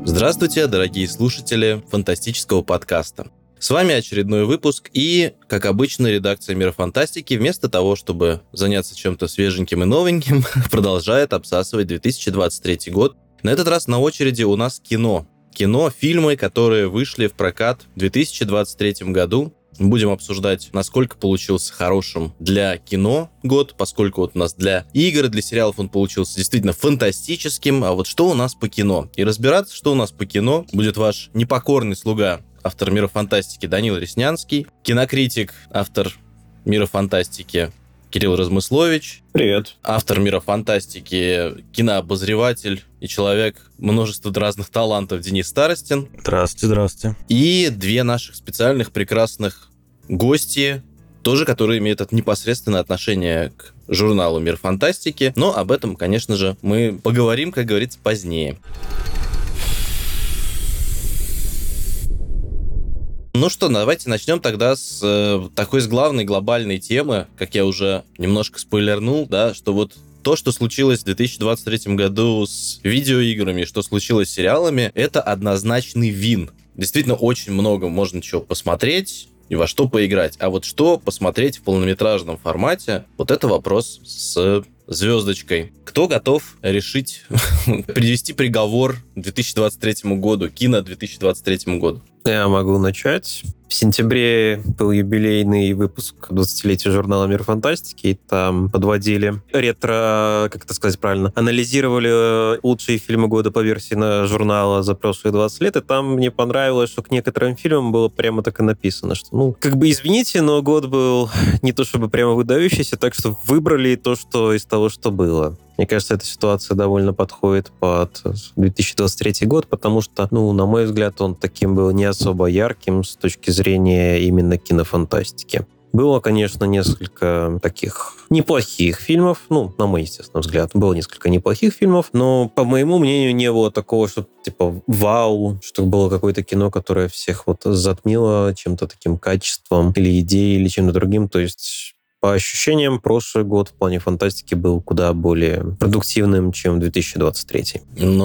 Здравствуйте, дорогие слушатели фантастического подкаста. С вами очередной выпуск и, как обычно, редакция «Мира фантастики» вместо того, чтобы заняться чем-то свеженьким и новеньким, продолжает обсасывать 2023 год. На этот раз на очереди у нас кино. Фильмы, которые вышли в прокат в 2023 году. Будем обсуждать, насколько получился хорошим для кино год, поскольку вот у нас для игр, для сериалов он получился действительно фантастическим. А вот что у нас по кино? И разбираться, что у нас по кино, будет ваш непокорный слуга, автор «Мира фантастики» Данил Реснянский, кинокритик, автор «Мира фантастики» Кирилл Размыслович. Привет. Автор «Мира фантастики», кинообозреватель и человек множества разных талантов Денис Старостин. Здравствуйте. И две наших специальных прекрасных гости, тоже которые имеют это непосредственное отношение к журналу «Мир фантастики». Но об этом, конечно же, мы поговорим, как говорится, позднее. Ну что, давайте начнем тогда с главной глобальной темы, как я уже немножко спойлернул, да, что вот то, что случилось в 2023 году с видеоиграми, что случилось с сериалами, это однозначный вин. Действительно, очень много можно чего посмотреть и во что поиграть. А вот что посмотреть в полнометражном формате, вот это вопрос с звездочкой. Кто готов решить, привести приговор 2023 году, кино 2023 году? Я могу начать. В сентябре был юбилейный выпуск 20-летия журнала «Мир фантастики», и там подводили анализировали лучшие фильмы года по версии журнала за прошлые 20 лет, и там мне понравилось, что к некоторым фильмам было прямо так и написано, что, извините, но год был не то чтобы прямо выдающийся, так что выбрали то, что из того, что было. Мне кажется, эта ситуация довольно подходит под 2023 год, потому что, на мой взгляд, он таким был не особо ярким с точки зрения именно кинофантастики. Было, конечно, несколько таких неплохих фильмов, на мой, естественно, взгляд, было несколько неплохих фильмов, но, по моему мнению, не было такого, что, вау, что было какое-то кино, которое всех затмило чем-то таким качеством или идеей, или чем-то другим, то есть... По ощущениям, прошлый год в плане фантастики был куда более продуктивным, чем 2023.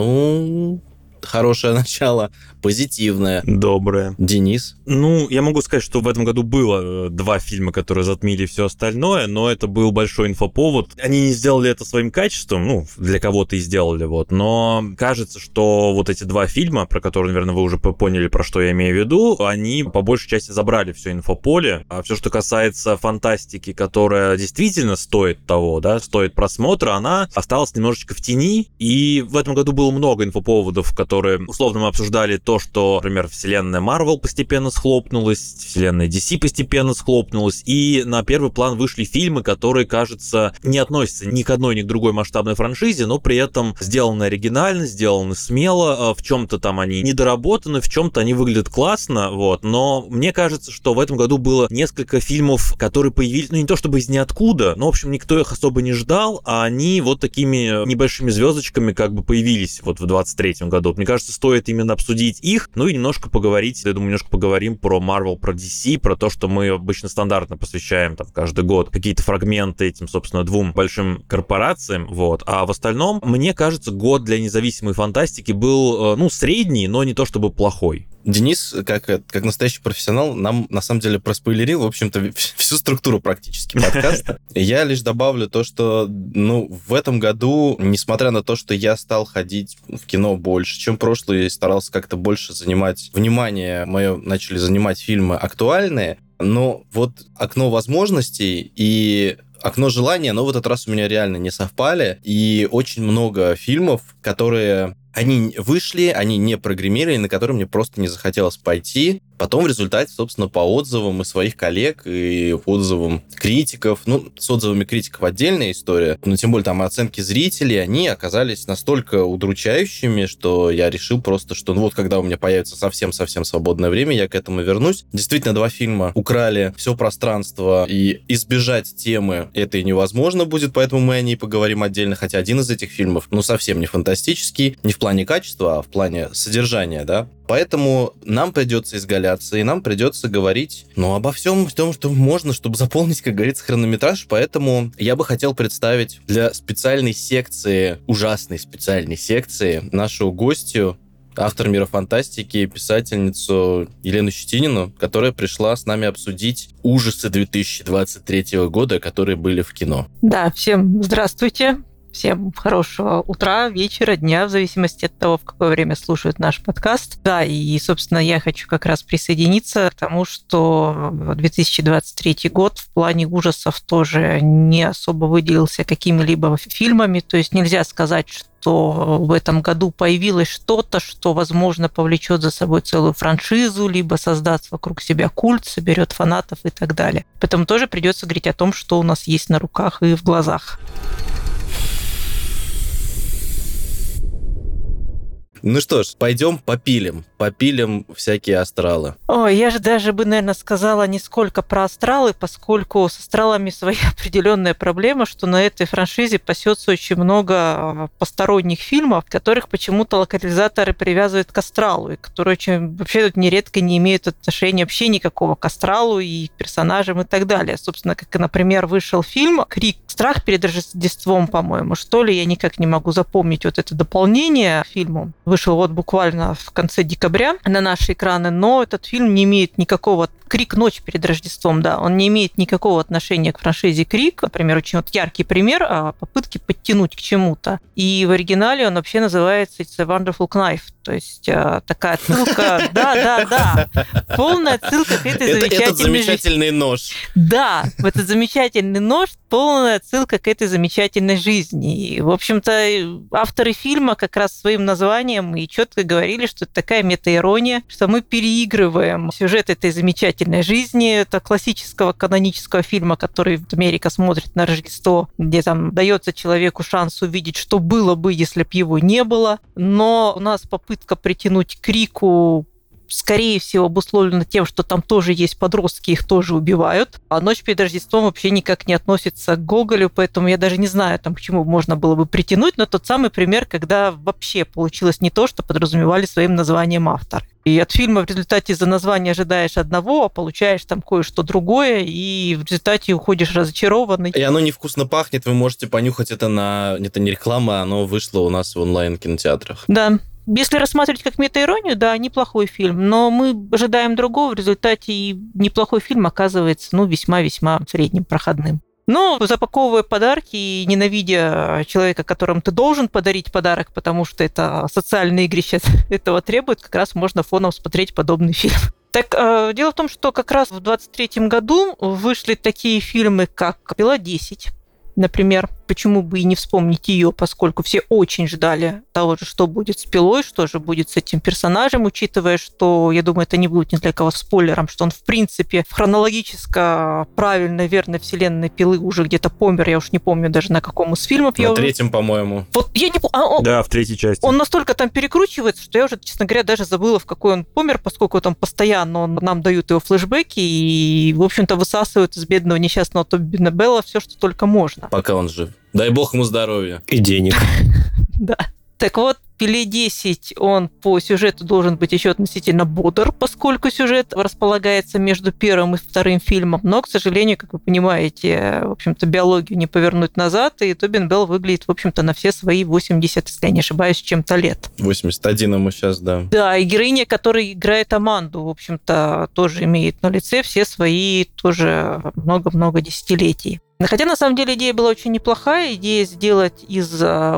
Хорошее начало, позитивное. Доброе. Денис? Я могу сказать, что в этом году было два фильма, которые затмили все остальное, но это был большой инфоповод. Они не сделали это своим качеством, для кого-то и сделали, но кажется, что вот эти два фильма, про которые, наверное, вы уже поняли, про что я имею в виду, они по большей части забрали все инфополе, а все, что касается фантастики, которая действительно стоит того, стоит просмотра, она осталась немножечко в тени, и в этом году было много инфоповодов, которые, условно, мы обсуждали то, что, например, вселенная Marvel постепенно схлопнулась, вселенная DC постепенно схлопнулась, и на первый план вышли фильмы, которые, кажется, не относятся ни к одной, ни к другой масштабной франшизе, но при этом сделаны оригинально, сделаны смело, в чем-то там они недоработаны, в чем-то они выглядят классно, но мне кажется, что в этом году было несколько фильмов, которые появились, не то чтобы из ниоткуда, но, в общем, никто их особо не ждал, а они такими небольшими звездочками появились в 23-м году. Мне кажется, стоит именно обсудить их, и немножко поговорить, я думаю, немножко поговорим про Marvel, про DC, про то, что мы обычно стандартно посвящаем каждый год какие-то фрагменты этим, собственно, двум большим корпорациям, А в остальном, мне кажется, год для независимой фантастики был, средний, но не то чтобы плохой. Денис, как настоящий профессионал, нам, на самом деле, проспойлерил, в общем-то, всю структуру практически подкаста. Я лишь добавлю то, что, в этом году, несмотря на то, что я стал ходить в кино больше, чем прошлый, и старался как-то больше занимать внимание мое, начали занимать фильмы актуальные, но окно возможностей и окно желания, в этот раз у меня реально не совпали, и очень много фильмов, которые... Они вышли, они не прогремели, на которые мне просто не захотелось пойти. Потом в результате, собственно, по отзывам и своих коллег, и отзывам критиков, с отзывами критиков отдельная история, но тем более там оценки зрителей, они оказались настолько удручающими, что я решил просто, что когда у меня появится совсем-совсем свободное время, я к этому вернусь. Действительно, два фильма украли все пространство, и избежать темы этой невозможно будет, поэтому мы о ней поговорим отдельно, хотя один из этих фильмов, совсем не фантастический, не в плане качества, а в плане содержания, да. Поэтому нам придется изгаляться, и нам придется говорить, обо всем том, что можно, чтобы заполнить, как говорится, хронометраж. Поэтому я бы хотел представить для специальной секции, ужасной специальной секции, нашу гостью, автор «Мира фантастики», писательницу Елену Щетинину, которая пришла с нами обсудить ужасы 2023 года, которые были в кино. Да, всем здравствуйте. Всем хорошего утра, вечера, дня, в зависимости от того, в какое время слушают наш подкаст. Да, и, собственно, я хочу как раз присоединиться к тому, что 2023 год в плане ужасов тоже не особо выделился какими-либо фильмами. То есть нельзя сказать, что в этом году появилось что-то, что, возможно, повлечет за собой целую франшизу, либо создаст вокруг себя культ, соберет фанатов и так далее. Поэтому тоже придется говорить о том, что у нас есть на руках и в глазах. Ну что ж, пойдем попилим всякие астралы. Ой, я же даже бы, наверное, сказала не сколько про астралы, поскольку с астралами своя определенная проблема, что на этой франшизе пасется очень много посторонних фильмов, которых почему-то локализаторы привязывают к астралу, и которые очень вообще тут нередко не имеют отношения вообще никакого к астралу и к персонажам и так далее. Собственно, как, например, вышел фильм «Крик. Страх перед Рождеством», по-моему, что ли, я никак не могу запомнить вот это дополнение к фильму. Вышел вот буквально в конце декабря на наши экраны, но этот фильм не имеет никакого... «Крик. Ночь перед Рождеством», да, он не имеет никакого отношения к франшизе «Крик». Например, очень вот яркий пример попытки подтянуть к чему-то. И в оригинале он вообще называется «It's a Wonderful Knife». То есть такая отсылка... Да. Полная отсылка к этой замечательной... Этот замечательный нож. Да, этот замечательный нож, полная отсылка к этой замечательной жизни. И, в общем-то, авторы фильма как раз своим названием и четко говорили, что это такая мета-ирония, что мы переигрываем сюжет этой замечательной жизни. Это классического канонического фильма, который Америка смотрит на Рождество, где там дается человеку шанс увидеть, что было бы, если бы его не было. Но у нас попытка притянуть к Крику скорее всего, обусловлено тем, что там тоже есть подростки, их тоже убивают. А «Ночь перед Рождеством» вообще никак не относится к Гоголю, поэтому я даже не знаю, там, к чему можно было бы притянуть, но тот самый пример, когда вообще получилось не то, что подразумевали своим названием авторы. И от фильма в результате из-за названия ожидаешь одного, а получаешь там кое-что другое, и в результате уходишь разочарованный. И оно невкусно пахнет, вы можете понюхать это это не реклама, оно вышло у нас в онлайн-кинотеатрах. Да. Если рассматривать как мета-иронию, да, неплохой фильм, но мы ожидаем другого, в результате и неплохой фильм оказывается, весьма-весьма средним, проходным. Но запаковывая подарки и ненавидя человека, которому ты должен подарить подарок, потому что это социальное игрище этого требует, как раз можно фоном смотреть подобный фильм. Так, дело в том, что как раз в 2023 году вышли такие фильмы, как «Пила-10», например, почему бы и не вспомнить ее, поскольку все очень ждали того же, что будет с Пилой, что же будет с этим персонажем, учитывая, что, я думаю, это не будет ни для кого спойлером, что он, в принципе, в хронологически правильной, верной вселенной Пилы уже где-то помер, я уж не помню даже на каком из фильмов. На третьем, по-моему. Вот я не помню. Да, в третьей части. Он настолько там перекручивается, что я уже, честно говоря, даже забыла, в какой он помер, поскольку там постоянно нам дают его флешбеки и, в общем-то, высасывают из бедного несчастного Тоби Белла все, что только можно. Пока он жив. Дай бог ему здоровья. И денег. Да. Так вот, «Пиле-10», он по сюжету должен быть еще относительно бодр, поскольку сюжет располагается между первым и вторым фильмом, но, к сожалению, как вы понимаете, в общем-то, биологию не повернуть назад, и Тобин Белл выглядит, в общем-то, на все свои 80, если я не ошибаюсь, чем-то лет. 81 ему сейчас, да. Да, и героиня, которая играет Аманду, в общем-то, тоже имеет на лице все свои тоже много-много десятилетий. Хотя, на самом деле, идея была очень неплохая. Идея сделать из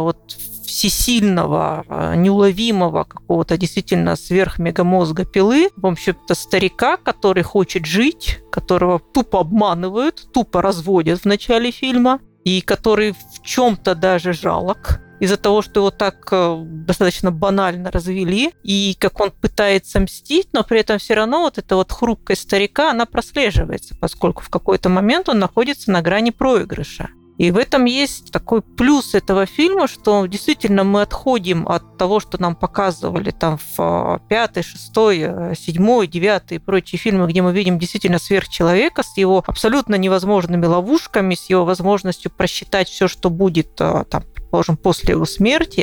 всесильного, неуловимого какого-то действительно сверхмегамозга Пилы, в общем-то, старика, который хочет жить, которого тупо обманывают, тупо разводят в начале фильма, и который в чем-то даже жалок из-за того, что его так достаточно банально развели, и как он пытается мстить, но при этом все равно вот эта вот хрупкость старика, она прослеживается, поскольку в какой-то момент он находится на грани проигрыша. И в этом есть такой плюс этого фильма, что действительно мы отходим от того, что нам показывали там в 5, 6, 7, 9 и прочие фильмы, где мы видим действительно сверхчеловека с его абсолютно невозможными ловушками, с его возможностью просчитать все, что будет там, предположим, после его смерти.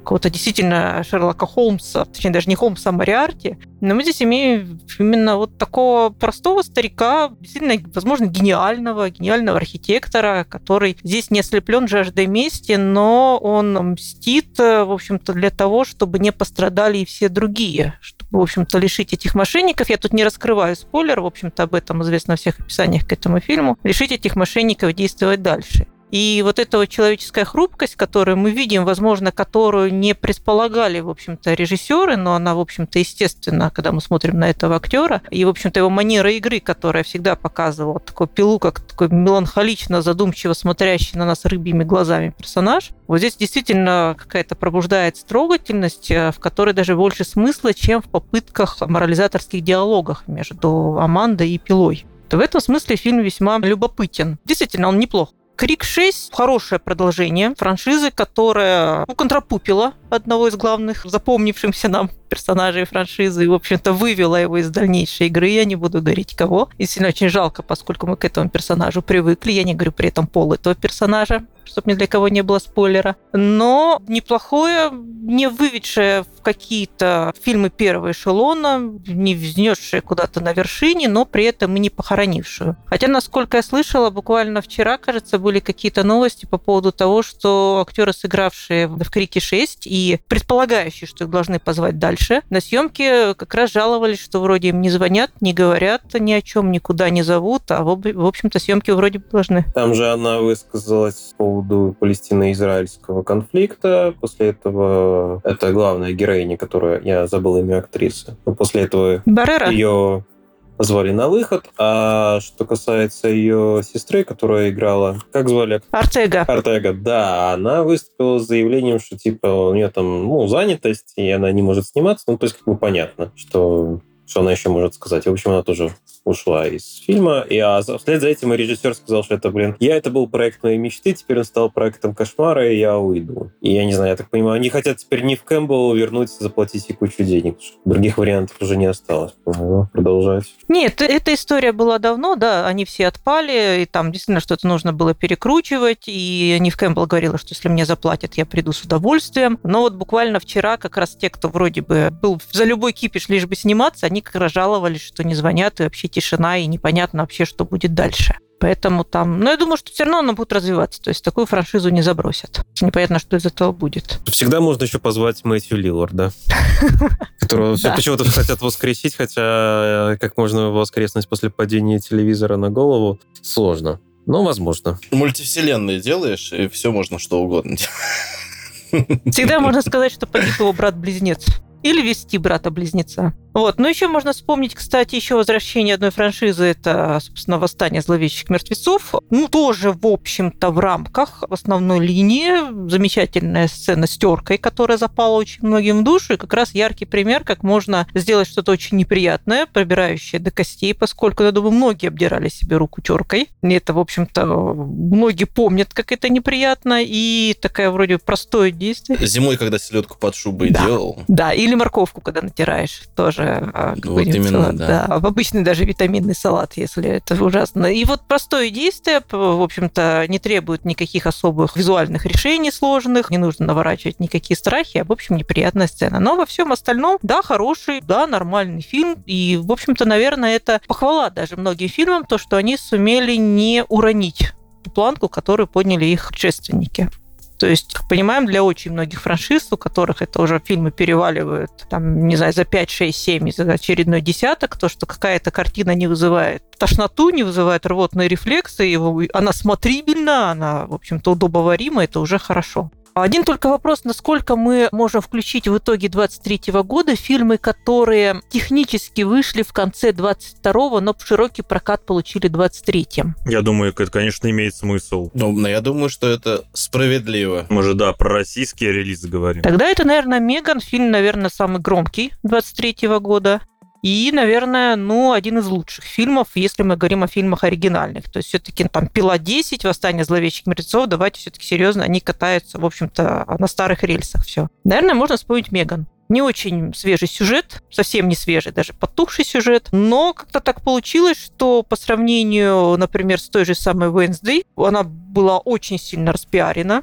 какого-то действительно Шерлока Холмса, точнее, даже не Холмса, а Мориарти. Но мы здесь имеем именно вот такого простого старика, действительно, возможно, гениального архитектора, который здесь не ослеплен жаждой мести, но он мстит, в общем-то, для того, чтобы не пострадали и все другие, чтобы, в общем-то, лишить этих мошенников. Я тут не раскрываю спойлер, в общем-то, об этом известно во всех описаниях к этому фильму. Лишить этих мошенников действовать дальше. И вот эта вот человеческая хрупкость, которую мы видим, возможно, которую не предполагали, в общем-то, режиссеры, но она, в общем-то, естественна, когда мы смотрим на этого актера. И, в общем-то, его манера игры, которая всегда показывала такую пилу, как такой меланхолично, задумчиво смотрящий на нас рыбьими глазами персонаж. Вот здесь действительно какая-то пробуждается трогательность, в которой даже больше смысла, чем в попытках морализаторских диалогах между Амандой и Пилой. То в этом смысле фильм весьма любопытен. Действительно, он неплох. «Крик 6» — хорошее продолжение франшизы, которая уконтрапупила одного из главных запомнившихся нам персонажей франшизы и, в общем-то, вывела его из дальнейшей игры. Я не буду говорить кого. И сильно очень жалко, поскольку мы к этому персонажу привыкли. Я не говорю при этом пол этого персонажа, чтобы ни для кого не было спойлера. Но неплохое, не выведшее в какие-то фильмы первого эшелона, не взнесшее куда-то на вершине, но при этом и не похоронившую. Хотя, насколько я слышала, буквально вчера, кажется, были какие-то новости по поводу того, что актеры, сыгравшие в «Крике 6» и предполагающие, что их должны позвать дальше, на съемке как раз жаловались, что вроде им не звонят, не говорят ни о чем, никуда не зовут, а в общем-то съемки вроде бы должны. Там же она высказалась по поводу палестино-израильского конфликта. После этого это главная героиня, которая, я забыл имя актрисы. После этого Баррера. Ее позвали на выход. А что касается ее сестры, которая играла... Как звали? Ортега. Ортега, да. Она выступила с заявлением, что типа у нее там занятость, и она не может сниматься. Ну, то есть как бы понятно, что она еще может сказать. В общем, она тоже ушла из фильма. Вслед за этим и режиссер сказал, что это был проект моей мечты, теперь он стал проектом кошмара, и я уйду. И я не знаю, я так понимаю, они хотят теперь не в Кэмпбелл вернуться, заплатить ей кучу денег. Других вариантов уже не осталось. Продолжать. Нет, эта история была давно, да, они все отпали, и там действительно что-то нужно было перекручивать, и Нив Кэмпбелл говорила, что если мне заплатят, я приду с удовольствием. Но вот буквально вчера как раз те, кто вроде бы был за любой кипиш, лишь бы сниматься, они как раз жаловались, что не звонят, и вообще тишина, и непонятно вообще, что будет дальше. Поэтому там... Но я думаю, что все равно она будет развиваться. То есть такую франшизу не забросят. Непонятно, что из этого будет. Всегда можно еще позвать Мэтью Лилларда, которого все почему-то хотят воскресить, хотя как можно воскреснуть после падения телевизора на голову? Сложно. Но возможно. Мультивселенные делаешь, и все можно что угодно делать. Всегда можно сказать, что погиб его брат-близнец. Или вести брата-близнеца. Вот. Но еще можно вспомнить, кстати, еще возвращение одной франшизы. Это, собственно, «Восстание зловещих мертвецов». Ну, тоже, в общем-то, в рамках основной линии. Замечательная сцена с теркой, которая запала очень многим в душу. И как раз яркий пример, как можно сделать что-то очень неприятное, пробирающее до костей, поскольку, я думаю, многие обдирали себе руку теркой. И это, в общем-то, многие помнят, как это неприятно. И такое вроде простое действие. Зимой, когда селедку под шубой делал. Да, или морковку, когда натираешь, тоже. Вот именно, салат, да. В обычный даже витаминный салат, если это ужасно. И вот простое действие, в общем-то, не требует никаких особых визуальных решений сложных, не нужно наворачивать никакие страхи, а, в общем, неприятная сцена. Но во всем остальном, да, хороший, да, нормальный фильм. И, в общем-то, наверное, это похвала даже многим фильмам, то, что они сумели не уронить ту планку, которую подняли их предшественники. То есть, как понимаем, для очень многих франшиз, у которых это уже фильмы переваливают, там, не знаю, за 5, 6, 7, за очередной десяток, то, что какая-то картина не вызывает тошноту, не вызывает рвотные рефлексы, она смотрибельна, она, в общем-то, удобоварима, это уже хорошо. Один только вопрос, насколько мы можем включить в итоге 23-го года фильмы, которые технически вышли в конце 22-го, но широкий прокат получили в 23-м. Я думаю, это, конечно, имеет смысл. Но я думаю, что это справедливо. Мы же, да, про российские релизы говорим. Тогда это, наверное, «Меган», фильм, наверное, самый громкий 23-го года. И, наверное, один из лучших фильмов, если мы говорим о фильмах оригинальных. То есть все-таки там «Пила 10», «Восстание зловещих мертвецов», давайте все-таки серьезно, они катаются, в общем-то, на старых рельсах. Все. Наверное, можно вспомнить «Меган». Не очень свежий сюжет, совсем не свежий, даже потухший сюжет, но как-то так получилось, что по сравнению, например, с той же самой «Уэнсдей», она была очень сильно распиарена.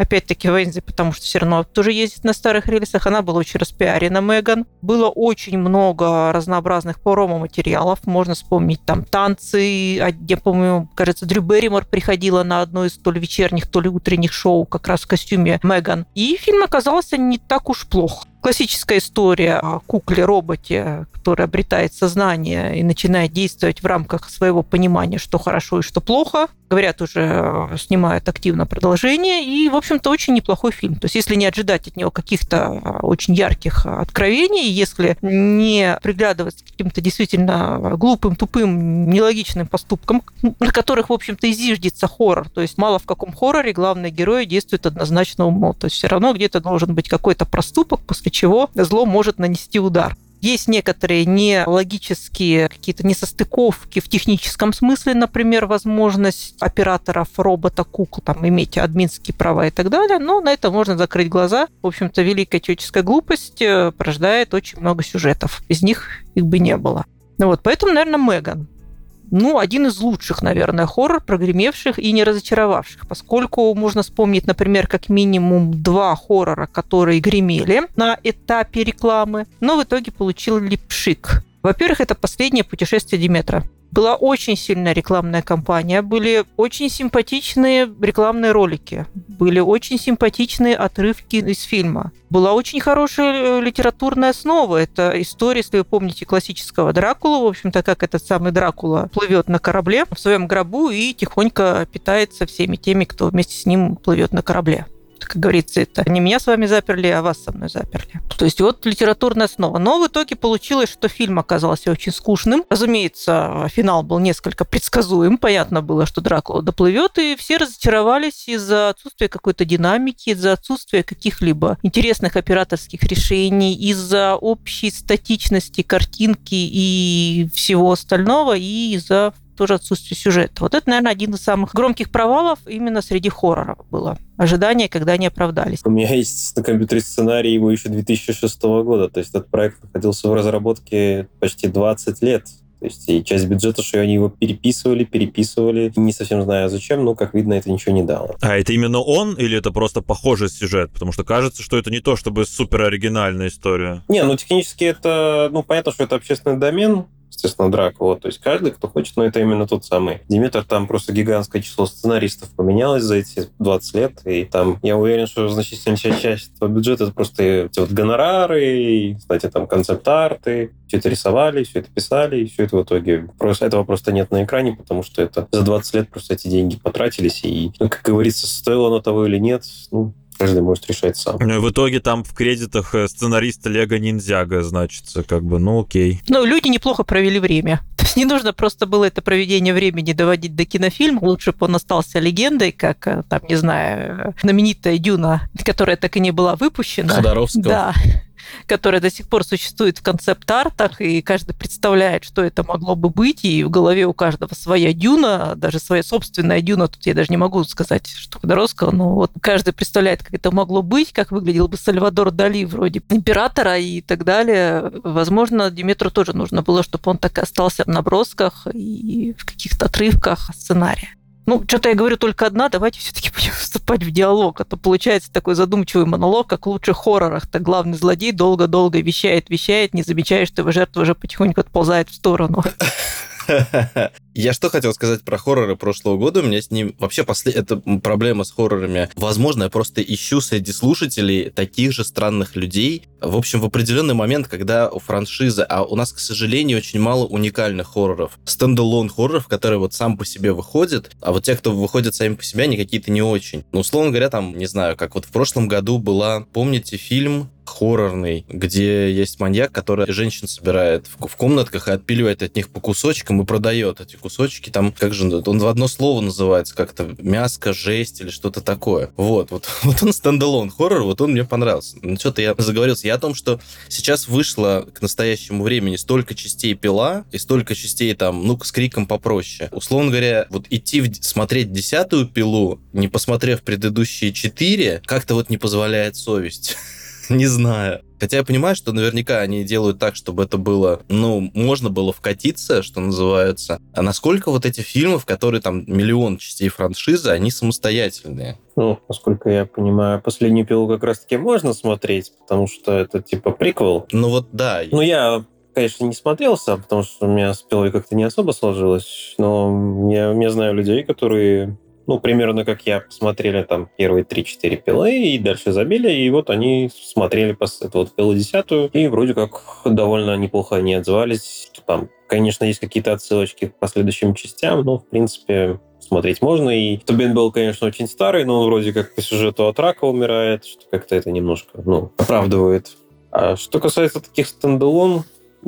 опять-таки Вензи, потому что все равно тоже ездит на старых рельсах. Она была очень распиарена, Меган. Было очень много разнообразных промо-материалов. Можно вспомнить там танцы. Я помню, кажется, Дрю Берримор приходила на одно из то ли вечерних, то ли утренних шоу как раз в костюме Меган. И фильм оказался не так уж плох. Классическая история о кукле-роботе, который обретает сознание и начинает действовать в рамках своего понимания, что хорошо и что плохо. Говорят, уже снимают активно продолжение. И, в общем-то, очень неплохой фильм. То есть, если не ожидать от него каких-то очень ярких откровений, если не приглядываться к каким-то действительно глупым, тупым, нелогичным поступкам, на которых, в общем-то, и зиждется хоррор. То есть, мало в каком хорроре главный герой действует однозначно умом. То есть, все равно где-то должен быть какой-то проступок, после чего зло может нанести удар. Есть некоторые нелогические какие-то несостыковки в техническом смысле, например, возможность операторов робота-кукол там, иметь админские права и так далее, но на это можно закрыть глаза. В общем-то, великая человеческая глупость порождает очень много сюжетов. Без них их бы не было. Вот, поэтому, наверное, Меган. Один из лучших, наверное, хоррор, прогремевших и не разочаровавших, поскольку можно вспомнить, например, как минимум 2 хоррора, которые гремели на этапе рекламы, но в итоге получили пшик. Во-первых, это «Последнее путешествие Диметра». Была очень сильная рекламная кампания, были очень симпатичные рекламные ролики, были очень симпатичные отрывки из фильма. Была очень хорошая литературная основа. Это история, если вы помните, классического Дракулу. В общем-то, как этот самый Дракула плывет на корабле в своем гробу и тихонько питается всеми теми, кто вместе с ним плывет на корабле. Как говорится, это не меня с вами заперли, а вас со мной заперли. То есть вот литературная основа. Но в итоге получилось, что фильм оказался очень скучным. Разумеется, финал был несколько предсказуем. Понятно было, что Дракула доплывет, и все разочаровались из-за отсутствия какой-то динамики, из-за отсутствия каких-либо интересных операторских решений, из-за общей статичности картинки и всего остального, и из-за тоже отсутствие сюжета. Вот это, наверное, один из самых громких провалов именно среди хорроров было. Ожидания, когда не оправдались. У меня есть на компьютере сценарий его еще 2006 года. То есть этот проект находился в разработке почти 20 лет. То есть и часть бюджета, что они его переписывали. Не совсем знаю зачем, но, как видно, это ничего не дало. А это именно он или это просто похожий сюжет? Потому что кажется, что это не то чтобы супер оригинальная история. Не, технически это... понятно, что это общественный домен, естественно, Дракула. То есть каждый, кто хочет, но это именно тот самый. Диметр, там просто гигантское число сценаристов поменялось за эти 20 лет, и там, я уверен, что значительная часть этого бюджета — это просто эти вот гонорары, и, кстати, там концепт-арты, все это рисовали, все это писали, и все это в итоге... Этого просто нет на экране, потому что это за 20 лет просто эти деньги потратились, и, как говорится, стоило оно того или нет, каждый может решать сам. В итоге там в кредитах сценариста Лего Ниндзяго значится, окей. Люди неплохо провели время. То есть не нужно просто было это проведение времени доводить до кинофильма. Лучше бы он остался легендой, как, знаменитая «Дюна», которая так и не была выпущена. Ходоровского. Да. Которая до сих пор существует в концепт-артах, и каждый представляет, что это могло бы быть, и в голове у каждого своя Дюна, даже своя собственная Дюна, тут я даже не могу сказать, что Ходоровского, но вот каждый представляет, как это могло быть, как выглядел бы Сальвадор Дали вроде императора и так далее. Возможно, Диметру тоже нужно было, чтобы он так и остался в набросках и в каких-то отрывках сценария. Что-то я говорю только одна, давайте все-таки будем вступать в диалог, а то получается такой задумчивый монолог, как в лучших хоррорах-то главный злодей долго-долго вещает, не замечая, что его жертва уже потихоньку отползает в сторону. Я что хотел сказать про хорроры прошлого года. У меня с ним вообще это проблема с хоррорами. Возможно, я просто ищу среди слушателей таких же странных людей. В общем, в определенный момент, когда у франшизы, а у нас, к сожалению, очень мало уникальных хорроров, стендалон хорроров, которые вот сам по себе выходят, а вот те, кто выходят сами по себе, они какие-то не очень. Условно говоря, не знаю, как вот в прошлом году была, помните, фильм хоррорный, где есть маньяк, который женщин собирает в комнатках и отпиливает от них по кусочкам и продает эти кусочки. Там, как же он в одно слово называется, как-то мяско, жесть или что-то такое. Вот он стендалон хоррор, вот он мне понравился. Что-то я заговорился. Я о том, что сейчас вышло к настоящему времени столько частей «Пила» и столько частей с криком попроще. Условно говоря, вот смотреть 10-ю «Пилу», не посмотрев предыдущие 4, как-то не позволяет совесть. Не знаю. Хотя я понимаю, что наверняка они делают так, чтобы это было, можно было вкатиться, что называется. А насколько вот эти фильмы, в которые там миллион частей франшизы, они самостоятельные? Насколько я понимаю, «Последнюю пилу» как раз-таки можно смотреть, потому что это типа приквел. Да. Я, конечно, не смотрелся, потому что у меня с пилой как-то не особо сложилось, но я знаю людей, которые... примерно как я, посмотрели там первые 3-4 пилы и дальше забили, и вот они смотрели эту пилу 10-ю, и вроде как довольно неплохо они отзывались. Там, конечно, есть какие-то отсылочки к последующим частям, но, в принципе, смотреть можно. И Тобин был, конечно, очень старый, но он вроде как по сюжету от рака умирает, что как-то это немножко, оправдывает. А что касается таких стендалон,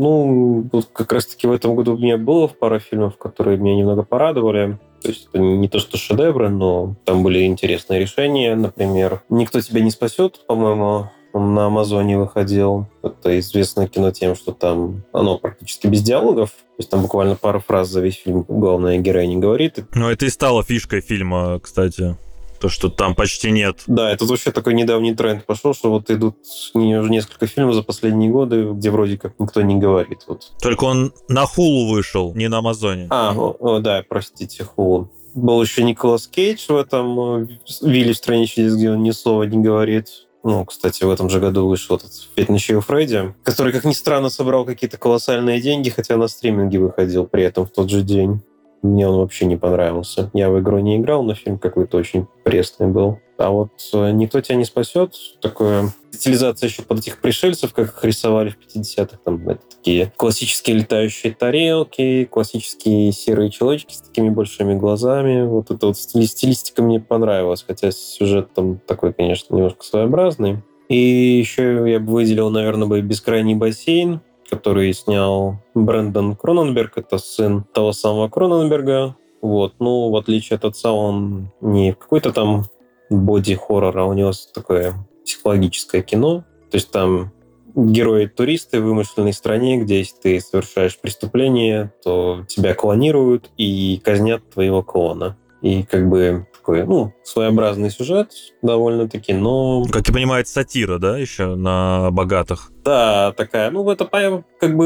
вот как раз-таки в этом году у меня было пара фильмов, которые меня немного порадовали. То есть это не то, что шедевры, но там были интересные решения. Например, «Никто тебя не спасет», по-моему, он на Амазоне выходил. Это известное кино тем, что там оно практически без диалогов. То есть там буквально пару фраз за весь фильм главная героиня говорит. Это и стало фишкой фильма, кстати. То, что там почти нет. Да, это вообще такой недавний тренд пошел, что вот идут уже несколько фильмов за последние годы, где вроде как никто не говорит. Только он на Hulu вышел, не на Амазоне. Да, простите, Hulu. Был еще Николас Кейдж в этом «Вилли в стране чудес», где он ни слова не говорит. Кстати, в этом же году вышел этот «Пять ночей у Фредди», который, как ни странно, собрал какие-то колоссальные деньги, хотя на стриминге выходил при этом в тот же день. Мне он вообще не понравился. Я в игру не играл, но фильм какой-то очень пресный был. А вот «Никто тебя не спасет» — такое стилизация еще под этих пришельцев, как их рисовали в 50-х. Там это такие классические летающие тарелки, классические серые человечки с такими большими глазами. Вот эта стилистика мне понравилась, хотя сюжет там такой, конечно, немножко своеобразный. И еще я бы выделил, наверное, «Бескрайний бассейн», который снял Брэндон Кроненберг, это сын того самого Кроненберга. В отличие от отца, он не какой-то там боди-хоррор, а у него такое психологическое кино. То есть там герои-туристы в вымышленной стране, где если ты совершаешь преступление, то тебя клонируют и казнят твоего клона. И такой, своеобразный сюжет довольно-таки, но... Как я понимаю, это сатира, да, еще на богатых? Да, такая, это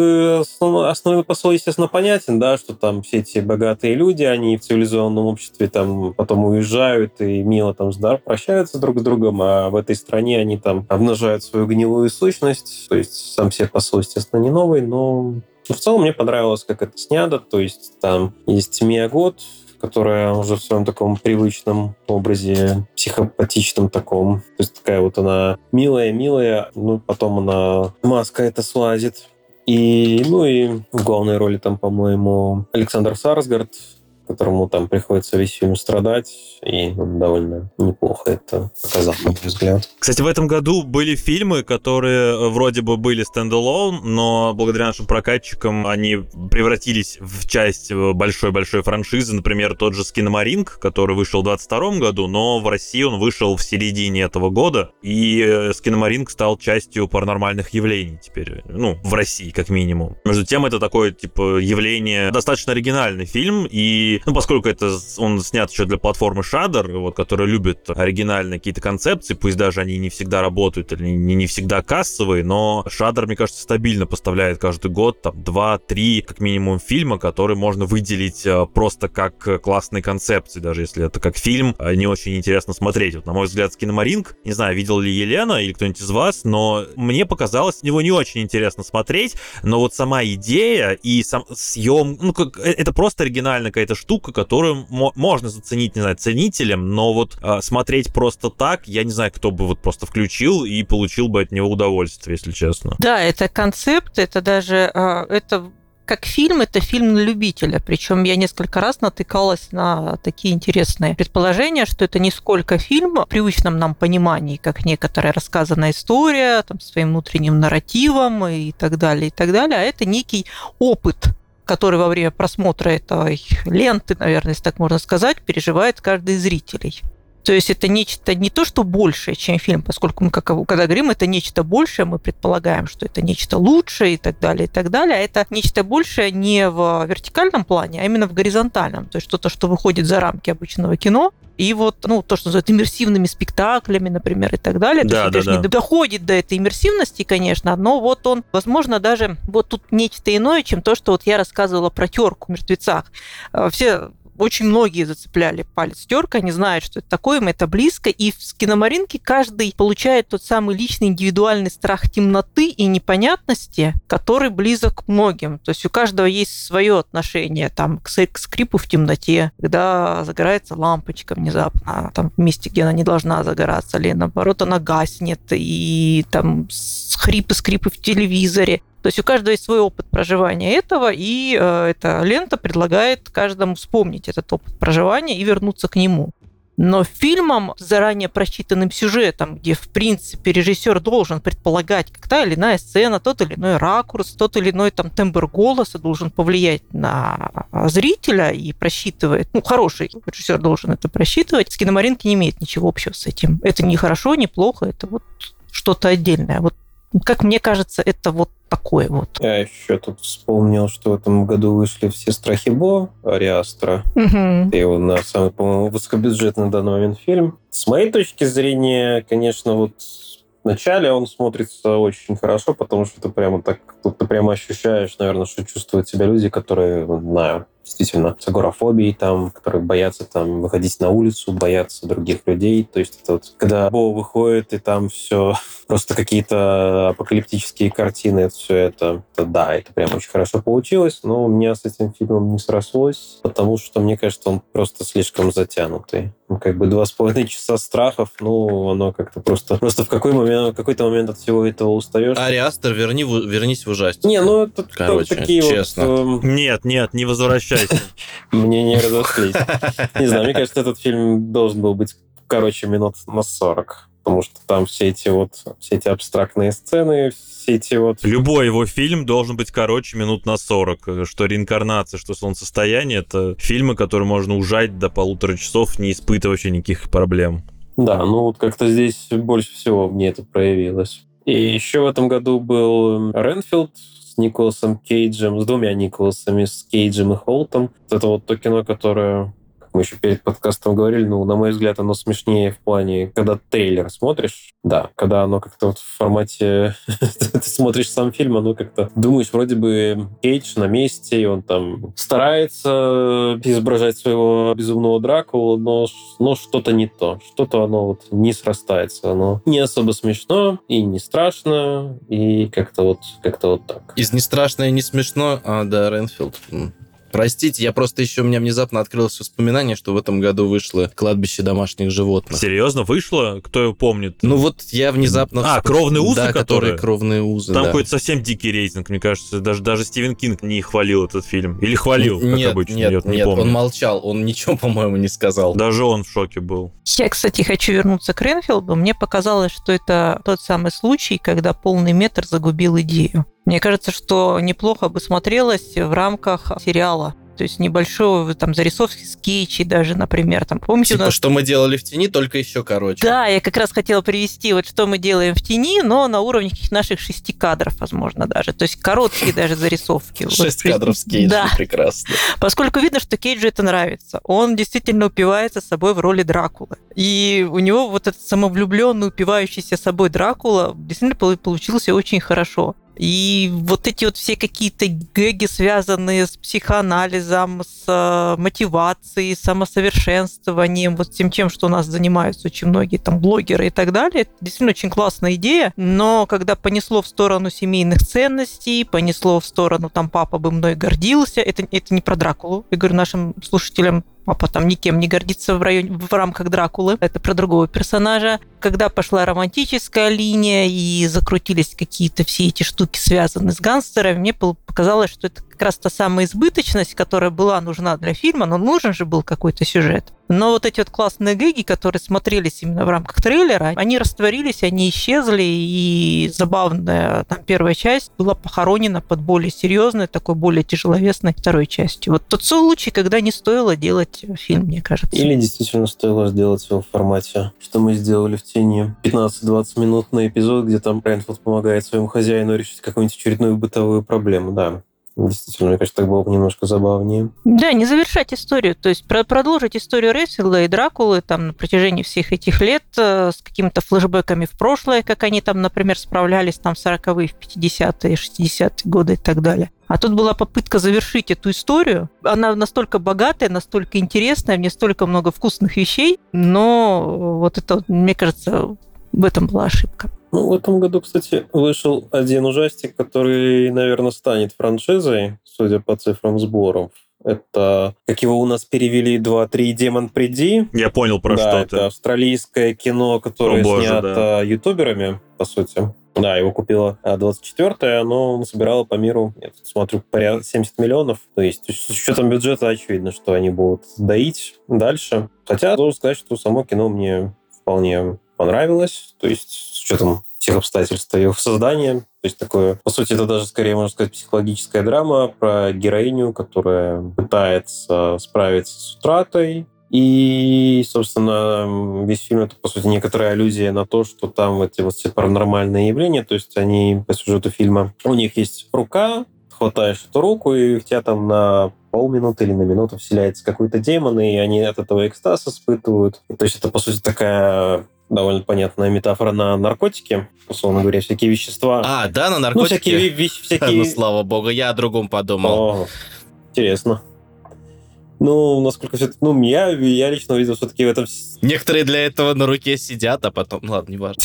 основной посыл, естественно, понятен, да, что там все эти богатые люди, они в цивилизованном обществе там потом уезжают и мило там прощаются друг с другом, а в этой стране они там обнажают свою гнилую сущность. То есть сам себе посыл, естественно, не новый, но в целом мне понравилось, как это снято. То есть там есть Мия Гот, которая уже в своем таком привычном образе, психопатичном таком. То есть такая вот она милая, потом она маска это слазит. И в главной роли там, по-моему, Александр Сарсгард, которому там приходится весь фильм страдать, и он довольно неплохо это показал, на мой взгляд. Кстати, в этом году были фильмы, которые вроде бы были стендалон, но благодаря нашим прокатчикам они превратились в часть большой-большой франшизы. Например, тот же «Скиномаринг», который вышел в 2022 году, но в России он вышел в середине этого года, и «Скиномаринг» стал частью «Паранормальных явлений» теперь, в России, как минимум. Между тем, это такое, явление, достаточно оригинальный фильм, и поскольку он снят еще для платформы Shudder, которая любит оригинальные какие-то концепции, пусть даже они не всегда работают или не всегда кассовые, но Shudder, мне кажется, стабильно поставляет каждый год 2-3 как минимум фильма, которые можно выделить просто как классные концепции, даже если это как фильм, не очень интересно смотреть. На мой взгляд, «Скиномаринг», не знаю, видел ли Елена или кто-нибудь из вас, но мне показалось его не очень интересно смотреть, но сама идея и сам съем, это просто оригинальная какая-то штука, которую можно заценить, не знаю, ценителям, но смотреть просто так, я не знаю, кто бы просто включил и получил бы от него удовольствие, если честно. Да, это концепт, это даже как фильм, это фильм на любителя. Причем я несколько раз натыкалась на такие интересные предположения, что это не сколько фильм в привычном нам понимании, как некоторая рассказанная история, своим внутренним нарративом и так далее, а это некий опыт, который во время просмотра этой ленты, наверное, если так можно сказать, переживает каждый из зрителей. То есть это нечто не то, что большее, чем фильм, поскольку мы, когда говорим, это нечто большее, мы предполагаем, что это нечто лучшее и так далее, а это нечто большее не в вертикальном плане, а именно в горизонтальном, то есть что-то, что выходит за рамки обычного кино и вот, то, что называют иммерсивными спектаклями, например, и так далее. То есть он, конечно, не доходит до этой иммерсивности, конечно, но вот он, возможно, даже вот тут нечто иное, чем то, что вот я рассказывала про терку в «Мертвецах». Очень многие зацепляли палец терка, они знают, что это такое, им это близко. И в «Киномаринке» каждый получает тот самый личный индивидуальный страх темноты и непонятности, который близок к многим. То есть у каждого есть свое отношение там, к скрипу в темноте, когда загорается лампочка внезапно, там, в месте, где она не должна загораться, или наоборот она гаснет, и там скрипы в телевизоре. То есть у каждого есть свой опыт проживания этого, и эта лента предлагает каждому вспомнить этот опыт проживания и вернуться к нему. Но фильмом с заранее просчитанным сюжетом, где, в принципе, режиссер должен предполагать, как та или иная сцена, тот или иной ракурс, тот или иной там тембр голоса должен повлиять на зрителя и просчитывает, хороший режиссер должен это просчитывать, с «Киномаринки» не имеет ничего общего с этим. Это не хорошо, не плохо, это вот что-то отдельное. Вот, как мне кажется, это вот такое вот. Я еще тут вспомнил, что в этом году вышли «Все страхи Бо» Ари Астера. Угу. Это его на самый, по-моему, высокобюджетный на данный момент фильм. С моей точки зрения, конечно, вот вначале он смотрится очень хорошо, потому что ты прямо так, тут ты прямо ощущаешь, наверное, что чувствуют себя люди, которые, знаю, действительно, с агорафобией, там, которые боятся там выходить на улицу, боятся других людей. То есть это вот, когда Бо выходит, и там все просто какие-то апокалиптические картины, это да, это прям очень хорошо получилось, но у меня с этим фильмом не срослось, потому что, мне кажется, он просто слишком затянутый. Как бы 2,5 часа страхов, оно как-то просто в какой-то момент от всего этого устаешь. Ари Астер, вернись в ужастик. Не, это такие честно. вот... Нет, не возвращайся. Мне не разошлись. Не знаю, мне кажется, этот фильм должен был быть короче минут на 40. Потому что там все эти абстрактные сцены, все эти вот... Любой его фильм должен быть короче минут на 40. Что «Реинкарнация», что «Солнцестояние» — это фильмы, которые можно ужать до 1,5 часов, не испытывая вообще никаких проблем. Да, как-то здесь больше всего мне это проявилось. И еще в этом году был «Ренфилд» с Николасом Кейджем, с двумя Николасами, с Кейджем и Холтом. Это вот то кино, которое... Мы еще перед подкастом говорили, на мой взгляд, оно смешнее в плане, когда трейлер смотришь, да, когда оно как-то вот в формате... ты смотришь сам фильм, оно как-то... Думаешь, вроде бы Кейдж на месте, и он там старается изображать своего безумного Дракулу, но что-то не то. Что-то оно вот не срастается. Оно не особо смешно и не страшно, и как-то вот так. Из «не страшно и не смешно», да, Ренфилд. Простите, у меня внезапно открылось воспоминание, что в этом году вышло «Кладбище домашних животных». Серьезно? Вышло? Кто его помнит? Я внезапно... «Кровные узы», да, которые? «Кровные узы», Там да. какой-то совсем дикий рейтинг, мне кажется. Даже Стивен Кинг не хвалил этот фильм. Или хвалил, как обычно. Нет, не помню. он молчал, он ничего, по-моему, не сказал. Даже он в шоке был. Я, кстати, хочу вернуться к Ренфилду. Мне показалось, что это тот самый случай, когда полный метр загубил идею. Мне кажется, что неплохо бы смотрелось в рамках сериала. То есть небольшой там зарисовки скетчей даже, например. Там, помните, типа, что мы делали в тени, только еще короче. Да, я как раз хотела привести, вот что мы делаем в тени, но на уровне каких-то наших 6 кадров, возможно, даже. То есть короткие даже зарисовки. 6 кадров с Кейджем, да. Прекрасно. Поскольку видно, что Кейджу это нравится. Он действительно упивается собой в роли Дракулы. И у него вот этот самовлюбленный, упивающийся собой Дракула действительно получился очень хорошо. И вот эти вот все какие-то гэги, связанные с психоанализом, с мотивацией, самосовершенствованием, вот тем, чем, что у нас занимаются очень многие там блогеры и так далее, это действительно очень классная идея, но когда понесло в сторону семейных ценностей, понесло в сторону там «папа бы мной гордился», это не про Дракулу, я говорю нашим слушателям, папа там никем не гордится в рамках Дракулы. Это про другого персонажа. Когда пошла романтическая линия и закрутились какие-то все эти штуки, связанные с гангстерами, мне показалось, что это как раз та самая избыточность, которая была нужна для фильма, но нужен же был какой-то сюжет. Но вот эти вот классные гэги, которые смотрелись именно в рамках трейлера, они растворились, они исчезли, и забавная там первая часть была похоронена под более серьезной, такой более тяжеловесной второй частью. Вот тот случай, когда не стоило делать фильм, мне кажется. Или действительно стоило сделать его в формате, что мы сделали в тени. 15-20 минутный эпизод, где там Ренфилд помогает своему хозяину решить какую-нибудь очередную бытовую проблему, да. Действительно, мне кажется, так было бы немножко забавнее. Да, не завершать историю, то есть продолжить историю Ренфилда и Дракулы там на протяжении всех этих лет с какими-то флешбэками в прошлое, как они там, например, справлялись там в 40-е, в 50-е, 60-е годы и так далее. А тут была попытка завершить эту историю. Она настолько богатая, настолько интересная, в ней столько много вкусных вещей, но вот это, мне кажется, в этом была ошибка. Ну, в этом году, кстати, вышел один ужастик, который, наверное, станет франшизой, судя по цифрам сборов. Это, как его у нас перевели, 2-3 «Демон, приди». Я понял, про что ты. Это австралийское кино, которое снято ютуберами, по сути. Да, его купила 24-я, но насобирала по миру, я тут смотрю, порядка 70 миллионов. То есть с учетом бюджета очевидно, что они будут доить дальше. Хотя, должен сказать, что само кино мне вполне понравилось. То есть с учетом всех обстоятельств его создания. То есть такое, по сути, это даже скорее, можно сказать, психологическая драма про героиню, которая пытается справиться с утратой. И, собственно, весь фильм — это, по сути, некоторая аллюзия на то, что там эти вот все паранормальные явления, то есть они по сюжету фильма, у них есть рука, хватаешь эту руку, и у тебя там на полминуты или на минуту вселяется какой-то демон, и они от этого экстаз испытывают. То есть это, по сути, такая довольно понятная метафора на наркотики, условно говоря, всякие вещества. А, да, на наркотики? Ну, всякие... Ну, слава богу, я о другом подумал. О, интересно. Ну, насколько все... Ну, я лично увидел все-таки в этом... Некоторые для этого на руке сидят, а потом... Ладно, неважно.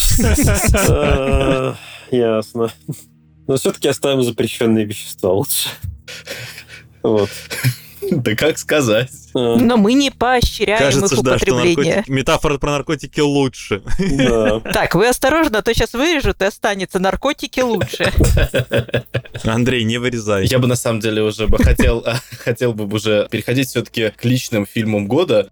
Ясно. Но все-таки оставим запрещенные вещества лучше. Вот. Да как сказать? Но мы не поощряем Кажется, их употребление. Что метафора про наркотики лучше. Да. Так, вы осторожно, а то сейчас вырежут и останется наркотики лучше. Андрей, не вырезай. Я бы на самом деле уже хотел бы уже переходить все-таки к личным фильмам года.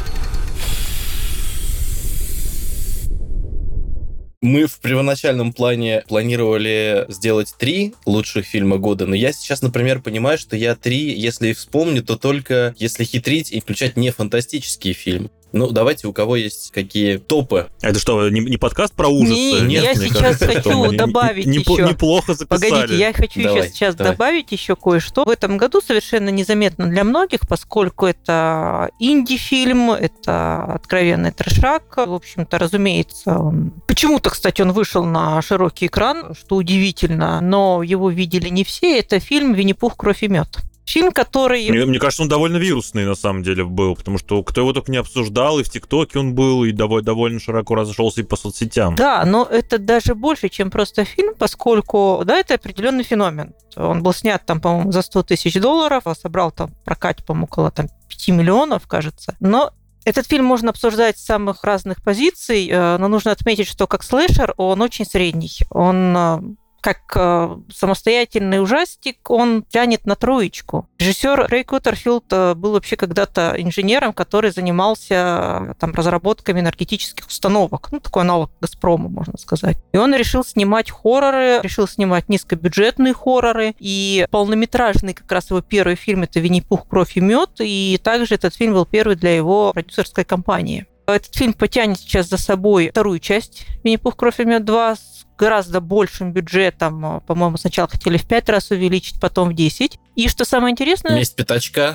Мы в первоначальном плане планировали сделать 3 лучших фильма года, но я сейчас, например, понимаю, что я 3, если и вспомню, то только если хитрить и включать не фантастические фильмы. Ну, давайте, у кого есть какие топы. Это что, не подкаст про ужасы? Нет, я сейчас хочу добавить еще. Неплохо записали. Погодите, я хочу сейчас добавить еще кое-что. В этом году совершенно незаметно для многих, поскольку это инди-фильм, это откровенный трешак. В общем-то, разумеется, почему-то, кстати, он вышел на широкий экран, что удивительно, но его видели не все. Это фильм «Винни-Пух. Кровь и мед». Фильм, который... Мне кажется, он довольно вирусный, на самом деле, был, потому что кто его только не обсуждал, и в ТикТоке он был, и довольно широко разошелся и по соцсетям. Да, но это даже больше, чем просто фильм, поскольку, да, это определенный феномен. Он был снят, там, по-моему, за $100 тысяч, собрал там в прокате, по-моему, около 5 миллионов, кажется. Но этот фильм можно обсуждать с самых разных позиций, но нужно отметить, что как слэшер он очень средний. Он... как самостоятельный ужастик, он тянет на 3. Режиссер Рэй Куттерфилд был вообще когда-то инженером, который занимался там разработками энергетических установок. Ну, такой аналог «Газпрома», можно сказать. И он решил снимать хорроры, решил снимать низкобюджетные хорроры. И полнометражный как раз его первый фильм — это «Винни-Пух. Кровь и мед». И также этот фильм был первый для его продюсерской компании. Этот фильм потянет сейчас за собой 2 часть «Винни-Пух. Кровь и мед 2» с гораздо большим бюджетом. По-моему, сначала хотели в 5 раз увеличить, потом в 10. И что самое интересное... Месть пятачка?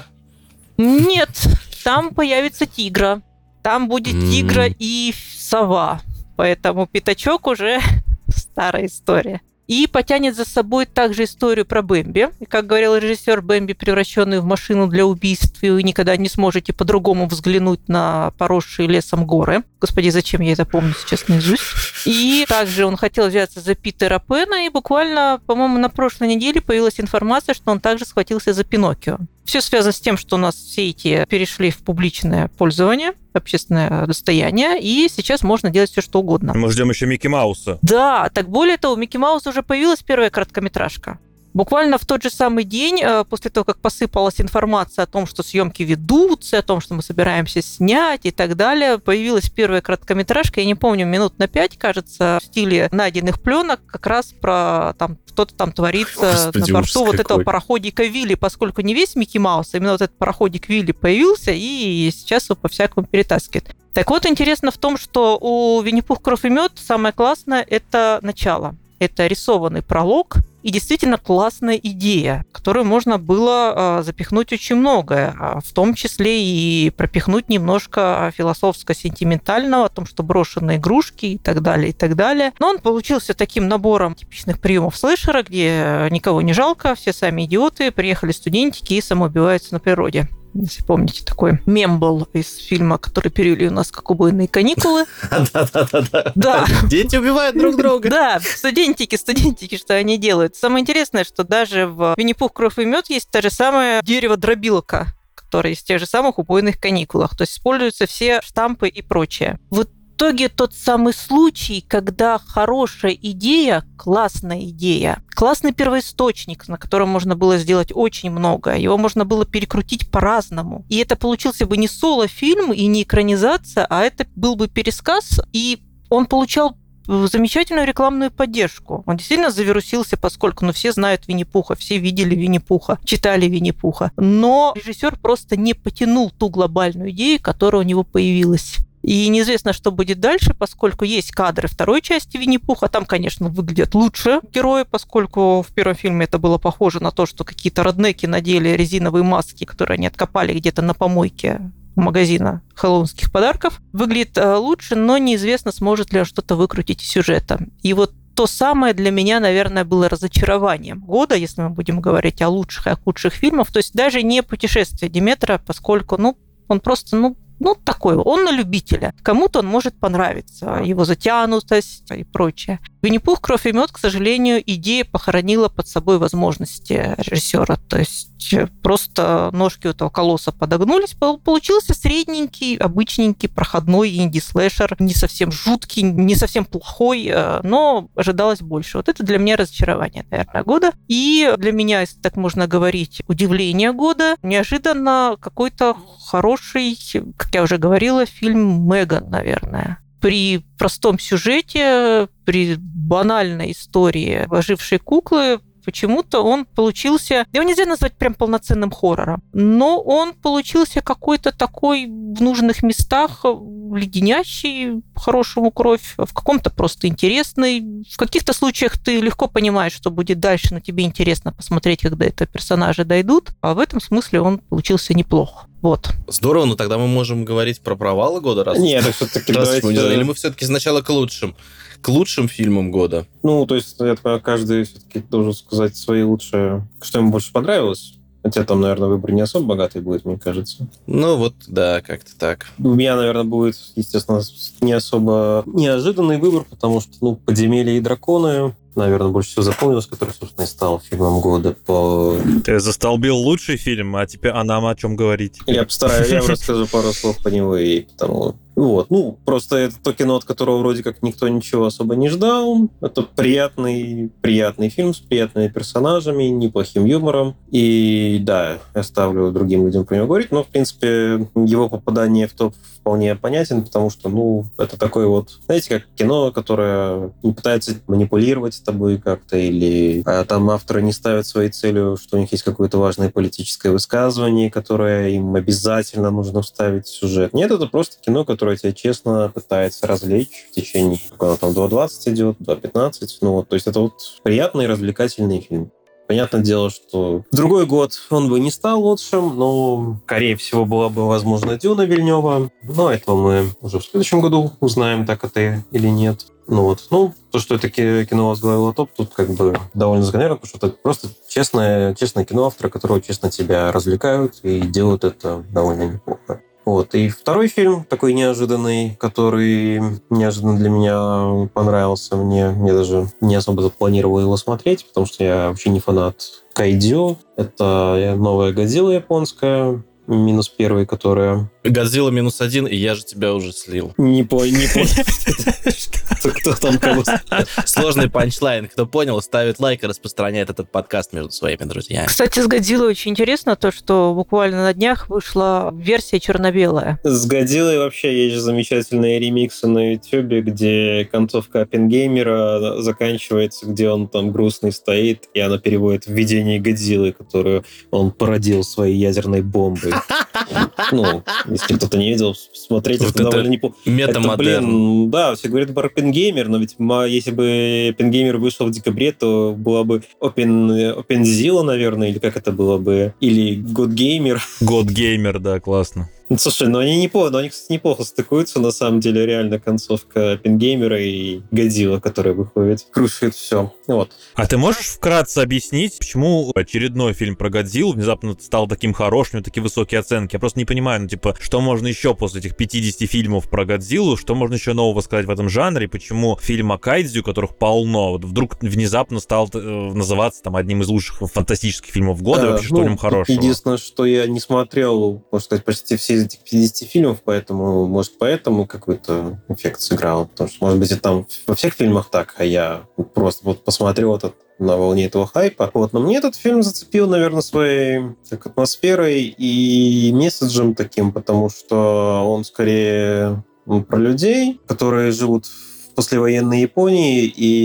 Нет, там появится тигра. Там будет тигра и сова. Поэтому пятачок уже старая история. И потянет за собой также историю про Бэмби. И, как говорил режиссер, Бэмби, превращенный в машину для убийств, и вы никогда не сможете по-другому взглянуть на поросшие лесом горы. Господи, зачем я это помню сейчас наизусть? И также он хотел взяться за Питера Пэна, и буквально, по-моему, на прошлой неделе появилась информация, что он также схватился за Пиноккио. Все связано с тем, что у нас все эти перешли в публичное пользование, общественное достояние, и сейчас можно делать все, что угодно. Мы ждем еще Микки Мауса. Да, так более того, у Микки Мауса уже появилась первая короткометражка. Буквально в тот же самый день, после того, как посыпалась информация о том, что съемки ведутся, о том, что мы собираемся снять и так далее, появилась первая короткометражка, я не помню, минут на 5, кажется, в стиле найденных пленок, как раз про там что-то там творится. Господи, на борту вот этого пароходика Вилли, поскольку не весь Микки Маус, а именно вот этот пароходик Вилли появился, и сейчас его по-всякому перетаскивает. Так вот, интересно в том, что у «Винни-Пух. Кровь и мед» самое классное – это начало. Это рисованный пролог, и действительно классная идея, в которую можно было запихнуть очень многое, в том числе и пропихнуть немножко философско-сентиментального о том, что брошенные игрушки и так далее, и так далее. Но он получился таким набором типичных приемов слэшера, где никого не жалко, все сами идиоты, приехали студентики и самоубиваются на природе. Если помните, такой мем был из фильма, который перевели у нас как «Убойные каникулы». Да. Дети убивают друг друга. Да, студентики, что они делают. Самое интересное, что даже в «Винни-Пух. Кровь и мед» есть та же самая дерево-дробилка, которая из тех же самых «Убойных каникулах». То есть используются все штампы и прочее. В итоге тот самый случай, когда хорошая идея, классная идея, классный первоисточник, на котором можно было сделать очень много, его можно было перекрутить по-разному. И это получился бы не соло-фильм и не экранизация, а это был бы пересказ, и он получал замечательную рекламную поддержку. Он действительно завирусился, поскольку все знают Винни-Пуха, все видели Винни-Пуха, читали Винни-Пуха. Но режиссер просто не потянул ту глобальную идею, которая у него появилась. И неизвестно, что будет дальше, поскольку есть кадры второй части Винни-Пуха. Там, конечно, выглядят лучше герои, поскольку в первом фильме это было похоже на то, что какие-то реднеки надели резиновые маски, которые они откопали где-то на помойке магазина хэллоуинских подарков. Выглядит лучше, но неизвестно, сможет ли он что-то выкрутить из сюжета. И вот то самое для меня, наверное, было разочарованием года, если мы будем говорить о лучших и о худших фильмах. То есть даже не «Путешествие Диметра», поскольку, он просто, такой, он на любителя. Кому-то он может понравиться, его затянутость и прочее. «Винни-Пух. Кровь и мед», к сожалению, идея похоронила под собой возможности режиссера. То есть просто ножки у этого колосса подогнулись. Получился средненький, обычненький, проходной инди-слэшер. Не совсем жуткий, не совсем плохой, но ожидалось больше. Вот это для меня разочарование, наверное, года. И для меня, если так можно говорить, удивление года. Неожиданно какой-то хороший, как я уже говорила, фильм «Меган», наверное. При простом сюжете, при банальной истории ожившей куклы, почему-то он получился... Его нельзя назвать прям полноценным хоррором, но он получился какой-то такой в нужных местах леденящий хорошему кровь, в каком-то просто интересный. В каких-то случаях ты легко понимаешь, что будет дальше, но тебе интересно посмотреть, когда это персонажи дойдут. А в этом смысле он получился неплох. Вот. Здорово, но тогда мы можем говорить про провалы года, раз... Нет, так все-таки Или мы все-таки сначала к лучшим фильмам года? То есть, я понимаю, каждый все-таки должен сказать свои лучшие, что ему больше понравилось. Хотя там, наверное, выбор не особо богатый будет, мне кажется. Да, как-то так. У меня, наверное, будет, естественно, не особо неожиданный выбор, потому что, «Подземелье и драконы», наверное, больше всего запомнилось, который, собственно, и стал фильмом года по... Ты застолбил лучший фильм, а нам о чем говорить? Я расскажу пару слов по нему и потому... просто это то кино, от которого вроде как никто ничего особо не ждал. Это приятный фильм с приятными персонажами, неплохим юмором. И да, я ставлю другим людям про него говорить, но, в принципе, его попадание в топ вполне понятен, потому что, это такое знаете, как кино, которое не пытается манипулировать тобой как-то, или там авторы не ставят своей целью, что у них есть какое-то важное политическое высказывание, которое им обязательно нужно вставить в сюжет. Нет, это просто кино, которое тебя честно пытается развлечь в течение, 2.20 идет, 2.15. То есть это приятный развлекательный фильм. Понятное дело, что в другой год он бы не стал лучшим, но, скорее всего, была бы, возможно, «Дюна» Вильнёва. Но этого мы уже в следующем году узнаем, так это или нет. То, что это кино возглавило топ, тут довольно закономерно, потому что это просто честное кино автора, которого честно тебя развлекают и делают это довольно неплохо. И второй фильм, такой неожиданный, который неожиданно для меня понравился. Мне даже не особо запланировал его смотреть, потому что я вообще не фанат кайдзё. Это новая «Годзилла» японская, -1, которая... «Годзилла -1», и я же тебя уже слил. Не понял. Кто там кого? Сложный панчлайн. Кто понял, ставит лайк и распространяет этот подкаст между своими друзьями. Кстати, с «Годзиллой» очень интересно то, что буквально на днях вышла версия черно-белая. С «Годзиллой» вообще есть же замечательные ремиксы на Ютубе, где концовка Оппенгеймера заканчивается, где он там грустный стоит, и она переводит в видение Годзиллы, которую он породил своей ядерной бомбой. Ну, если кто-то не видел, смотреть Вот это довольно неплохо. Метамодерн. Да, все говорят про Оппенгеймер, но ведь если бы Оппенгеймер вышел в декабре, то была бы Оппензила, наверное, или как это было бы, или Годгеймер. Годгеймер, да, классно. Слушай, ну они неплохо, но они, кстати, неплохо стыкуются, на самом деле, реально концовка Оппенгеймера и Годзилла, которая выходит, крушит все. Вот. А ты можешь вкратце объяснить, почему очередной фильм про Годзиллу внезапно стал таким хорошим, у него такие высокие оценки? Я просто не понимаю, ну, типа, что можно еще после этих 50 фильмов про Годзиллу, что можно еще нового сказать в этом жанре, почему фильм о кайдзю, которых полно, вот вдруг внезапно стал называться там одним из лучших фантастических фильмов года, вообще что в нем хорошего? Единственное, что я не смотрел, можно сказать, почти все из этих 50 фильмов, поэтому, может, поэтому какой-то эффект сыграл, потому что, может быть, и там во всех фильмах так, а я просто вот посмотрел этот на волне этого хайпа. Вот. Но мне этот фильм зацепил, наверное, своей атмосферой и месседжем таким, потому что он скорее про людей, которые живут в послевоенной Японии,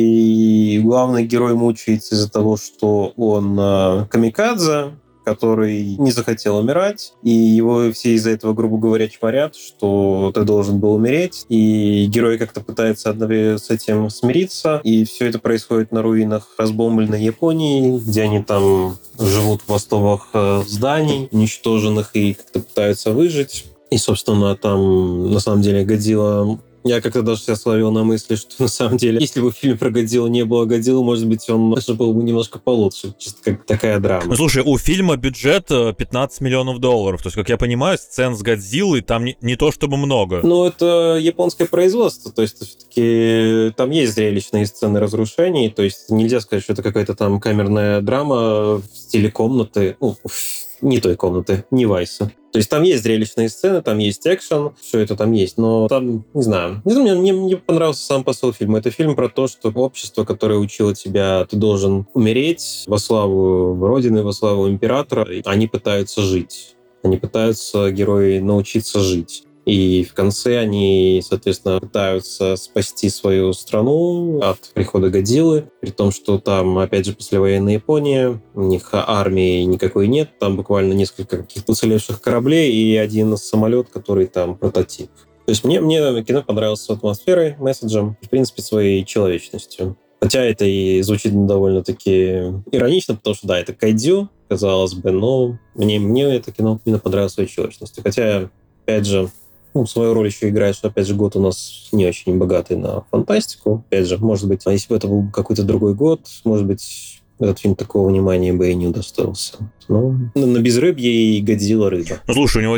и главный герой мучается из-за того, что он камикадзе, который не захотел умирать, и его все из-за этого, грубо говоря, чморят, что ты должен был умереть, и герой как-то пытается с этим смириться, и все это происходит на руинах разбомбленной Японии, где они там живут в остовах зданий, уничтоженных, и как-то пытаются выжить. И, собственно, там, на самом деле, Годзилла... Я как-то даже себя словил на мысли, что на самом деле, если бы в фильме про Годзиллу не было Годзиллы, может быть, он даже был бы немножко получше. Чисто как такая драма. Ну, слушай, у фильма бюджет $15 миллионов. То есть, как я понимаю, сцен с Годзиллой там не то чтобы много. Ну, это японское производство. То есть, все-таки там есть зрелищные сцены разрушений. То есть, нельзя сказать, что это какая-то там камерная драма в стиле комнаты. Ну, не той комнаты, не Вайса. То есть там есть зрелищные сцены, там есть экшен, все это там есть, но там, не знаю, мне понравился сам посыл фильма. Это фильм про то, что общество, которое учило тебя, ты должен умереть во славу Родины, во славу императора, они пытаются жить. Они пытаются, герои, научиться жить. И в конце они, соответственно, пытаются спасти свою страну от прихода Годзиллы, при том, что там, опять же, послевоенная Япония, у них армии никакой нет, там буквально несколько каких-то уцелевших кораблей и один самолет, который там прототип. То есть мне кино понравилось атмосферой, месседжем, в принципе, своей человечностью. Хотя это и звучит довольно-таки иронично, потому что, да, это кайдзю, казалось бы, но мне это кино именно понравилось своей человечностью. Хотя, опять же, свою роль еще играет, что, опять же, год у нас не очень богатый на фантастику. Опять же, может быть, если бы это был какой-то другой год, может быть, этот фильм такого внимания бы и не удостоился. Но на безрыбье и Годзилла рыба. Ну, слушай, у него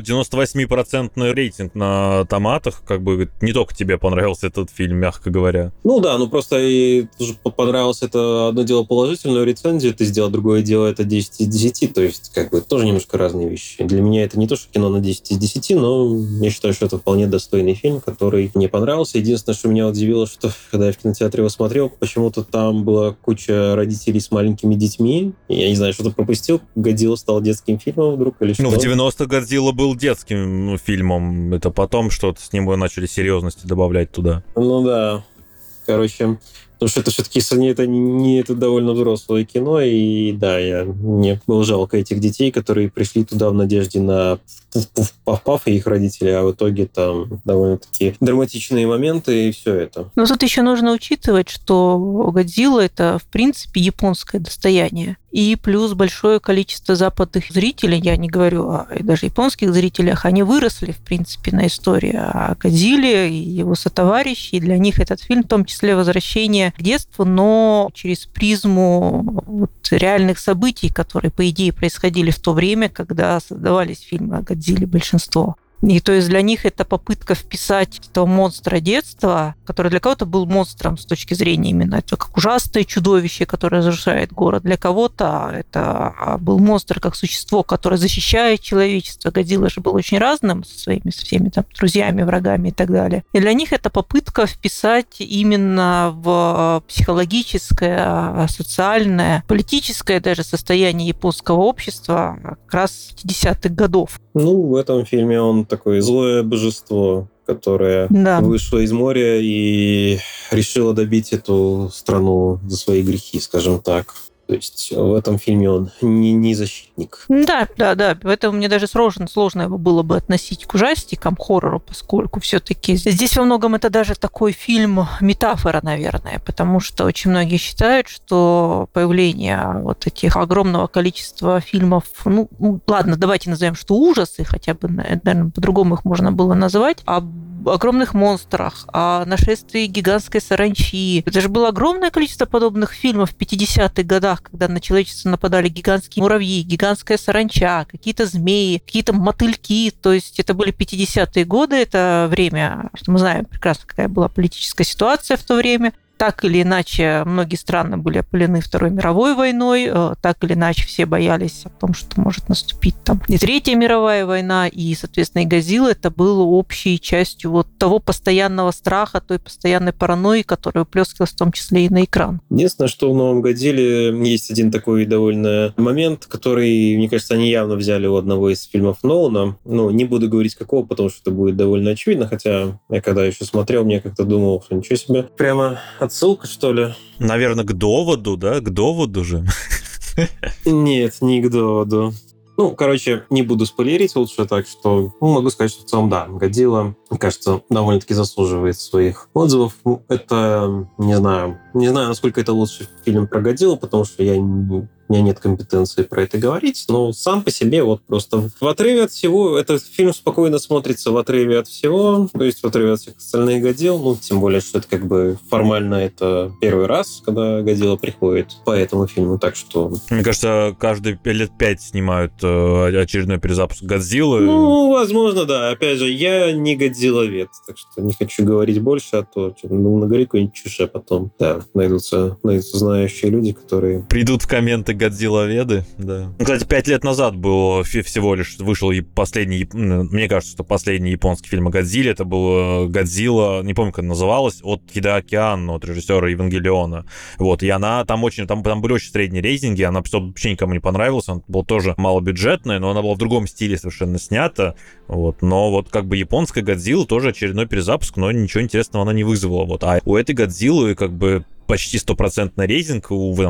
98% рейтинг на томатах, как бы не только тебе понравился этот фильм, мягко говоря. Ну да, просто и тоже понравилось это одно дело положительную рецензию ты сделал, другое дело это 10 из 10, то есть как бы тоже немножко разные вещи. Для меня это не то, что кино на 10 из 10, но я считаю, что это вполне достойный фильм, который мне понравился. Единственное, что меня удивило, что когда я в кинотеатре его смотрел, почему-то там была куча родителей с маленькими детьми. Я не знаю, что-то пропустил. Годзилла стал детским фильмом вдруг или что? Ну, в 90-х Годзилла был детским фильмом. Это потом что-то с него начали серьезности добавлять туда. Ну да. Короче, потому что это все-таки это довольно взрослое кино, и да, мне было жалко этих детей, которые пришли туда в надежде на пуф-пуф-паф и их родителей, а в итоге там довольно-таки драматичные моменты и все это. Но тут еще нужно учитывать, что Годзилла — это, в принципе, японское достояние. И плюс большое количество западных зрителей, я не говорю о даже японских зрителях, они выросли, в принципе, на истории о Годзилле и его сотоварищей. И для них этот фильм, в том числе, возвращение к детству, но через призму реальных событий, которые, по идее, происходили в то время, когда создавались фильмы о Годзилле, большинство. И то есть для них это попытка вписать этого монстра детства, который для кого-то был монстром с точки зрения именно это как ужасное чудовище, которое разрушает город. Для кого-то это был монстр как существо, которое защищает человечество. Годзилла же был очень разным со своими всеми там друзьями, врагами и так далее. И для них это попытка вписать именно в психологическое, социальное, политическое даже состояние японского общества как раз 50-х годов. Ну, в этом фильме он такое злое божество, которое вышло из моря и решило добить эту страну за свои грехи, скажем так. То есть в этом фильме он не защитник. Да. Поэтому мне даже сложно его было бы относить к ужастикам, хоррору, поскольку все-таки здесь во многом это даже такой фильм-метафора, наверное, потому что очень многие считают, что появление вот этих огромного количества фильмов, ладно, давайте назовем, что ужасы, хотя бы, наверное, по-другому их можно было назвать, об огромных монстрах, о нашествии гигантской саранчи. Это же было огромное количество подобных фильмов в 50-х годах, когда на человечество нападали гигантские муравьи, гигантская саранча, какие-то змеи, какие-то мотыльки. То есть это были 50-е годы, это время, что мы знаем прекрасно, какая была политическая ситуация в то время. Так или иначе, многие страны были опалены Второй мировой войной, так или иначе все боялись о том, что может наступить там и Третья мировая война, и, соответственно, и «Годзилла» это было общей частью вот того постоянного страха, той постоянной паранойи, которая выплескивалась в том числе и на экран. Единственное, что в «Новом Годзилле» есть один такой довольно момент, который, мне кажется, они явно взяли у одного из фильмов Нолана. Не буду говорить какого, потому что это будет довольно очевидно, хотя я когда еще смотрел, мне как-то думал, что ничего себе. Прямо отсылка, что ли? Наверное, к доводу, да? К доводу же. Нет, не к доводу. Не буду спойлерить лучше, так что могу сказать, что в целом, да, «Годзилла», мне кажется, довольно-таки заслуживает своих отзывов. Это, не знаю, насколько это лучший фильм про Годзиллу, потому что у меня нет компетенции про это говорить, но сам по себе вот просто в отрыве от всего, этот фильм спокойно смотрится в отрыве от всего, то есть в отрыве от всех остальных «Годзилл», тем более, что это как бы формально это первый раз, когда «Годзилла» приходит по этому фильму, так что... Мне кажется, каждые лет 5 снимают очередной перезапуск «Годзиллы». Возможно, да. Опять же, я не «Годзилловед», так что не хочу говорить больше, а то наговорю какую-нибудь чушь, а потом, да, найдутся знающие люди, которые... Придут в комменты «Годзилловеды», да. Кстати, 5 лет назад был всего лишь вышел последний, мне кажется, что последний японский фильм о Годзилле, это был «Годзилла», не помню, как называлась, от Хидеаки Анно, от режиссера «Евангелиона». Вот, и она там были очень средние рейтинги, она вообще никому не понравилась, она была тоже малобюджетная, но она была в другом стиле совершенно снята, вот, но вот как бы японская «Годзилла» тоже очередной перезапуск, но ничего интересного она не вызвала, вот, а у этой «Годзиллы» как бы почти 100% рейтинг,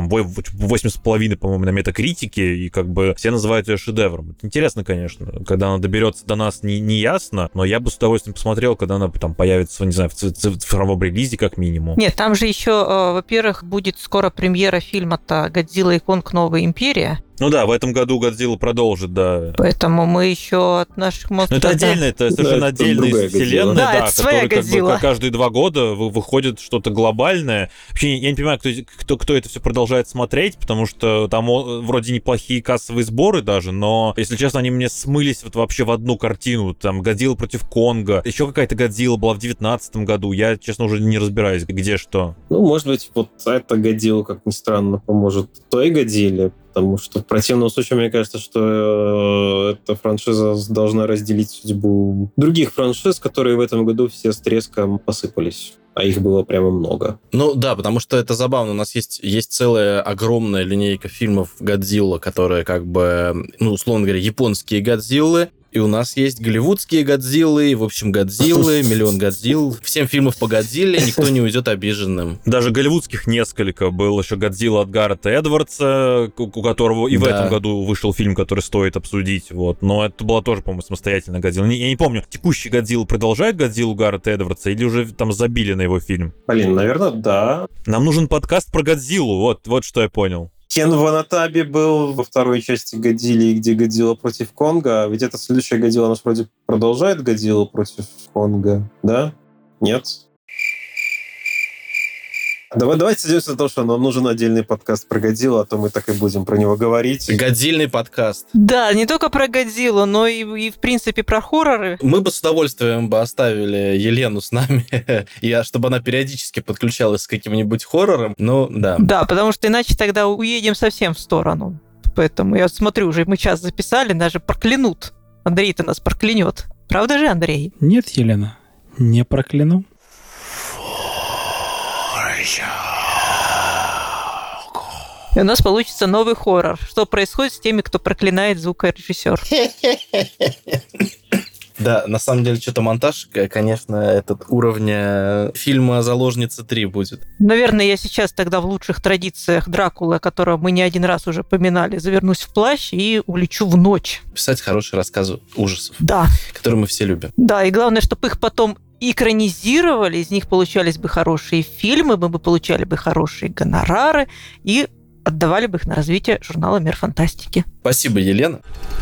8,5, по-моему, на метакритике, и как бы все называют ее шедевром. Это интересно, конечно. Когда она доберется до нас, не ясно, но я бы с удовольствием посмотрел, когда она там появится, не знаю, в цифровом релизе как минимум. Нет, там же еще, во-первых, будет скоро премьера фильма-то «Годзилла и Конг. Новая империя». В этом году «Годзилла» продолжит, да. Поэтому мы еще от наших монстров... Это отдельно, это совершенно отдельная вселенная, да, которая как бы каждые 2 года выходит что-то глобальное. Вообще, я не понимаю, кто это все продолжает смотреть, потому что там вроде неплохие кассовые сборы даже, но, если честно, они мне смылись вот вообще в одну картину. Там «Годзилла против Конга», еще какая-то «Годзилла» была в 2019 году. Я, честно, уже не разбираюсь, где что. Может быть, вот эта «Годзилла», как ни странно, поможет той «Годзилле», потому что в противном случае, мне кажется, что эта франшиза должна разделить судьбу других франшиз, которые в этом году все с треском посыпались. А их было прямо много. Да, потому что это забавно. У нас есть целая огромная линейка фильмов «Годзилла», которые как бы, условно говоря, японские «Годзиллы». И у нас есть голливудские «Годзиллы», и, в общем, «Годзиллы», миллион «Годзилл». 7 фильмов по «Годзилле», никто не уйдет обиженным. Даже голливудских несколько. Был еще «Годзилла» от Гаррета Эдвардса, у которого и в этом году вышел фильм, который стоит обсудить. Вот. Но это была тоже, по-моему, самостоятельная «Годзилла». Я не помню, текущий «Годзилла» продолжает «Годзиллу» Гаррета Эдвардса или уже там забили на его фильм? Наверное, да. Нам нужен подкаст про «Годзиллу». Вот что я понял. Кен Ванатаби был во второй части «Годзиллы», где «Годзилла против Конга». Ведь это следующая «Годзилла», она вроде продолжает «Годзиллу против Конга», да? Нет? Давайте сойдемся на том, что нам нужен отдельный подкаст про «Годзиллу», а то мы так и будем про него говорить. Годзильный подкаст. Да, не только про «Годзиллу», но и в принципе, про хорроры. Мы бы с удовольствием оставили Елену с нами, чтобы она периодически подключалась с каким-нибудь хоррором, да. Да, потому что иначе тогда уедем совсем в сторону. Поэтому я смотрю, уже мы час записали, даже проклянут. Андрей-то нас проклянет. Правда же, Андрей? Нет, Елена, не прокляну. И у нас получится новый хоррор. Что происходит с теми, кто проклинает звукорежиссер? Да, на самом деле, что-то монтаж, конечно, этот уровня фильма «Заложница 3» будет. Наверное, я сейчас тогда в лучших традициях Дракулы, о котором мы не один раз уже поминали, завернусь в плащ и улечу в ночь. Писать хорошие рассказы ужасов, Да. которые мы все любим. Да, и главное, чтобы их потом экранизировали, из них получались бы хорошие фильмы, мы бы получали бы хорошие гонорары и отдавали бы их на развитие журнала «Мир фантастики». Спасибо, Елена.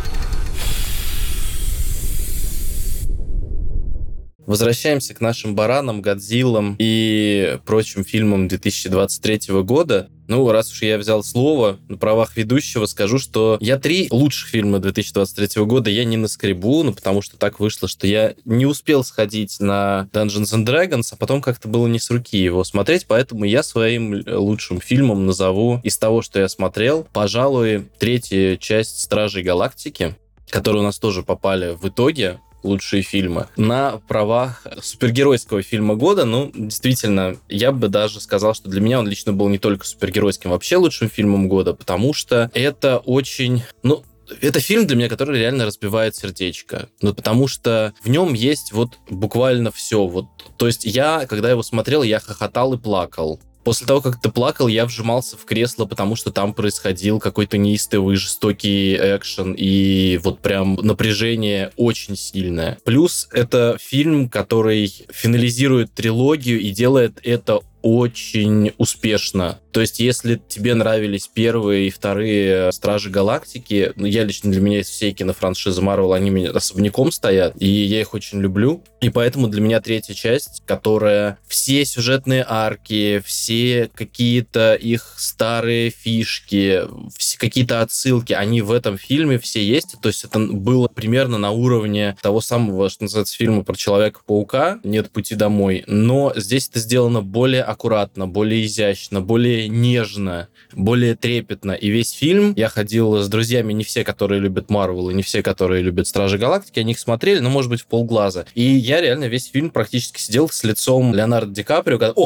Возвращаемся к нашим баранам, Годзиллам и прочим фильмам 2023 года. Ну, раз уж я взял слово, на правах ведущего скажу, что я 3 лучших фильма 2023 года я не наскребу, ну, потому что так вышло, что я не успел сходить на Dungeons and Dragons, а потом как-то было не с руки его смотреть, поэтому я своим лучшим фильмом назову из того, что я смотрел, пожалуй, 3-ю часть «Стражей Галактики», которые у нас тоже попали в итоге лучшие фильмы, на правах супергеройского фильма года. Ну, действительно, я бы даже сказал, что для меня он лично был не только супергеройским, вообще лучшим фильмом года, потому что это очень... Ну, это фильм для меня, который реально разбивает сердечко. Ну, потому что в нем есть вот буквально все. Вот, то есть я, когда его смотрел, я хохотал и плакал. После того, как ты плакал, я вжимался в кресло, потому что там происходил какой-то неистовый, жестокий экшен, и вот прям напряжение очень сильное. Плюс это фильм, который финализирует трилогию и делает это очень успешно. То есть, если тебе нравились первые и вторые «Стражи Галактики», ну, я лично, для меня из всей кинофраншизы Marvel, они меня особняком стоят, и я их очень люблю. И поэтому для меня 3-я часть, которая все сюжетные арки, все какие-то их старые фишки, все какие-то отсылки, они в этом фильме все есть. То есть, это было примерно на уровне того самого, что называется, фильма про Человека-паука «Нет пути домой». Но здесь это сделано более аккуратно, более изящно, более нежно, более трепетно. И весь фильм, я ходил с друзьями, не все, которые любят Марвел, и не все, которые любят Стражи Галактики, они их смотрели, но, может быть, в полглаза. И я реально весь фильм практически сидел с лицом Леонардо Ди Каприо, когда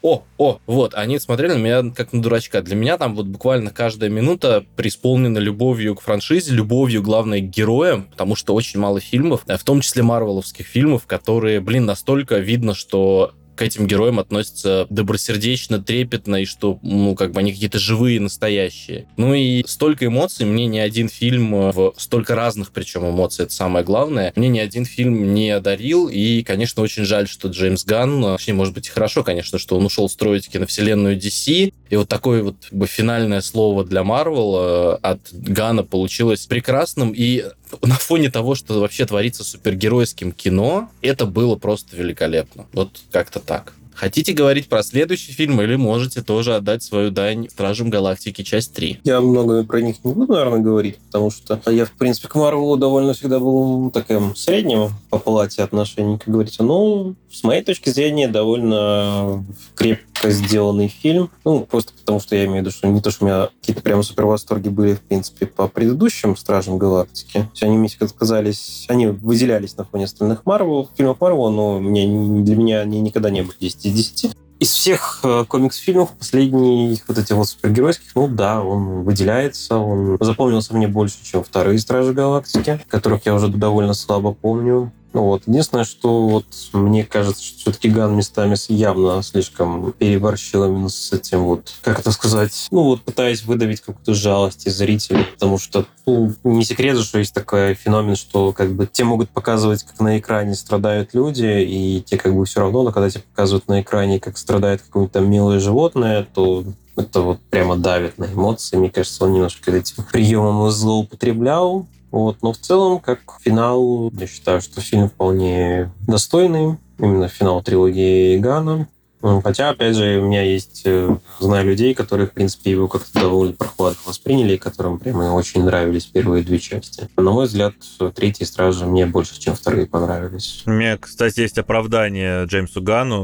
вот, они смотрели на меня как на дурачка. Для меня там вот буквально каждая минута преисполнена любовью к франшизе, любовью, главное, к героям, потому что очень мало фильмов, в том числе марвеловских фильмов, которые, настолько видно, что к этим героям относятся добросердечно, трепетно, и что, они какие-то живые, настоящие. Ну и столько эмоций мне ни один фильм, столько разных причем эмоций, это самое главное, мне ни один фильм не одарил, и, конечно, очень жаль, что Джеймс Ганн, точнее, может быть, и хорошо, конечно, что он ушел строить киновселенную DC, и вот такое вот финальное слово для Marvel от Ганна получилось прекрасным, и на фоне того, что вообще творится супергеройским кино, это было просто великолепно. Вот как-то так. Хотите говорить про следующий фильм, или можете тоже отдать свою дань «Стражам Галактики. Часть 3». Я много про них не буду, наверное, говорить, потому что я, в принципе, к Марвелу довольно всегда был таким средним по палате отношений, как говорится. Но, с моей точки зрения, довольно крепко сделанный фильм. Просто потому что я имею в виду, что не то, что у меня какие-то прямо супер восторги были, в принципе, по предыдущим «Стражам Галактики». То есть они мне казались, они выделялись на фоне остальных фильмов Марвел, но для меня они никогда не были 10 из 10. Из всех комикс-фильмов последних вот этих вот супергеройских, он выделяется, он запомнился мне больше, чем вторые «Стражи Галактики», которых я уже довольно слабо помню. Единственное, что мне кажется, что все-таки Ганн местами явно слишком переборщил именно с этим как это сказать, пытаясь выдавить какую-то жалость из зрителей, потому что, не секрет же, что есть такой феномен, что те могут показывать, как на экране страдают люди, и те все равно, но когда тебе показывают на экране, как страдает какое-то там милое животное, то это прямо давит на эмоции. Мне кажется, он немножко этим приемом злоупотреблял. Но в целом, как финал, я считаю, что фильм вполне достойный. Именно финал трилогии Ганна. Хотя, опять же, у меня есть... Знаю людей, которые, в принципе, его как-то довольно прохладно восприняли, и которым прямо очень нравились первые 2 части. На мой взгляд, 3-й «Стражи» мне больше, чем вторые понравились. У меня, кстати, есть оправдание Джеймсу Ганну.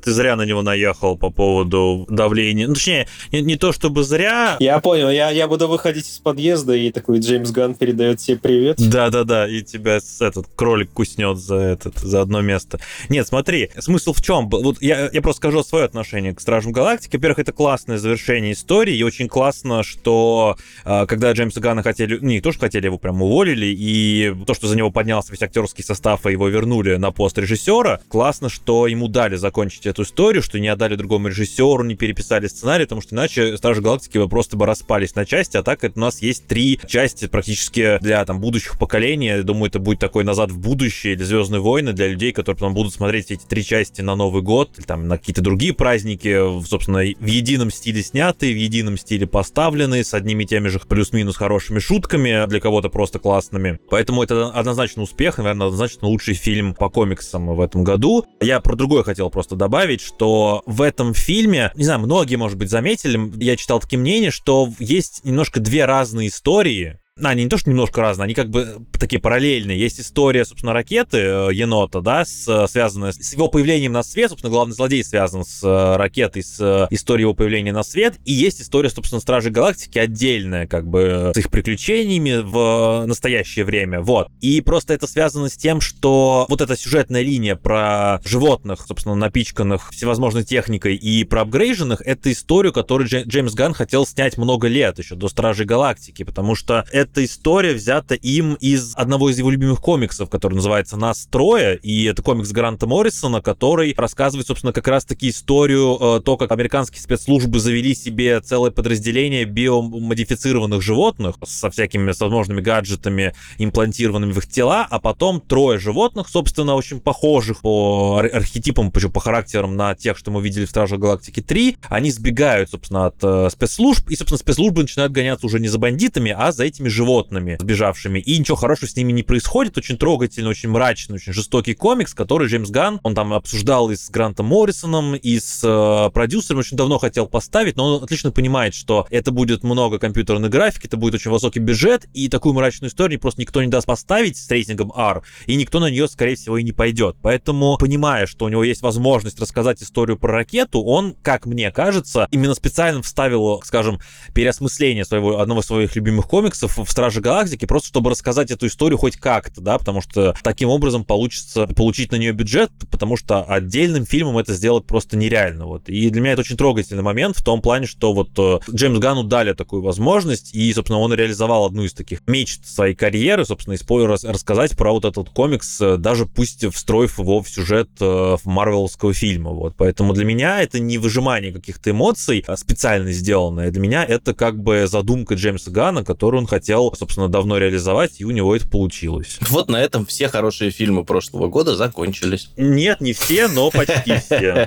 ты зря на него наехал по поводу давления. Ну, точнее, не то чтобы зря. Я понял, я буду выходить из подъезда, и такой Джеймс Ганн передает тебе привет. Да-да-да, и тебя этот кролик куснет за одно место. Нет, смотри, смысл в чем? Вот я просто скажу свое отношение к Стражам Галактики. Во-первых, это классное завершение истории, и очень классно, что когда Джеймса Ганна хотели, не то, что хотели, его прям уволили, и то, что за него поднялся весь актерский состав, и его вернули на пост режиссера, классно, что ему дали закончить эту историю, что не отдали другому режиссеру, не переписали сценарий, потому что иначе Стражи Галактики бы просто бы распались на части, а так это у нас есть 3 части практически для там будущих поколений. Я думаю, это будет такой «Назад в будущее» или «Звездные войны» для людей, которые потом будут смотреть эти 3 части на Новый год, или там на какие-то другие праздники, собственно, в едином стиле снятые, в едином стиле поставленные, с одними и теми же плюс-минус хорошими шутками, для кого-то просто классными. Поэтому это однозначно успех, наверное, однозначно лучший фильм по комиксам в этом году. Я про другое хотел просто добавить, что в этом фильме, не знаю, многие, может быть, заметили, я читал такие мнения, что есть немножко 2 разные истории. Они не то, что немножко разные, они как бы такие параллельные. Есть история, собственно, ракеты енота, да, связанная с его появлением на свет. Собственно, главный злодей связан с ракетой, с историей его появления на свет. И есть история, собственно, Стражей Галактики отдельная, как бы, с их приключениями в настоящее время. Вот. И просто это связано с тем, что вот эта сюжетная линия про животных, собственно, напичканных всевозможной техникой и про апгрейженных, это историю, которую Джеймс Ганн хотел снять много лет, еще до Стражей Галактики, потому что эта история взята им из одного из его любимых комиксов, который называется «Нас трое», и это комикс Гранта Моррисона, который рассказывает, собственно, как раз-таки историю, то, как американские спецслужбы завели себе целое подразделение биомодифицированных животных со всякими возможными гаджетами, имплантированными в их тела, а потом 3 животных, собственно, очень похожих по архетипам, по характерам на тех, что мы видели в «Стражах Галактики 3», они сбегают, собственно, от спецслужб, и, собственно, спецслужбы начинают гоняться уже не за бандитами, а за этими животными сбежавшими, и ничего хорошего с ними не происходит. Очень трогательный, очень мрачный, очень жестокий комикс, который Джеймс Ганн, он там обсуждал и с Грантом Моррисоном, и с продюсером, очень давно хотел поставить, но он отлично понимает, что это будет много компьютерной графики, это будет очень высокий бюджет, и такую мрачную историю просто никто не даст поставить с рейтингом R, и никто на нее, скорее всего, и не пойдет. Поэтому, понимая, что у него есть возможность рассказать историю про ракету, он, как мне кажется, именно специально вставил, скажем, переосмысление одного из своих любимых комиксов в «Стражи Галактики», просто чтобы рассказать эту историю хоть как-то, да, потому что таким образом получится получить на нее бюджет, потому что отдельным фильмом это сделать просто нереально, вот. И для меня это очень трогательный момент в том плане, что вот Джеймс Ганну дали такую возможность, и, собственно, он реализовал одну из таких мечт своей карьеры, собственно, рассказать про вот этот комикс, даже пусть встроив его в сюжет марвеловского фильма, вот. Поэтому для меня это не выжимание каких-то эмоций специально сделанное, для меня это как бы задумка Джеймса Ганна, которую он хотел, собственно, давно реализовать, и у него это получилось. Вот на этом все хорошие фильмы прошлого года закончились. Нет, не все, но почти все.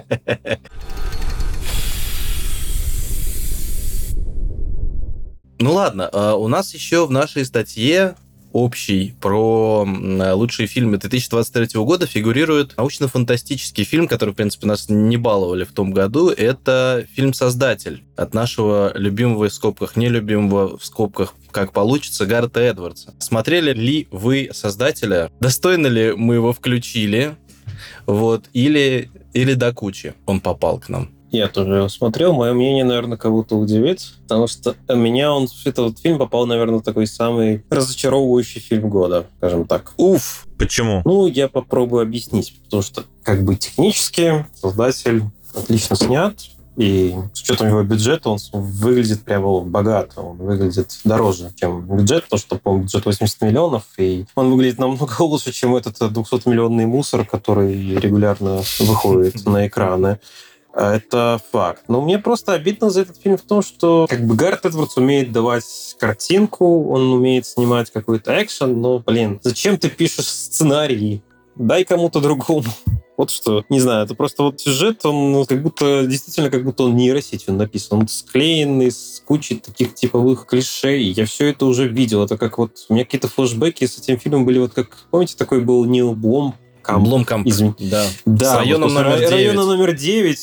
Ну ладно, у нас еще в нашей статье общий про лучшие фильмы 2023 года фигурирует научно-фантастический фильм, который, в принципе, нас не баловали в том году. Это фильм «Создатель» от нашего любимого в скобках, нелюбимого в скобках, как получится, Гаррета Эдвардса. Смотрели ли вы «Создателя»? Достойно ли мы его включили? Вот. Или до кучи он попал к нам? Я тоже его смотрел. Мое мнение, наверное, кого-то удивит, потому что этот фильм попал, наверное, в такой самый разочаровывающий фильм года, скажем так. Уф! Почему? Ну, я попробую объяснить, потому что, как бы, технически «Создатель» отлично снят, и с учетом его бюджета он выглядит прямо богато, он выглядит дороже, чем бюджет, потому что, по-моему, бюджет 80 миллионов, и он выглядит намного лучше, чем этот 200-миллионный мусор, который регулярно выходит на экраны. Это факт. Но мне просто обидно за этот фильм в том, что как бы Гаррет Эдвардс умеет давать картинку, он умеет снимать какой-то экшен, но, зачем ты пишешь сценарий? Дай кому-то другому. Вот что. Не знаю, это просто вот сюжет, он как будто он нейросетью написан. Он склеенный с кучей таких типовых клише. Я все это уже видел. Это как вот... У меня какие-то флешбеки с этим фильмом были вот как... Помните, такой был Нил Бломкамп? Бломкамп. Да. С районом номер 9. Района номер 9.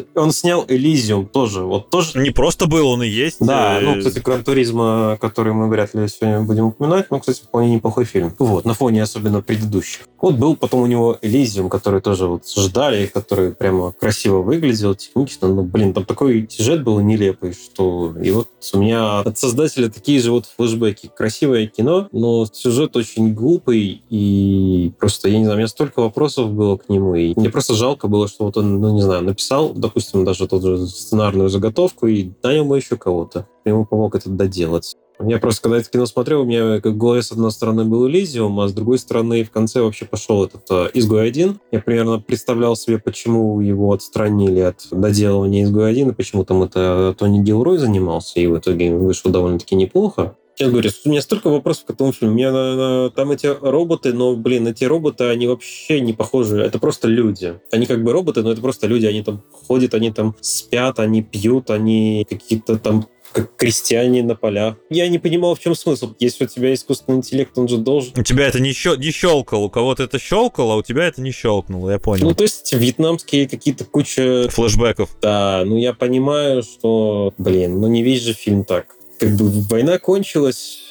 Он снял «Элизиум» тоже. Вот тоже. Не просто был, он и есть. Да, кстати, «Гран Туризмо», который мы вряд ли сегодня будем упоминать, кстати, вполне неплохой фильм. Вот, на фоне особенно предыдущих. Вот был потом у него «Элизиум», который тоже вот ждали, который прямо красиво выглядел, технично, но, там такой сюжет был нелепый, что... И вот у меня от создателя такие же вот флешбеки. Красивое кино, но сюжет очень глупый, и просто, я не знаю, у меня столько вопросов было к нему, и мне просто жалко было, что вот он, написал, допустим, даже тот же сценарную заготовку и нанял бы еще кого-то. Ему помог это доделать. Я просто, когда это кино смотрел, у меня в голове с одной стороны был «Элизиум», а с другой стороны в конце вообще пошел этот «Изгой-1». Я примерно представлял себе, почему его отстранили от доделывания «Изгой-1», и почему там это Тони Гилрой занимался, и в итоге вышло довольно-таки неплохо. Я говорю, у меня столько вопросов к этому фильму. У меня там эти роботы, но, эти роботы, они вообще не похожи. Это просто люди. Они как бы роботы, но это просто люди. Они там ходят, они там спят, они пьют, они какие-то там как крестьяне на полях. Я не понимал, в чем смысл. Если у тебя искусственный интеллект, он же должен... У тебя это не щелкало. У кого-то это щелкало, а у тебя это не щелкнуло, я понял. То есть вьетнамские какие-то куча... Флэшбэков. Да, я понимаю, что... не весь же фильм так. Как бы война кончилась,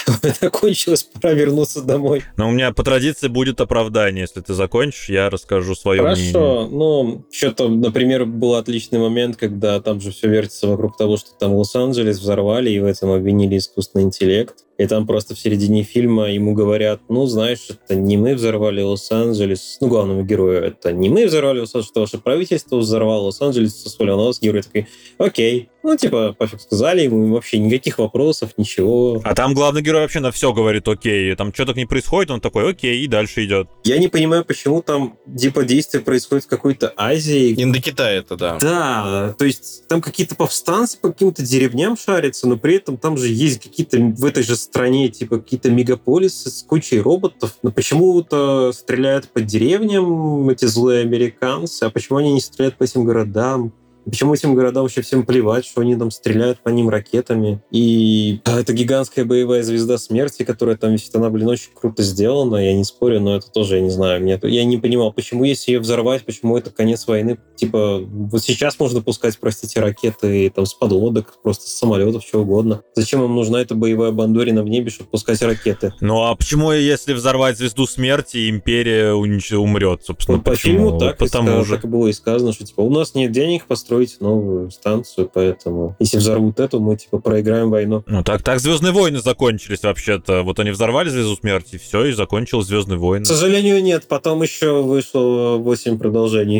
пора вернуться домой. Но у меня по традиции будет оправдание. Если ты закончишь, я расскажу свое мнение. Хорошо, что-то, например, был отличный момент, когда там же все вертится вокруг того, что там Лос-Анджелес взорвали, и в этом обвинили искусственный интеллект. И там просто в середине фильма ему говорят, знаешь, это не мы взорвали Лос-Анджелес, главному герою, это не мы взорвали Лос-Анджелес, это ваше правительство взорвало Лос-Анджелес, созволило нас. Герой такой, окей. Пофиг, сказали ему, вообще никаких вопросов, ничего. А там главный герой вообще на все говорит окей. Там что-то не происходит, он такой окей, и дальше идет. Я не понимаю, почему там действие происходит в какой-то Азии. Индокитай это, да. Да, то есть там какие-то повстанцы по каким-то деревням шарятся, но при этом там же есть какие-то в этой же стране какие-то мегаполисы с кучей роботов. Но почему-то стреляют по деревням эти злые американцы, а почему они не стреляют по этим городам? Почему этим городам вообще всем плевать, что они там стреляют по ним ракетами? И это гигантская боевая звезда смерти, которая там висит, она, очень круто сделана, я не спорю, но это тоже, я не знаю, я не понимал, почему если ее взорвать, почему это конец войны? Вот сейчас можно пускать, простите, ракеты там с подлодок, просто с самолетов, чего угодно. Зачем им нужна эта боевая бандурина в небе, чтобы пускать ракеты? А почему, если взорвать звезду смерти, империя умрет, собственно? По фильму так, Потому так и было и сказано, что у нас нет денег построить новую станцию, поэтому если взорвут эту, мы проиграем войну. Так «Звездные войны» закончились вообще-то. Вот они взорвали звезду смерти, все, и закончилось «Звездные войны». К сожалению, нет. Потом еще вышло 8 продолжений.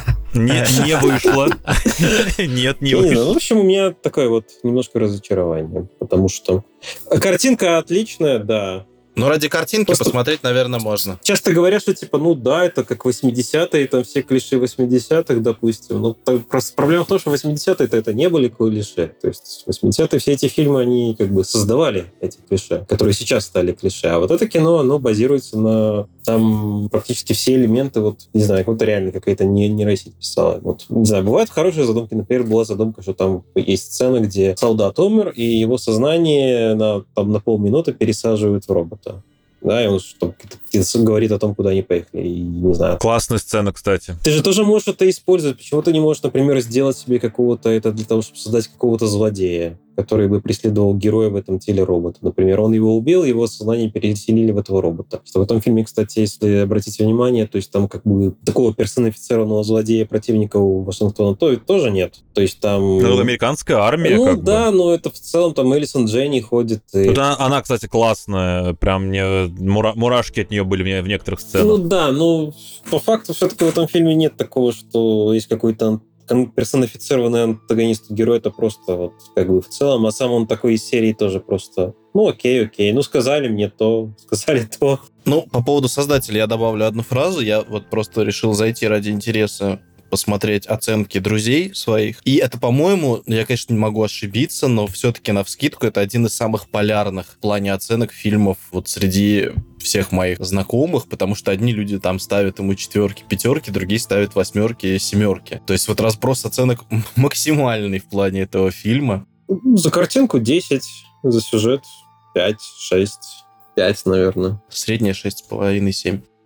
Не вышло. Нет, не вышло. В общем, у меня такое немножко разочарование, потому что картинка отличная, да. Ради картинки посмотреть, наверное, можно. Часто говорят, что это как 80-е, там все клише 80-х, допустим. Просто проблема в том, что 80-е это не были клише. То есть 80-е все эти фильмы, они создавали эти клише, которые сейчас стали клише. А вот это кино, оно базируется на... Там практически все элементы, не знаю, реально какая-то нейросеть писала. Не знаю, бывают хорошие задумки. Например, была задумка, что там есть сцена, где солдат умер, и его сознание на полминуты пересаживают в робота. Да, и он говорит о том, куда они поехали. И, не знаю. Классная сцена, кстати. Ты же тоже можешь это использовать. Почему ты не можешь, например, сделать себе это для того, чтобы создать какого-то злодея, который бы преследовал героя в этом теле робота. Например, он его убил, его сознание переселили в этого робота. Что в этом фильме, кстати, если обратите внимание, то есть там такого персонифицированного злодея противника у Вашингтона тоже нет. То есть там... американская армия да, но это в целом там Элисон Дженни ходит. И... Она, кстати, классная. Прям мне мурашки от нее были в некоторых сценах. По факту все-таки в этом фильме нет такого, что есть какой-то персонифицированный антагонист герой, это просто в целом, а сам он такой из серии тоже просто окей, сказали мне то, сказали то. По поводу создателя я добавлю одну фразу, я просто решил зайти ради интереса посмотреть оценки друзей своих. И это, по-моему, я, конечно, не могу ошибиться, но все-таки навскидку это один из самых полярных в плане оценок фильмов среди всех моих знакомых, потому что одни люди там ставят ему 4, 5, другие ставят 8, 7. То есть разброс оценок максимальный в плане этого фильма. За картинку 10, за сюжет 5, 6, 5, наверное. Средняя 6,5, 7.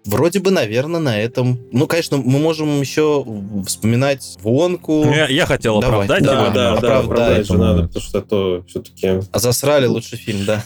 Вроде бы, наверное, на этом. Ну, конечно, мы можем еще вспоминать Вонку. Я хотел Давай. оправдать его. Да, оправдать же поэтому- надо, потому что то все-таки... А засрали лучший фильм, да.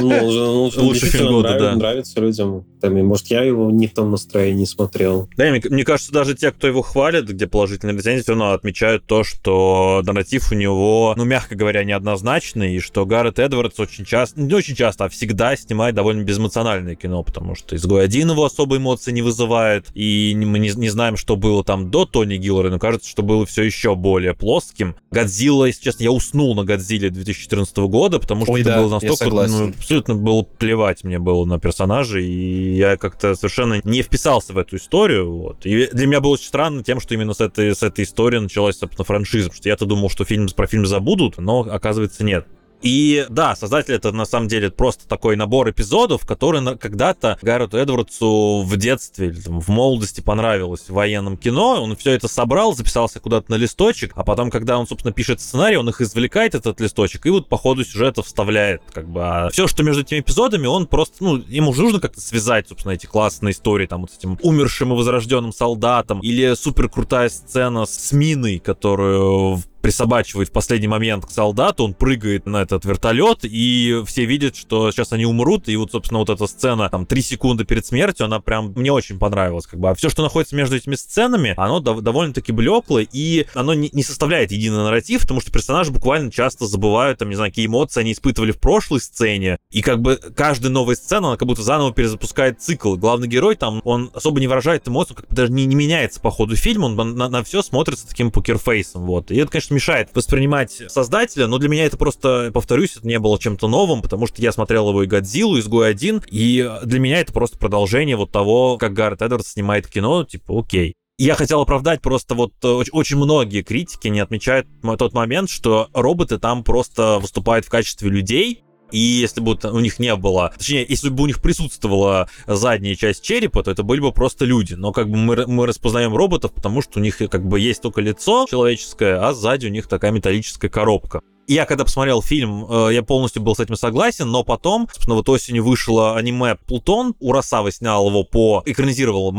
Лучший фильм года, да. Нравится людям. Там, и, может, я его не в том настроении смотрел. Да, мне кажется, даже те, кто его хвалит, где положительные рецензии, все равно отмечают то, что нарратив у него, ну, мягко говоря, неоднозначный, и что Гаррет Эдвардс очень часто, не очень часто, а всегда снимает довольно безэмоциональное кино, потому что «Изгой один» его особо эмоций не вызывает, и мы не знаем, что было там до Тони Гиллера, но кажется, что было все еще более плоским. «Годзилла», если честно, я уснул на «Годзилле» 2014 года, потому что это было настолько, абсолютно было плевать мне было на персонажей, и я как-то совершенно не вписался в эту историю, вот. И для меня было очень странно тем, что именно с этой истории началась, собственно, франшиза, потому что я-то думал, что про фильм забудут, но, оказывается, нет. И да, создатель это на самом деле просто такой набор эпизодов, который когда-то Гаррету Эдвардсу в детстве или там, в молодости понравилось в военном кино, он все это собрал, записался куда-то на листочек, а потом, когда он, собственно, пишет сценарий, он их извлекает, этот листочек, и вот по ходу сюжета вставляет, как бы, а все, что между этими эпизодами, он просто, ну, ему же нужно как-то связать, собственно, эти классные истории, там, вот с этим умершим и возрожденным солдатом, или супер крутая сцена с миной, которую присобачивает в последний момент к солдату, он прыгает на этот вертолет, и все видят, что сейчас они умрут, и вот, собственно, вот эта сцена, там, 3 секунды перед смертью, она прям мне очень понравилась, как бы, а все, что находится между этими сценами, оно довольно-таки блекло, и оно не составляет единый нарратив, потому что персонажи буквально часто забывают, там, не знаю, какие эмоции они испытывали в прошлой сцене, и как бы каждая новая сцена, она как будто заново перезапускает цикл. Главный герой там, он особо не выражает эмоций, как бы даже не меняется по ходу фильма, он на все смотрится таким покерфейсом, вот, и это, конечно, мешает воспринимать создателя, но для меня это просто, повторюсь, это не было чем-то новым, потому что я смотрел его и «Годзиллу», и «Изгой один», и для меня это просто продолжение вот того, как Гаррет Эдвардс снимает кино, типа, окей. Я хотел оправдать просто вот очень многие критики не отмечают тот момент, что роботы там просто выступают в качестве людей, и если бы у них не было, точнее, если бы у них присутствовала задняя часть черепа, то это были бы просто люди. Но как бы мы распознаем роботов, потому что у них как бы есть только лицо человеческое, а сзади у них такая металлическая коробка. Я когда посмотрел фильм, я полностью был с этим согласен, но потом, собственно, вот осенью вышло аниме «Плутон». Урасава снял его экранизировал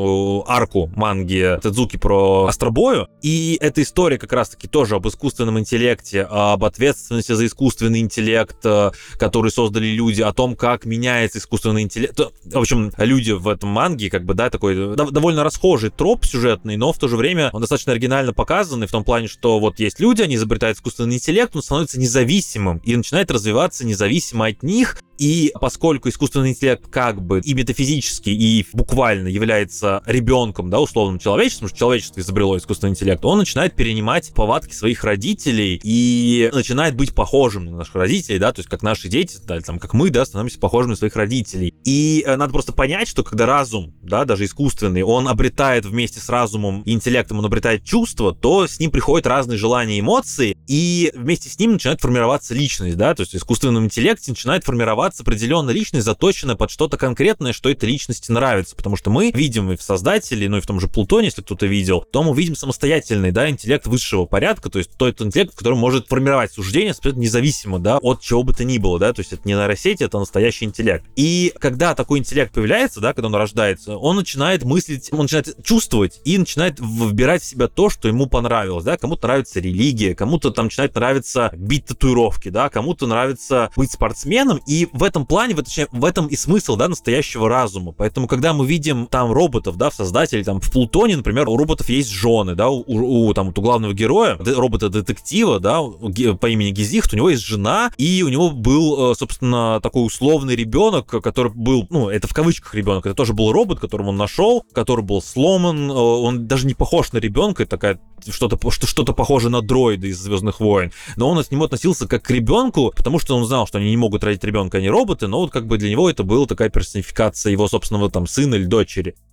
арку манги Тедзуки про Астробою. И эта история как раз-таки тоже об искусственном интеллекте, об ответственности за искусственный интеллект, который создали люди, о том, как меняется искусственный интеллект. В общем, люди в этом манге, как бы, да, такой довольно расхожий троп сюжетный, но в то же время он достаточно оригинально показанный в том плане, что вот есть люди, они изобретают искусственный интеллект, он становится независимым и начинает развиваться независимо от них. И поскольку искусственный интеллект как бы и метафизически, и буквально является ребенком, да, условным человечеством, что человечество изобрело искусственный интеллект, он начинает перенимать повадки своих родителей и начинает быть похожим на наших родителей, да, то есть как наши дети, да, там, как мы, да, становимся похожими на своих родителей. И надо просто понять, что когда разум, да, даже искусственный, он обретает вместе с разумом и интеллектом, он обретает чувства, то с ним приходят разные желания и эмоции, и вместе с ним начинает формироваться личность, да, то есть в искусственном интеллекте начинает формироваться определенная личность, заточенная под что-то конкретное, что этой личности нравится, потому что мы видим и в создателе, ну и в том же Плутоне, если кто-то видел, то мы видим самостоятельный, да, интеллект высшего порядка, то есть тот интеллект, который может формировать суждения абсолютно независимо, да, от чего бы то ни было, да, то есть это не нейросеть, это настоящий интеллект. И когда такой интеллект появляется, да, когда он рождается, он начинает мыслить, он начинает чувствовать и начинает вбирать в себя то, что ему понравилось, да, кому-то нравится религия, кому-то там начинает нравиться бить татуировки, да, кому-то нравится быть спортсменом, и в этом плане, в этом и смысл, да, настоящего разума. Поэтому, когда мы видим там роботов, да, в создателе, там, в Плутоне, например, у роботов есть жены, да, у главного героя, робота-детектива, да, по имени Гизихт, у него есть жена, и у него был, собственно, такой условный ребенок, который был, ну, это в кавычках ребенок, это тоже был робот, которого он нашел, который был сломан, он даже не похож на ребенка, такая что-то похожее на дроида из «Звездных войн», но он к нему относился как к ребенку, потому что он знал, что они не могут родить ребенка, они роботы, но вот как бы для него это была такая персонификация его собственного там сына или дочери.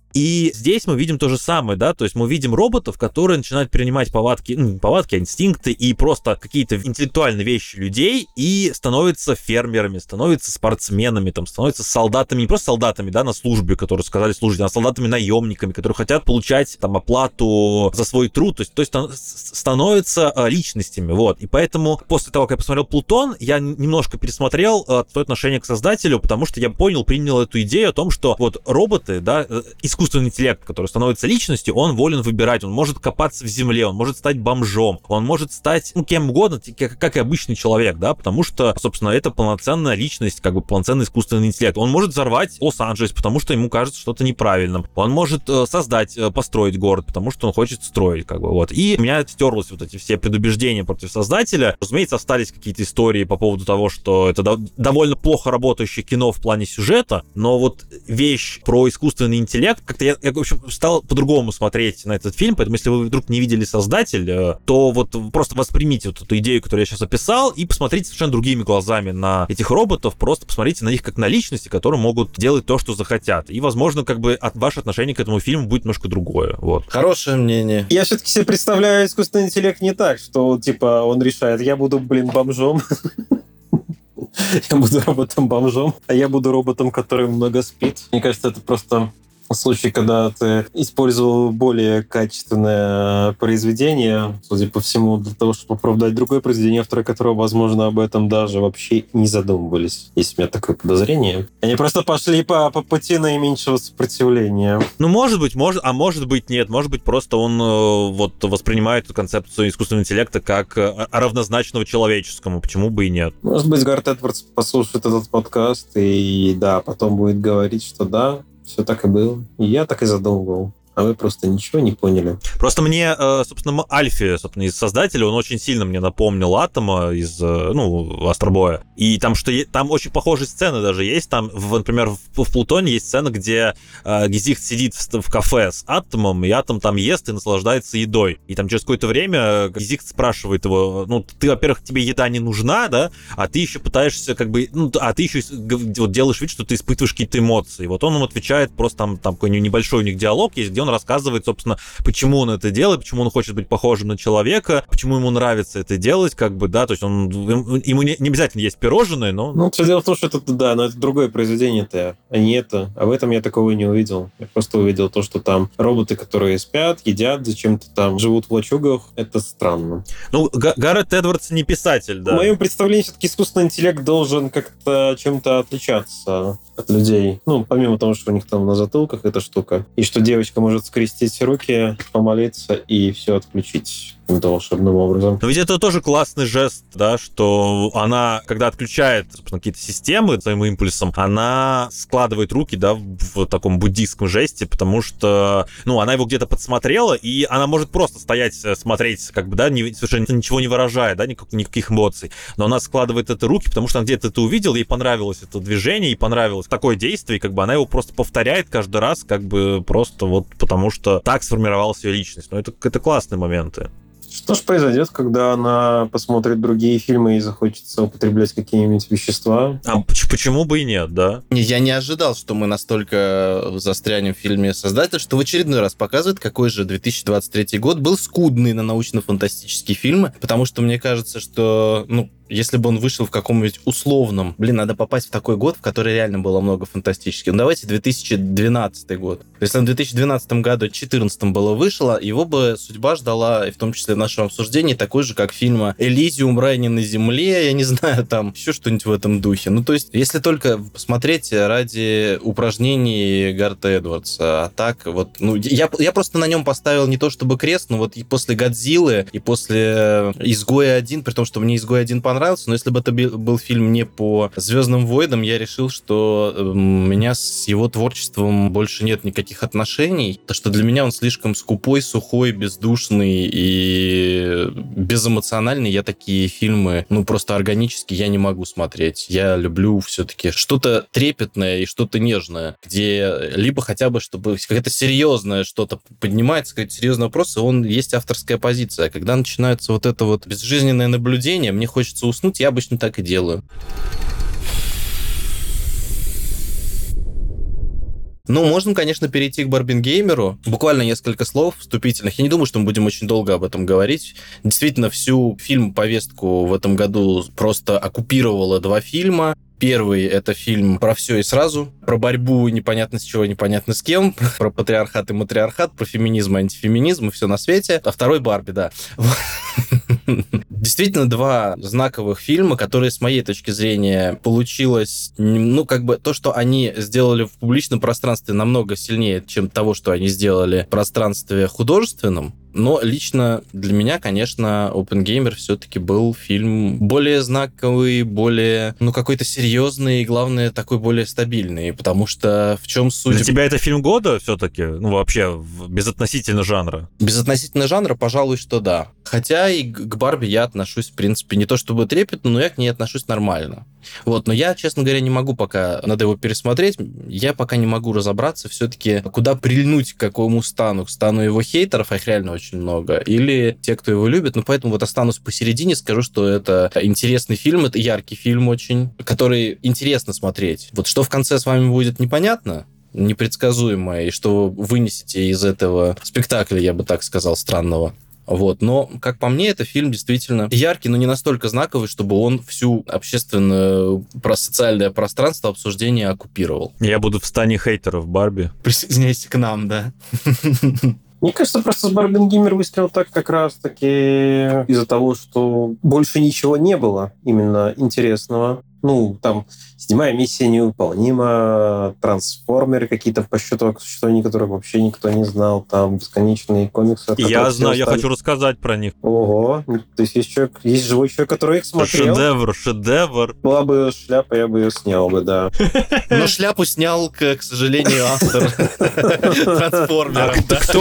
И здесь мы видим то же самое, да, то есть мы видим роботов, которые начинают перенимать повадки, ну, не повадки, а инстинкты и просто какие-то интеллектуальные вещи людей и становятся фермерами, становятся спортсменами, там, становятся солдатами, не просто солдатами, да, на службе, которые сказали служить, а солдатами-наемниками, которые хотят получать там оплату за свой труд, то есть становятся личностями, вот. И поэтому после того, как я посмотрел «Плутон», я немножко пересмотрел свое отношение к создателю, потому что я принял эту идею о том, что вот роботы, да, искусственный интеллект, который становится личностью, он волен выбирать, он может копаться в земле, он может стать бомжом, он может стать, ну, кем угодно, как и обычный человек, да, потому что, собственно, это полноценная личность, как бы полноценный искусственный интеллект. Он может взорвать Лос-Анджелес, потому что ему кажется что-то неправильным. Он может построить город, потому что он хочет строить, как бы, вот. И у меня стерлось вот эти все предубеждения против создателя. Разумеется, остались какие-то истории по поводу того, что это довольно плохо работающее кино в плане сюжета, но вот вещь про искусственный интеллект, как-то я в общем, стал по-другому смотреть на этот фильм, поэтому если вы вдруг не видели «Создатель», то вот просто воспримите вот эту идею, которую я сейчас описал, и посмотрите совершенно другими глазами на этих роботов, просто посмотрите на них как на личности, которые могут делать то, что захотят. И, возможно, как бы ваше отношение к этому фильму будет немножко другое. Вот. Хорошее мнение. Я все-таки себе представляю искусственный интеллект не так, что, типа, он решает, я буду, бомжом. Я буду роботом-бомжом, а я буду роботом, который много спит. Мне кажется, это просто случай, когда ты использовал более качественное произведение, судя по всему, для того, чтобы оправдать другое произведение, авторы которого, возможно, об этом даже вообще не задумывались. Есть у меня такое подозрение. Они просто пошли по пути наименьшего сопротивления. Ну, может быть, нет. Может быть, просто он вот воспринимает эту концепцию искусственного интеллекта как равнозначного человеческому. Почему бы и нет? Может быть, Гарет Эдвардс послушает этот подкаст и, да, потом будет говорить, что да, все так и было. И я так и задумывал. А вы просто ничего не поняли. Просто мне, собственно, Альфи, собственно, из создателя, он очень сильно мне напомнил Атома из, Астробоя. И там очень похожие сцены даже есть. Там, например, в «Плутоне» есть сцена, где Гезихт сидит в кафе с Атомом, и Атом там ест и наслаждается едой. И там через какое-то время Гезихт спрашивает его, ты, во-первых, тебе еда не нужна, да, а ты еще пытаешься а ты еще вот делаешь вид, что ты испытываешь какие-то эмоции. Вот он ему отвечает, просто там какой-нибудь небольшой у них диалог есть, где он рассказывает, собственно, почему он это делает, почему он хочет быть похожим на человека, почему ему нравится это делать, как бы, да, то есть ему не обязательно есть пирожные, но... Ну, все дело в том, что это, да, но это другое произведение-то, а не это. А в этом я такого и не увидел. Я просто увидел то, что там роботы, которые спят, едят, зачем-то там живут в лачугах. Это странно. Ну, Гарет Эдвардс не писатель, да. В моем представлении все-таки искусственный интеллект должен как-то чем-то отличаться от людей. Ну, помимо того, что у них там на затылках эта штука. И что девочка может скрестить руки, помолиться и все отключить каким-то волшебным образом. Но ведь это тоже классный жест, да, что она, когда отключает, собственно, какие-то системы своим импульсом, она складывает руки, да, в таком буддийском жесте, потому что, она его где-то подсмотрела, и она может просто стоять, смотреть, как бы, да, совершенно ничего не выражая, да, никаких эмоций. Но она складывает это руки, потому что она где-то это увидела, ей понравилось это движение, ей понравилось такое действие, и как бы она его просто повторяет каждый раз, как бы просто вот потому что так сформировалась ее личность. Но это классные моменты. Что ж произойдет, когда она посмотрит другие фильмы и захочется употреблять какие-нибудь вещества? А почему бы и нет, да? Я не ожидал, что мы настолько застрянем в фильме «Создатель», что в очередной раз показывает, какой же 2023 год был скудный на научно-фантастические фильмы, потому что мне кажется, что, если бы он вышел в каком-нибудь условном... Надо попасть в такой год, в который реально было много фантастических. Давайте 2012 год. Если он в 2012 году, 2014 было вышло, его бы судьба ждала, и в том числе в нашем обсуждении, такой же, как фильма «Элизиум. Рай не на земле», я не знаю, там еще что-нибудь в этом духе. То есть, если только посмотреть ради упражнений Гарета Эдвардса, а так вот... Я просто на нем поставил не то чтобы крест, но вот и после «Годзиллы», и после «Изгоя 1», при том, что мне «Изгой 1» понравился, но если бы это был фильм не по «Звездным войнам», я решил, что у меня с его творчеством больше нет никаких отношений, потому что для меня он слишком скупой, сухой, бездушный и безэмоциональный. Я такие фильмы, просто органически я не могу смотреть. Я люблю все-таки что-то трепетное и что-то нежное, где либо хотя бы, чтобы какое-то серьезное что-то поднимается, какой-то серьезный вопрос, и есть авторская позиция. А когда начинается вот это вот безжизненное наблюдение, мне хочется уснуть, я обычно так и делаю. Ну, можно, конечно, перейти к Барбенгеймеру. Буквально несколько слов вступительных. Я не думаю, что мы будем очень долго об этом говорить. Действительно, всю фильм-повестку в этом году просто оккупировало два фильма. Первый — это фильм про все и сразу, про борьбу непонятно с чего, непонятно с кем, про патриархат и матриархат, про феминизм и антифеминизм и все на свете. А второй — Барби, да. Действительно, два знаковых фильма, которые, с моей точки зрения, получилось, ну, как бы то, что они сделали в публичном пространстве, намного сильнее, чем того, что они сделали в пространстве художественном. Но лично для меня, конечно, Оппенгеймер все-таки был фильм более знаковый, более, ну, какой-то серьезный и, главное, такой более стабильный, потому что в чем суть... Для тебя это фильм года все-таки? Ну, вообще, безотносительно жанра? Безотносительно жанра, пожалуй, что да. Хотя и к Барби я отношусь, в принципе, не то чтобы трепетно, но я к ней отношусь нормально. Вот, но я, честно говоря, не могу пока, надо его пересмотреть, я пока не могу разобраться все-таки, куда прильнуть к какому стану, к стану его хейтеров, а их реально очень много, или те, кто его любит, ну, поэтому вот останусь посередине, скажу, что это интересный фильм, это яркий фильм очень, который интересно смотреть. Вот что в конце с вами будет, непонятно, непредсказуемое, и что вы вынесете из этого спектакля, я бы так сказал, странного. Вот. Но, как по мне, это фильм действительно яркий, но не настолько знаковый, чтобы он всю общественное, социальное пространство обсуждения оккупировал. Я буду в стане хейтеров Барби. Присоединяйся к нам, да. Мне кажется, просто с Барбенгеймер выстрел так как раз-таки из-за того, что больше ничего не было именно интересного. Ну, там, седьмая миссия невыполнима, трансформеры какие-то по счету существования которых вообще никто не знал, там бесконечные комиксы. Я знаю, я хочу рассказать про них. Ого, то есть есть живой человек, который их смотрел. Шедевр. Была бы шляпа, я бы ее снял бы, да. Но шляпу снял, к сожалению, автор трансформеров.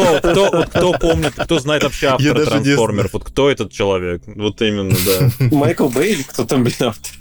Кто помнит, кто знает вообще автора трансформеров? Вот кто этот человек? Вот именно, да. Майкл Бэй или кто там, блин, автор?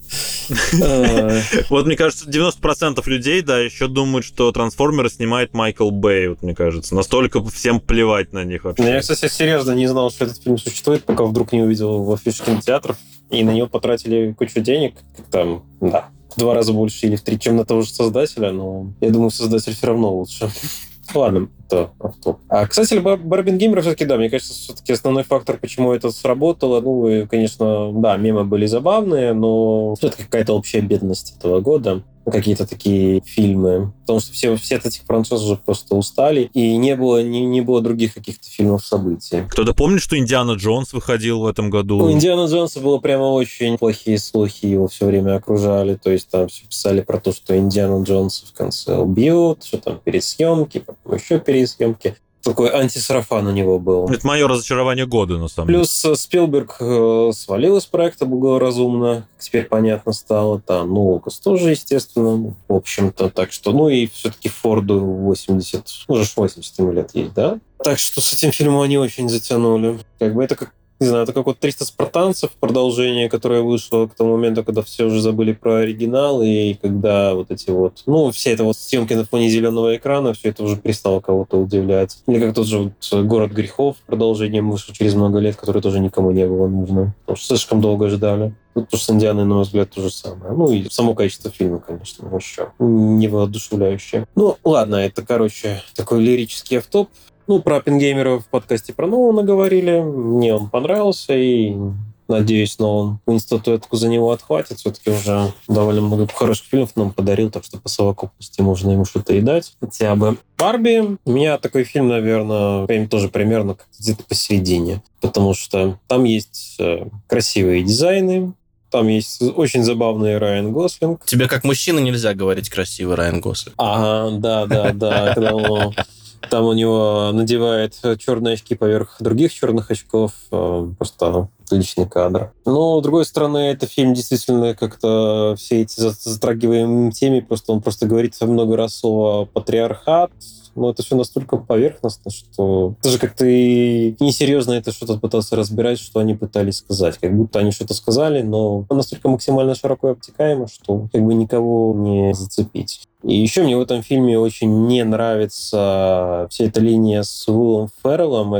Вот, мне кажется, 90% людей, да, еще думают, что трансформеры снимает Майкл Бэй, вот мне кажется. Настолько всем плевать на них вообще. Я, кстати, серьезно не знал, что этот фильм существует, пока вдруг не увидел в афише кинотеатров. И на него потратили кучу денег. Там, да, в 2 раза больше или в 3, чем на того же создателя, но я думаю, создатель все равно лучше. Ладно, это автоп. А, кстати, Барбенгеймера все-таки, да, мне кажется, все-таки основной фактор, почему это сработало, ну, и, конечно, да, мемы были забавные, но все-таки какая-то общая бедность этого года. Какие-то такие фильмы. Потому что все от этих французов уже просто устали, и не было других каких-то фильмов событий. Кто-то помнит, что Индиана Джонс выходил в этом году? У Индиана Джонса было прямо очень плохие слухи, его все время окружали. То есть там все писали про то, что Индиана Джонса в конце убьют, что там перед съемки, потом еще перед съемки. Такой антисарафан у него был. Это мое разочарование года, на самом деле. Плюс Спилберг свалил из проекта благоразумно, теперь понятно стало. Там, ну, Лукас тоже, естественно, в общем-то. Так что, ну, и все-таки Форду 80, уже 80 лет есть, да? Так что с этим фильмом они очень затянули. Как бы это как, не знаю, это как вот 300 спартанцев, продолжение, которое вышло к тому моменту, когда все уже забыли про оригинал, и когда вот эти вот, ну, все это вот съемки на фоне зеленого экрана, все это уже перестало кого-то удивлять. Или как тот же вот «Город грехов» продолжением вышел через много лет, который тоже никому не было нужно, потому что слишком долго ждали. Тут тоже с «Индианой», на мой взгляд, то же самое. Ну, и само качество фильма, конечно, еще не воодушевляющее. Ну, ладно, это, короче, такой лирический автоп. Ну, про Оппенгеймера в подкасте про Нолана говорили. Мне он понравился, и надеюсь, Нолан статуэтку за него отхватит. Все-таки уже довольно много хороших фильмов нам подарил, так что по совокупности можно ему что-то и дать. Хотя бы. «Барби» у меня такой фильм, наверное, тоже примерно где-то посередине. Потому что там есть красивые дизайны, там есть очень забавный Райан Гослинг. Тебе как мужчина нельзя говорить красивый Райан Гослинг. Ага, да. Когда он там у него надевает черные очки поверх других черных очков. Просто отличный кадр. Но, с другой стороны, это фильм действительно как-то все эти затрагиваемые темы, он просто говорит много раз слово «патриархат». Но это все настолько поверхностно, что даже как-то и несерьезно это что-то пытался разбирать, что они пытались сказать. Как будто они что-то сказали, но настолько максимально широко и обтекаемо, что как бы никого не зацепить. И еще мне в этом фильме очень не нравится вся эта линия с Уиллом Ферреллом. Это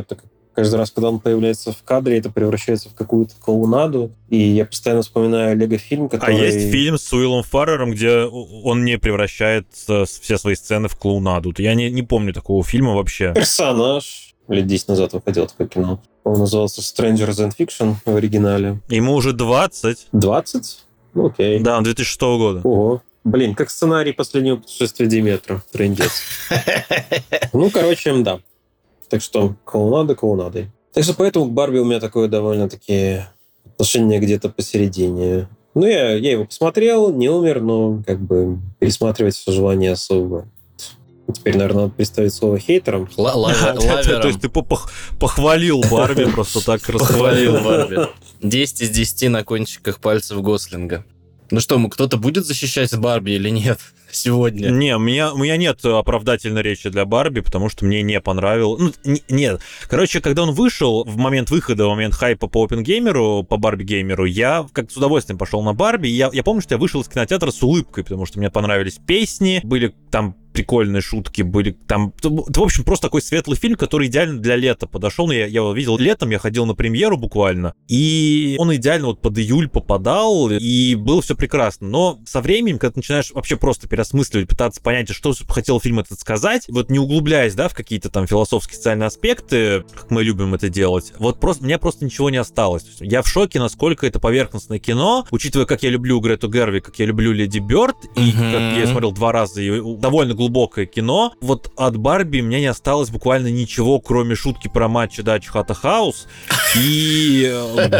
Каждый раз, когда он появляется в кадре, это превращается в какую-то клоунаду. И я постоянно вспоминаю Лего-фильм, который... А есть фильм с Уиллом Феррером, где он не превращает все свои сцены в клоунаду. Я не помню такого фильма вообще. «Персонаж». Лет 10 назад выходило такое кино. Он назывался «Stranger Than Fiction» в оригинале. Ему уже 20. 20? Ну, окей. Да, он 2006 года. Ого. Блин, как сценарий «Последнего путешествия Диметра». Трындец. Ну, короче, да. Так что клоунада клоунадой. Так что поэтому к Барби у меня такое довольно-таки отношение где-то посередине. Ну, я его посмотрел, не умер, но как бы пересматривать все желание особо. Теперь, наверное, надо представить слово хейтером. То есть ты похвалил Барби, просто так Похвалил Барби. 10 из 10 на кончиках пальцев Гослинга. Ну что, кто-то будет защищать Барби или нет сегодня? Не, у меня нет оправдательной речи для Барби, потому что мне не понравилось. Ну, нет. Короче, когда он вышел, в момент выхода, в момент хайпа по Оппенгеймеру, по Барби-геймеру, я как с удовольствием пошел на Барби. Я помню, что я вышел из кинотеатра с улыбкой, потому что мне понравились песни, были там прикольные шутки, были там... В общем, просто такой светлый фильм, который идеально для лета подошел. Я его видел летом, я ходил на премьеру буквально, и он идеально вот под июль попадал, и было все прекрасно. Но со временем, когда ты начинаешь вообще просто переосмысливать, пытаться понять, что хотел фильм этот сказать, вот не углубляясь, да, в какие-то там философские, социальные аспекты, как мы любим это делать, вот просто, у меня просто ничего не осталось. Я в шоке, насколько это поверхностное кино, учитывая, как я люблю Грету Гервиг, как я люблю Леди Бёрд, и как я смотрел 2 раза, и довольно глубокое кино. Вот от Барби у меня не осталось буквально ничего, кроме шутки про матчи Дачи Хата Хаус и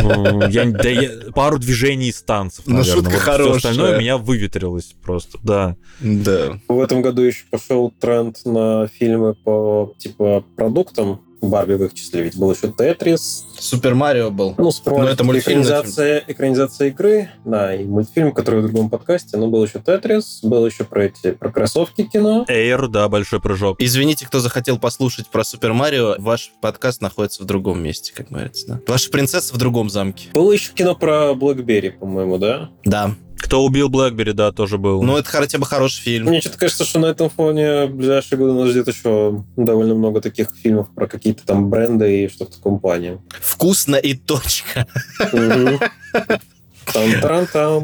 пару движений из танцев, наверное. Шутка хорошая. Все остальное у меня выветрилось просто, да. Да. В этом году еще пошел тренд на фильмы по типа продуктам. Барби в их числе, ведь был еще Тетрис. Супер Марио был. Ну, это мультфильм. Экранизация игры, да, и мультфильм, который в другом подкасте, но был еще Тетрис, был еще про кроссовки кино. Эйр, да, большой прыжок. Извините, кто захотел послушать про Супер Марио, ваш подкаст находится в другом месте, как говорится, да. Ваша принцесса в другом замке. Было еще кино про Блэкберри, по-моему, да? Да. Кто убил Блэкберри, да, тоже был. Ну, это хотя бы хороший фильм. Мне что-то кажется, что на этом фоне в ближайшие годы нас ждет еще довольно много таких фильмов про какие-то там бренды и что-то в таком плане. Вкусно и точка. Там-тарам-там.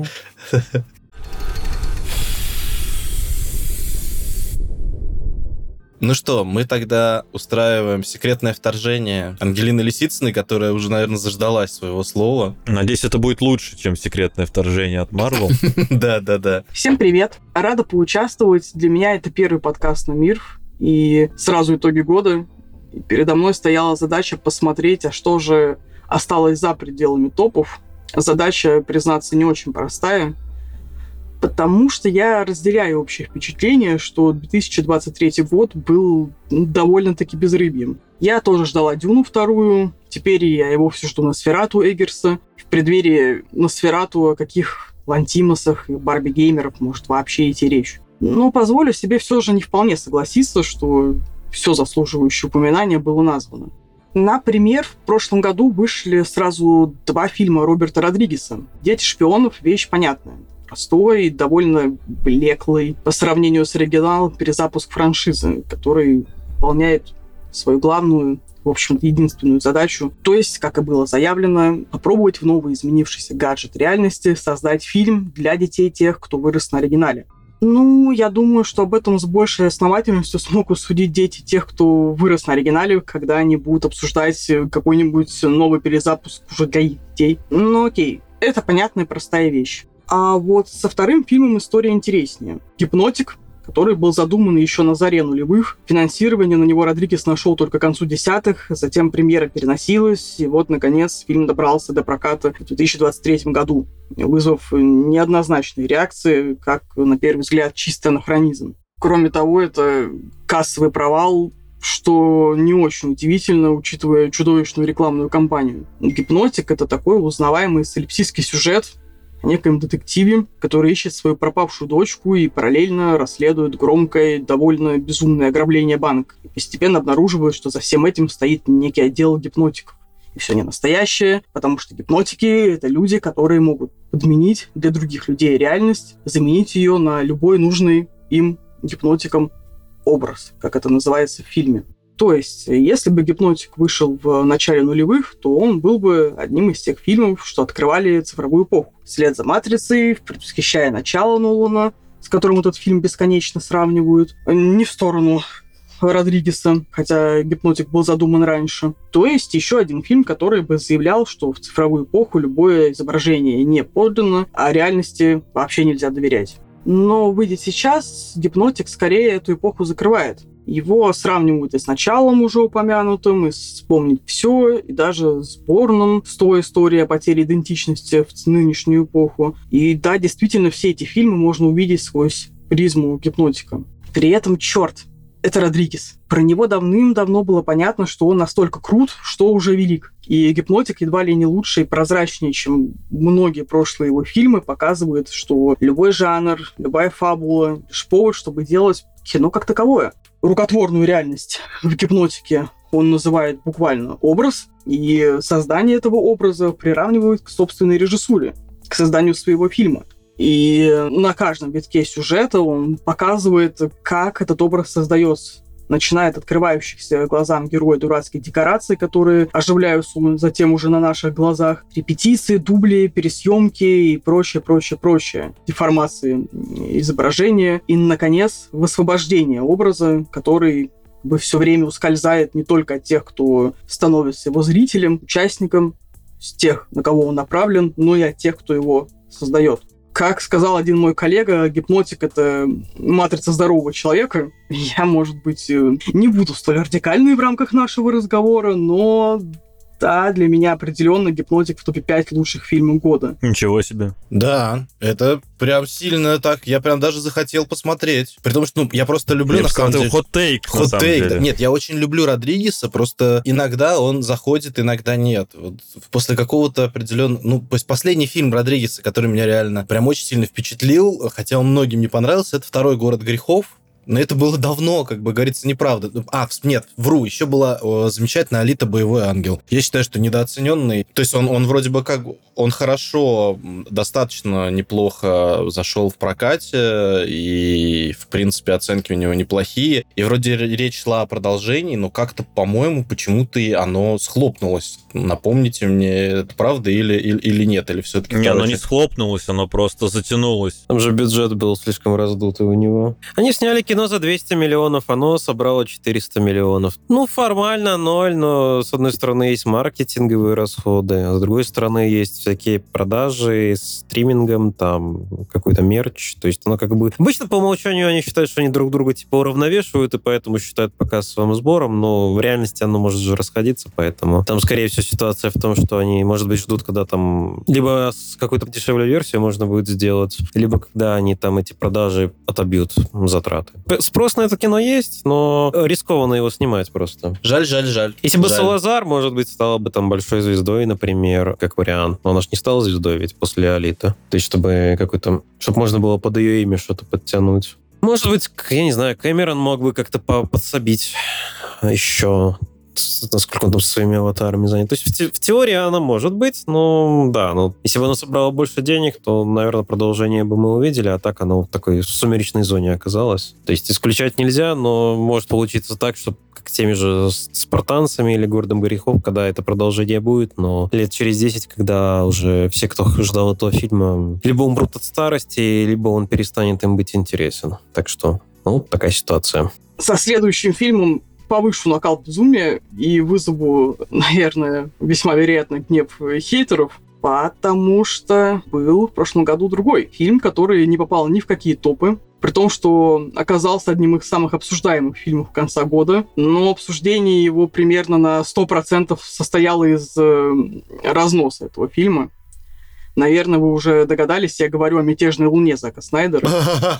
Ну что, мы тогда устраиваем секретное вторжение Ангелины Лисицыной, которая уже, наверное, заждалась своего слова. Надеюсь, это будет лучше, чем секретное вторжение от Marvel. Да. Всем привет! Рада поучаствовать. Для меня это первый подкаст на МИРФ. И сразу итоги года. И передо мной стояла задача посмотреть, а что же осталось за пределами топов. Задача, признаться, не очень простая. Потому что я разделяю общее впечатление, что 2023 год был довольно-таки безрыбьем. Я тоже ждала Дюну вторую, теперь я и вовсе жду Носферату Эггерса. В преддверии Носферату о каких Лантимосах и Барби-геймерах может вообще идти речь. Но позволю себе все же не вполне согласиться, что все заслуживающее упоминания было названо. Например, в прошлом году вышли сразу 2 фильма Роберта Родригеса. «Дети шпионов» — вещь понятная. Простой, довольно блеклый по сравнению с оригиналом перезапуск франшизы, который выполняет свою главную, в общем-то, единственную задачу. То есть, как и было заявлено, попробовать в новый изменившийся гаджет реальности создать фильм для детей тех, кто вырос на оригинале. Ну, я думаю, что об этом с большей основательностью смогут судить дети тех, кто вырос на оригинале, когда они будут обсуждать какой-нибудь новый перезапуск уже для их детей. Ну, окей, это понятная и простая вещь. А вот со вторым фильмом история интереснее. «Гипнотик», который был задуман еще на заре нулевых. Финансирование на него Родригес нашел только к концу десятых, затем премьера переносилась, и вот, наконец, фильм добрался до проката в 2023 году, вызвав неоднозначные реакции, как, на первый взгляд, чистый анахронизм. Кроме того, это кассовый провал, что не очень удивительно, учитывая чудовищную рекламную кампанию. «Гипнотик» — это такой узнаваемый солипсистский сюжет о некоем детективе, который ищет свою пропавшую дочку и параллельно расследует громкое, довольно безумное ограбление банка. И постепенно обнаруживает, что за всем этим стоит некий отдел гипнотиков. И все не настоящее, потому что гипнотики — это люди, которые могут подменить для других людей реальность, заменить ее на любой нужный им гипнотиком образ, как это называется в фильме. То есть, если бы «Гипнотик» вышел в начале нулевых, то он был бы одним из тех фильмов, что открывали цифровую эпоху. Вслед за «Матрицей», предвосхищая начало Нолана, с которым этот фильм бесконечно сравнивают, не в сторону Родригеса, хотя «Гипнотик» был задуман раньше. То есть еще один фильм, который бы заявлял, что в цифровую эпоху любое изображение не подлинно, а реальности вообще нельзя доверять. Но, выйдя сейчас, «Гипнотик» скорее эту эпоху закрывает. Его сравнивают и с началом уже упомянутым, и с «Вспомнить все», и даже с «Борном», с той историей о потере идентичности в нынешнюю эпоху. И да, действительно, все эти фильмы можно увидеть сквозь призму «Гипнотика». При этом, черт, это Родригес. Про него давным-давно было понятно, что он настолько крут, что уже велик. И «Гипнотик» едва ли не лучше и прозрачнее, чем многие прошлые его фильмы, показывает, что любой жанр, любая фабула — лишь повод, чтобы делать кино как таковое. Рукотворную реальность в «Гипнотике» он называет буквально образ, и создание этого образа приравнивают к собственной режиссуре, к созданию своего фильма. И на каждом витке сюжета он показывает, как этот образ создается. Начиная от открывающихся глазам героя дурацких декораций, которые оживляются затем уже на наших глазах, репетиции, дубли, пересъемки и прочее, деформации изображения. И, наконец, высвобождение образа, который все время ускользает не только от тех, кто становится его зрителем, участником, с тех, на кого он направлен, но и от тех, кто его создает. Как сказал один мой коллега, «Гипнотик» — это матрица здорового человека. Я, может быть, не буду столь радикальной в рамках нашего разговора, но да, для меня определенно «Гипнотик» в топе 5 лучших фильмов года. Ничего себе. Да, это прям сильно так. Я прям даже захотел посмотреть. При том, что я просто люблю, на самом деле... Хот-тейк, на самом деле. Да. Нет, я очень люблю Родригеса, просто иногда он заходит, иногда нет. Вот после какого-то определенного... то есть последний фильм Родригеса, который меня реально прям очень сильно впечатлил, хотя он многим не понравился, это «Второй город грехов». Но это было давно, говорится, неправда. Нет, вру, еще была замечательная «Алита. Боевой ангел». Я считаю, что недооцененный. То есть он вроде бы он хорошо, достаточно неплохо зашел в прокате, и, в принципе, оценки у него неплохие. И вроде речь шла о продолжении, но как-то, по-моему, почему-то оно схлопнулось. Напомните мне, это правда или нет? Или все-таки... Не, оно не схлопнулось, оно просто затянулось. Там же бюджет был слишком раздутый у него. Они сняли кино за 200 миллионов, оно собрало 400 миллионов. Формально 0, но, с одной стороны, есть маркетинговые расходы, а с другой стороны, есть всякие продажи с стримингом, там, какой-то мерч. То есть оно Обычно по умолчанию они считают, что они друг друга уравновешивают, и поэтому считают показовым сбором, но в реальности оно может же расходиться, поэтому там, скорее всего, ситуация в том, что они, может быть, ждут, когда там либо с какой-то дешевле версию можно будет сделать, либо когда они там эти продажи отобьют затраты. Спрос на это кино есть, но рискованно его снимать просто. Жаль. Если бы Салазар, может быть, стала бы там большой звездой, например, как вариант. Но она же не стала звездой ведь после «Алита». То есть, чтобы можно было под ее имя что-то подтянуть. Может быть, я не знаю, Кэмерон мог бы как-то подсобить еще, насколько он там со своими аватарами занят. То есть в теории она может быть, но если бы она собрала больше денег, то, наверное, продолжение бы мы увидели, а так оно в такой сумеречной зоне оказалось. То есть исключать нельзя, но может получиться так, что как теми же «Спартанцами» или «Городом грехов», когда это продолжение будет, но лет через 10, когда уже все, кто ждал этого фильма, либо умрут от старости, либо он перестанет им быть интересен. Так что, такая ситуация. Со следующим фильмом повышу накал безумия и вызову, наверное, весьма вероятно гнев хейтеров, потому что был в прошлом году другой фильм, который не попал ни в какие топы, при том, что оказался одним из самых обсуждаемых фильмов конца года, но обсуждение его примерно на 100% состояло из разноса этого фильма. Наверное, вы уже догадались, я говорю о «Мятежной луне» Зака Снайдера.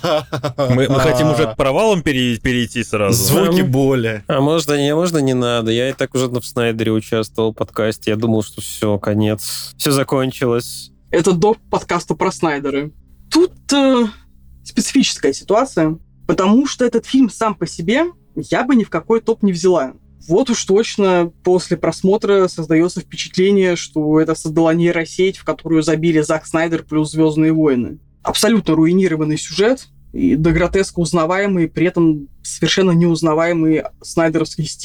Мы хотим уже к провалам перейти сразу. Звуки боли. А можно не надо. Я и так уже в Снайдере участвовал в подкасте. Я думал, что все, конец. Все закончилось. Это до подкаста про Снайдера. Тут специфическая ситуация, потому что этот фильм сам по себе я бы ни в какой топ не взяла. Вот уж точно после просмотра создается впечатление, что это создала нейросеть, в которую забили Зак Снайдер плюс «Звездные войны». Абсолютно руинированный сюжет и до гротеска узнаваемый, при этом совершенно неузнаваемый снайдеровский стиль.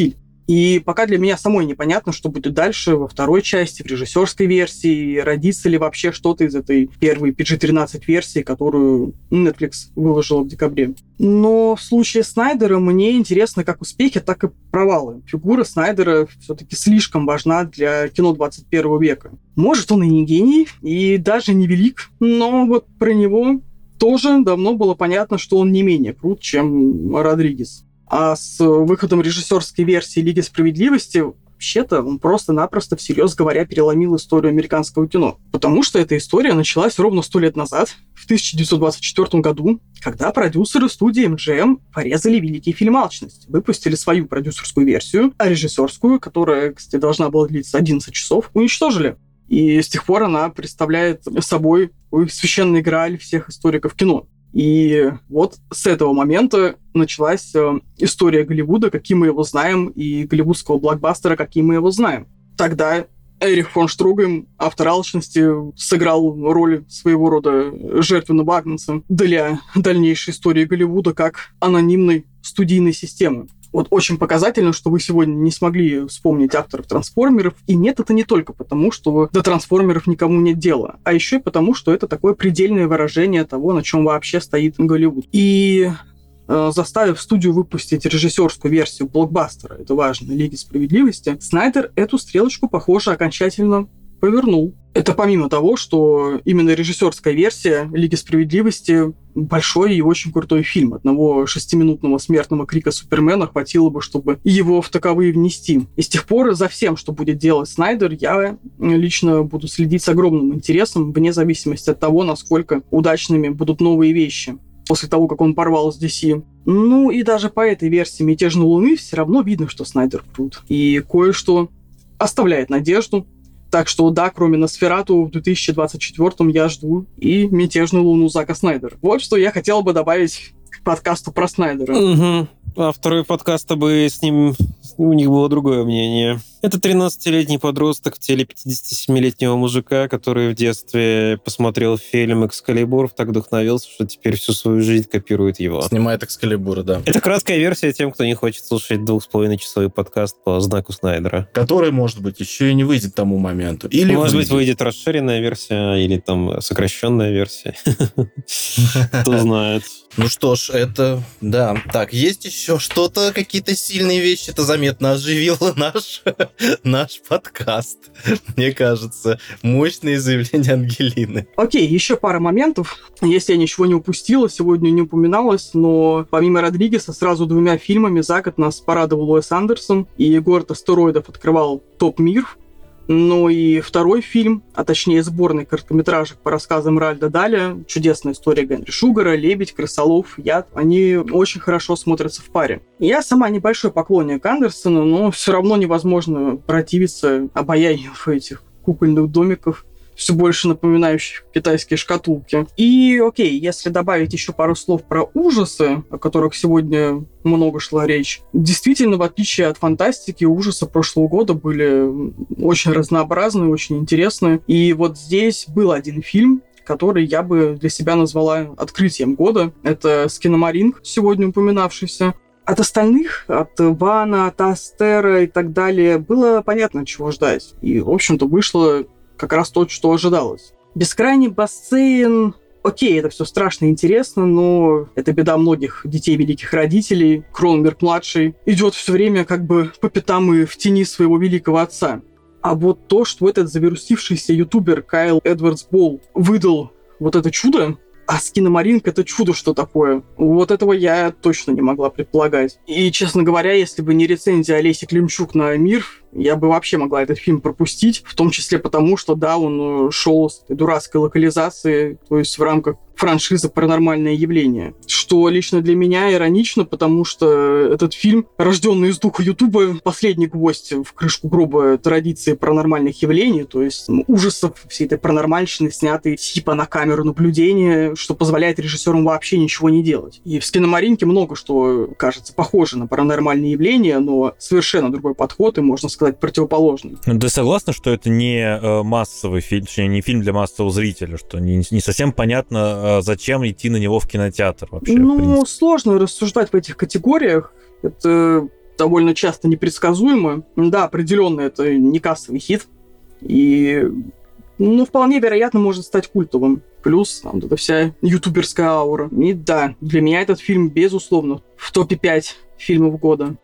И пока для меня самой непонятно, что будет дальше во второй части, в режиссерской версии, родится ли вообще что-то из этой первой PG-13 версии, которую Netflix выложила в декабре. Но в случае Снайдера мне интересно как успехи, так и провалы. Фигура Снайдера все-таки слишком важна для кино 21 века. Может, он и не гений, и даже не велик, но вот про него тоже давно было понятно, что он не менее крут, чем Родригес. А с выходом режиссерской версии «Лиги справедливости» вообще-то он просто-напросто, всерьез говоря, переломил историю американского кино. Потому что эта история началась ровно 100 лет назад, в 1924 году, когда продюсеры студии MGM порезали великий фильм «Алчность», выпустили свою продюсерскую версию, а режиссерскую, которая, кстати, должна была длиться 11 часов, уничтожили. И с тех пор она представляет собой священный грааль всех историков кино. И вот с этого момента началась история Голливуда, каким мы его знаем, и голливудского блокбастера, каким мы его знаем. Тогда Эрих фон Штругем, автор «Алчности», сыграл роль своего рода жертвенного агнца для дальнейшей истории Голливуда как анонимной студийной системы. Вот очень показательно, что вы сегодня не смогли вспомнить авторов «Трансформеров». И нет, это не только потому, что до «Трансформеров» никому нет дела, а еще и потому, что это такое предельное выражение того, на чем вообще стоит Голливуд. И заставив студию выпустить режиссерскую версию блокбастера, это важно, «Лиги справедливости», Снайдер эту стрелочку, похоже, окончательно повернул. Это помимо того, что именно режиссерская версия «Лиги справедливости» большой и очень крутой фильм. Одного 6-минутного смертного крика Супермена хватило бы, чтобы его в таковые внести. И с тех пор за всем, что будет делать Снайдер, я лично буду следить с огромным интересом, вне зависимости от того, насколько удачными будут новые вещи после того, как он порвал с DC. Ну и даже по этой версии «Мятежной Луны» все равно видно, что Снайдер крут. И кое-что оставляет надежду. Так что да, кроме «Носферату» в 2024-м я жду и «Мятежную Луну» Зака Снайдера. Вот что я хотел бы добавить к подкасту про Снайдера. Угу. Авторы подкаста бы с ним... У них было другое мнение. Это 13-летний подросток в теле 57-летнего мужика, который в детстве посмотрел фильм «Экскалибур», так вдохновился, что теперь всю свою жизнь копирует его. Снимает «Экскалибур», да. Это краткая версия тем, кто не хочет слушать 2,5-часовой подкаст по знаку Снайдера. Который, может быть, еще и не выйдет к тому моменту. Или может быть, выйдет расширенная версия или там сокращенная версия. Кто знает. Ну что ж, это... Да. Так, есть еще что-то, какие-то сильные вещи? Это заметно оживило наш подкаст. Мне кажется, мощные заявления Ангелины. Окей, еще пара моментов. Если я ничего не упустила, сегодня не упоминалось, но помимо Родригеса сразу 2 фильмами за год нас порадовал Уэс Андерсон, и «Город астероидов» открывал топ-мир. Ну и второй фильм, а точнее сборный короткометражек по рассказам Ральда Даля, чудесная история Генри Шугара, «Лебедь», «Крысолов», «Яд», они очень хорошо смотрятся в паре. Я сама небольшой поклонник Андерсона, но все равно невозможно противиться обаянию этих кукольных домиков, все больше напоминающих китайские шкатулки. И, окей, если добавить еще пару слов про ужасы, о которых сегодня много шла речь, действительно, в отличие от фантастики, ужасы прошлого года были очень разнообразные, очень интересные. И вот здесь был один фильм, который я бы для себя назвала открытием года. Это «Скиномаринг», сегодня упоминавшийся. От остальных, от Вана, от Астера и так далее, было понятно, чего ждать. И, в общем-то, вышло как раз то, что ожидалось. «Бескрайний бассейн». Окей, это все страшно и интересно, но это беда многих детей великих родителей. Кроненберг-младший идет все время как бы по пятам и в тени своего великого отца. А вот то, что этот завирусившийся ютубер Кайл Эдвардс Болл выдал вот это чудо, а «Скиномаринг» — это чудо что такое. Вот этого я точно не могла предполагать. И, честно говоря, если бы не рецензия Олеси Климчук на «Мир», я бы вообще могла этот фильм пропустить, в том числе потому, что, да, он шел с этой дурацкой локализацией, то есть в рамках франшизы «Паранормальное явление». Что лично для меня иронично, потому что этот фильм, рожденный из духа Ютуба, последний гвоздь в крышку гроба традиции паранормальных явлений, то есть ужасов, всей этой паранормальщины, снятый типа на камеру наблюдения, что позволяет режиссерам вообще ничего не делать. И в «Скиномаринке» много что кажется похоже на паранормальные явления, но совершенно другой подход и, можно сказать, противоположный. Ты согласна, что это не массовый фильм, точнее, не фильм для массового зрителя, что не совсем понятно, зачем идти на него в кинотеатр вообще? Ну, сложно рассуждать в этих категориях. Это довольно часто непредсказуемо. Да, определенно это не кассовый хит. И, вполне вероятно, может стать культовым. Плюс там вот эта вся ютуберская аура. И да, для меня этот фильм, безусловно, в топе 5 фильмов года.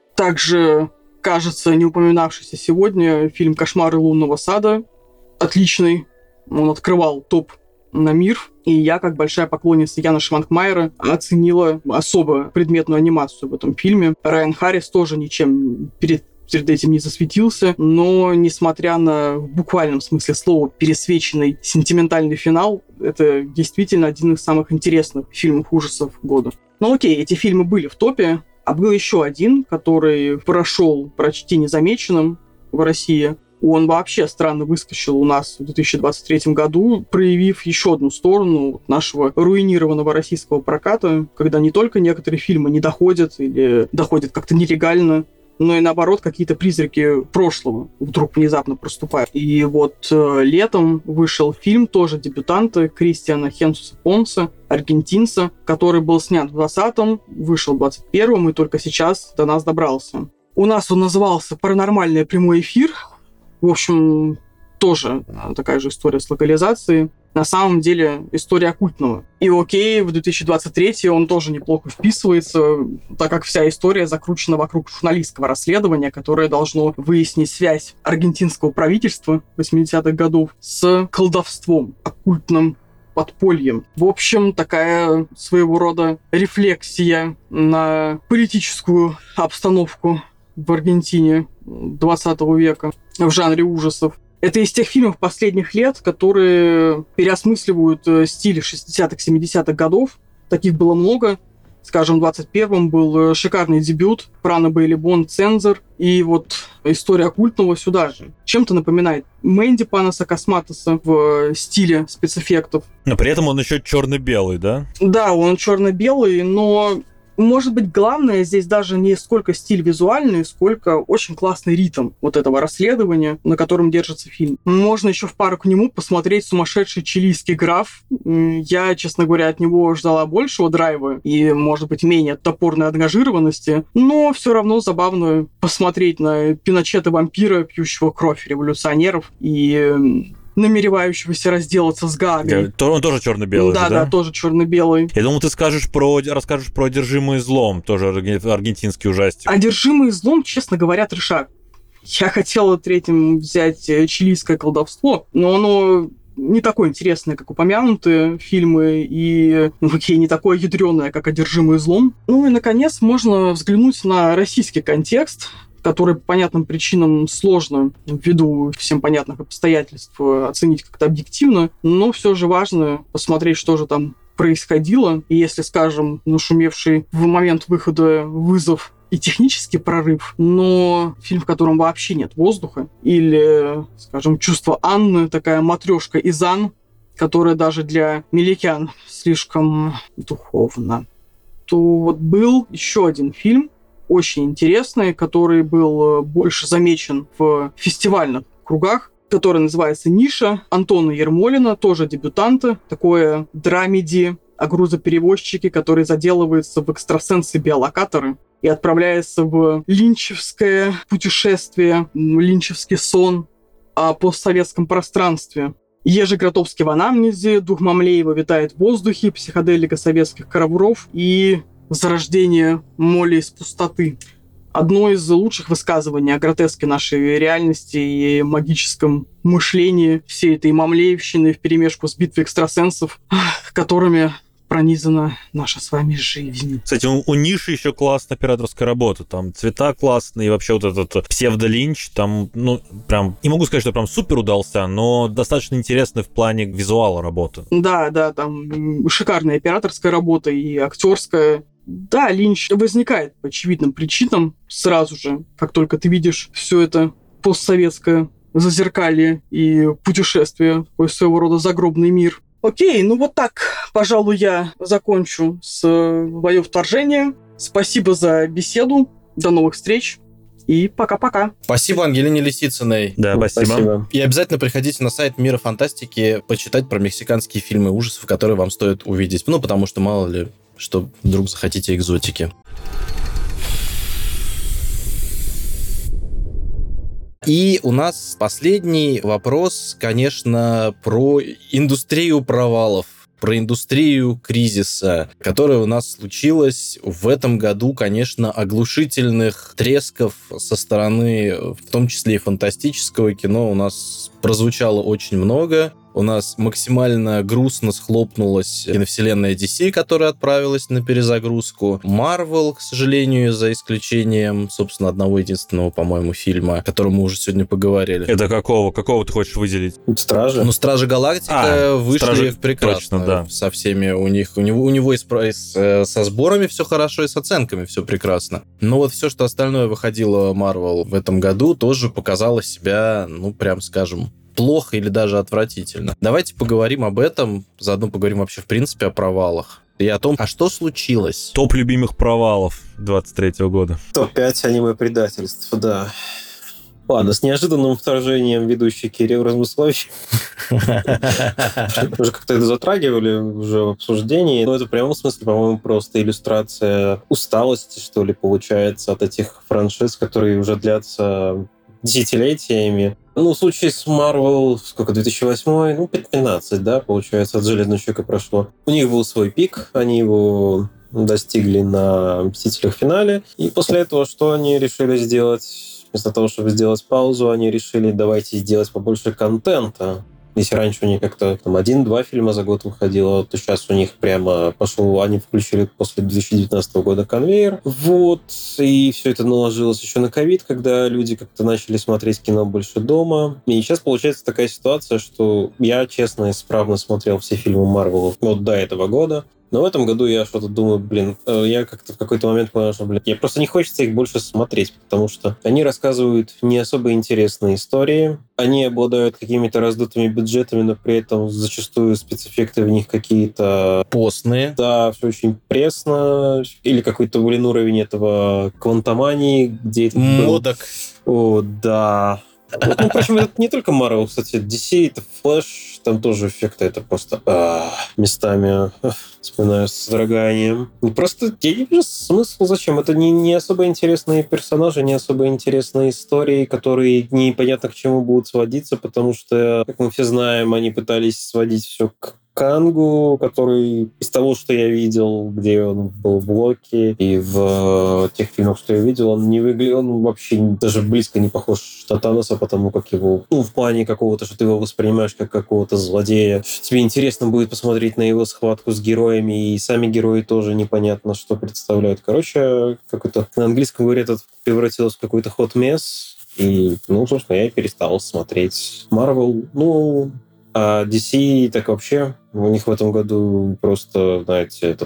Также, кажется, не упоминавшийся сегодня фильм «Кошмары лунного сада». Отличный. Он открывал топ на мир. И я, как большая поклонница Яна Швангмайера, оценила особо предметную анимацию в этом фильме. Райан Харрис тоже ничем перед этим не засветился, но, несмотря на в буквальном смысле слова пересвеченный сентиментальный финал, это действительно один из самых интересных фильмов ужасов года. Окей, эти фильмы были в топе, а был еще один, который прошел почти незамеченным в России. Он вообще странно выскочил у нас в 2023 году, проявив еще одну сторону нашего руинированного российского проката, когда не только некоторые фильмы не доходят или доходят как-то нелегально, но и наоборот какие-то призраки прошлого вдруг внезапно проступают. И вот летом вышел фильм, тоже дебютанта, Кристиана Хенсуса Понса, аргентинца, который был снят в 2020-м, вышел в 2021-м и только сейчас до нас добрался. У нас он назывался «Паранормальный прямой эфир». В общем, тоже такая же история с локализацией. На самом деле история оккультного. И окей, в 2023 он тоже неплохо вписывается, так как вся история закручена вокруг журналистского расследования, которое должно выяснить связь аргентинского правительства 80-х годов с колдовством, оккультным подпольем. В общем, такая своего рода рефлексия на политическую обстановку в Аргентине 20 века в жанре ужасов. Это из тех фильмов последних лет, которые переосмысливают стиль 60-х, 70-х годов. Таких было много. Скажем, в 21-м был шикарный дебют Прана Бейли Бонд «Цензор». И вот история оккультного сюда же. Чем-то напоминает Мэнди Паноса Косматоса в стиле спецэффектов. Но при этом он еще черно-белый, да? Да, он черно-белый, но... Может быть, главное здесь даже не сколько стиль визуальный, сколько очень классный ритм вот этого расследования, на котором держится фильм. Можно еще в пару к нему посмотреть «Сумасшедший чилийский граф». Я, честно говоря, от него ждала большего драйва и, может быть, менее топорной ангажированности, но все равно забавно посмотреть на Пиночета-вампира, пьющего кровь революционеров и... намеревающегося разделаться с Гаагой. Он тоже черно-белый, да? Да, тоже черно-белый. Я думал, ты расскажешь про «Одержимый злом», тоже аргентинский ужастик. «Одержимый злом», честно говоря, трешак. Я хотела третьим взять «Чилийское колдовство», но оно не такое интересное, как упомянутые фильмы, и не такое ядреное, как «Одержимый злом». И, наконец, можно взглянуть на российский контекст, который по понятным причинам сложно, ввиду всем понятных обстоятельств, оценить как-то объективно, но все же важно посмотреть, что же там происходило. И если, скажем, нашумевший в момент выхода «Вызов» и технический прорыв, но фильм, в котором вообще нет воздуха, или, скажем, «Чувство Анны», такая матрешка из Ан, которая даже для меликян слишком духовна, то вот был еще один фильм, очень интересный, который был больше замечен в фестивальных кругах, который называется «Ниша» Антона Ермолина, тоже дебютанта. Такое драмеди о грузоперевозчике, который заделывается в экстрасенсы-биолокаторы и отправляется в линчевское путешествие, линчевский сон о постсоветском пространстве. Ежи Гротовский в анамнезе, дух Мамлеева витает в воздухе, психоделика советских ковров и зарождение моли из пустоты. Одно из лучших высказываний о гротеске нашей реальности и магическом мышлении всей этой мамлеевщины вперемешку с битвой экстрасенсов, которыми пронизана наша с вами жизнь. Кстати, у Ниши еще классная операторская работа. Там цвета классные, и вообще вот этот псевдолинч, там, прям, не могу сказать, что прям супер удался, но достаточно интересный в плане визуала работы. Да, там шикарная операторская работа и актерская. Да, Линч возникает по очевидным причинам сразу же, как только ты видишь все это постсоветское зазеркалье и путешествие, такой своего рода загробный мир. Окей, вот так, пожалуй, я закончу с «Боев вторжения». Спасибо за беседу. До новых встреч. И пока-пока. Спасибо Ангелине Лисицыной. Да, спасибо. И обязательно приходите на сайт Мира Фантастики почитать про мексиканские фильмы ужасов, которые вам стоит увидеть. Потому что мало ли, что вдруг захотите экзотики. И у нас последний вопрос, конечно, про индустрию провалов, про индустрию кризиса, которая у нас случилась в этом году, конечно, оглушительных тресков со стороны, в том числе и фантастического кино, у нас прозвучало очень много. У нас максимально грустно схлопнулась киновселенная DC, которая отправилась на перезагрузку. Marvel, к сожалению, за исключением, собственно, одного единственного, по-моему, фильма, о котором мы уже сегодня поговорили. Это какого? Какого ты хочешь выделить? Стражи. Ну, Стражи Галактика вышли Стражи, прекрасно. точно, да. Со всеми у него со сборами все хорошо, и с оценками все прекрасно. Но вот все, что остальное выходило Marvel в этом году, тоже показало себя, ну, прям скажем, плохо или даже отвратительно. Давайте поговорим об этом, заодно поговорим вообще в принципе о провалах. И о том, а что случилось? Топ любимых провалов 23-го года. Топ-5 аниме-предательств, да. Ладно, с неожиданным вторжением ведущий Кирилл Размыслович. Уже как-то это затрагивали уже в обсуждении. Но это в прямом смысле, по-моему, просто иллюстрация усталости, что ли, получается, от этих франшиз, которые уже длятся десятилетиями. Ну, в случае с Marvel, 2008, 15, да, получается, от Железного Человека прошло. У них был свой пик, они его достигли на Мстителях финале. И после этого что они решили сделать? Вместо того, чтобы сделать паузу, они решили, давайте сделать побольше контента. Если раньше у них как-то 1-2 фильма за год выходило, то сейчас у них прямо пошел, они включили после 2019 года конвейер. Вот, и все это наложилось еще на ковид, когда люди как-то начали смотреть кино больше дома. И сейчас получается такая ситуация, что я, честно, исправно смотрел все фильмы Марвела вот до этого года. Но в этом году я что-то думаю, я как-то в какой-то момент понял, что, мне просто не хочется их больше смотреть, потому что они рассказывают не особо интересные истории, они обладают какими-то раздутыми бюджетами, но при этом зачастую спецэффекты в них какие-то... Постные. Да, все очень пресно. Или какой-то, уровень этого квантомании, где это Модок. О, да. Ну, впрочем, это не только Marvel, кстати. DC, это Flash, там тоже эффекты, это просто местами вспоминаю с содроганием. Просто я не вижу смысла, зачем. Это не особо интересные персонажи, не особо интересные истории, которые непонятно к чему будут сводиться, потому что, как мы все знаем, они пытались сводить все к Кангу, который из того, что я видел, где он был в Локи, и в тех фильмах, что я видел, он не выглядел, он вообще даже близко не похож на Таноса, потому как его, в плане какого-то, что ты его воспринимаешь как какого-то злодея. Тебе интересно будет посмотреть на его схватку с героями, и сами герои тоже непонятно, что представляют. Короче, как это на английском говорят, это превратилось в какой-то hot mess, и, собственно, я и перестал смотреть Marvel. А DC так вообще, у них в этом году просто, знаете,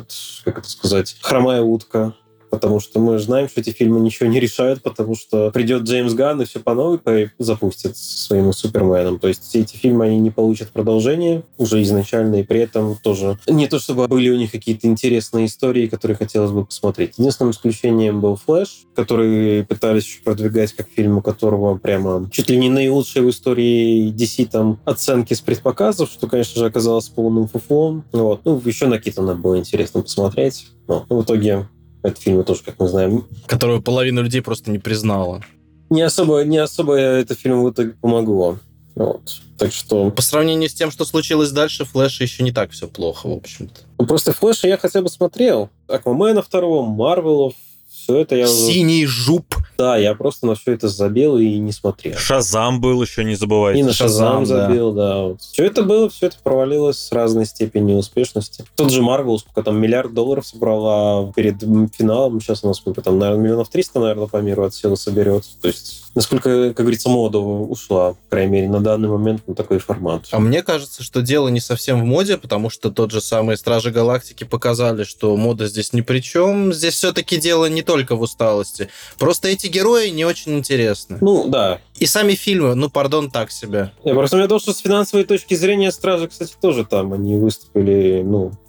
хромая утка. Потому что мы знаем, что эти фильмы ничего не решают, потому что придет Джеймс Ганн и все по новой запустит со своим Суперменом. То есть все эти фильмы, они не получат продолжение уже изначально, и при этом тоже не то, чтобы были у них какие-то интересные истории, которые хотелось бы посмотреть. Единственным исключением был «Флэш», который пытались еще продвигать как фильм, у которого прямо чуть ли не наилучшие в истории DC там оценки с предпоказов, что, конечно же, оказалось полным фуфлом. Еще на Китона было интересно посмотреть. Но в итоге этот фильм тоже, как мы знаем, которую половина людей просто не признала. Не особо это фильм в итоге помогло. Так что... По сравнению с тем, что случилось дальше, «Флэш» еще не так все плохо, в общем-то. Просто «Флэша» я хотя бы смотрел. «Аквамена» второго, «Марвелов», все это я уже... «Синий жуп». Да, я просто на все это забил и не смотрел. «Шазам» был еще, не забывайте. И на «Шазам» забил, да. Все это провалилось с разной степенью успешности. Тот же «Марвел», сколько там, $1 миллиард собрала перед финалом. Сейчас у нас сколько там, наверное, 300 миллионов, по миру от силы соберет. То есть, насколько, как говорится, мода ушла, по крайней мере, на данный момент на такой формат. А мне кажется, что дело не совсем в моде, потому что тот же самый «Стражи Галактики» показали, что мода здесь ни при чем. Здесь все-таки дело не только в усталости. Просто эти герои не очень интересны. Да. И сами фильмы, пардон, так себе. Я просто думаю, что с финансовой точки зрения «Стражи», кстати, тоже там они выступили,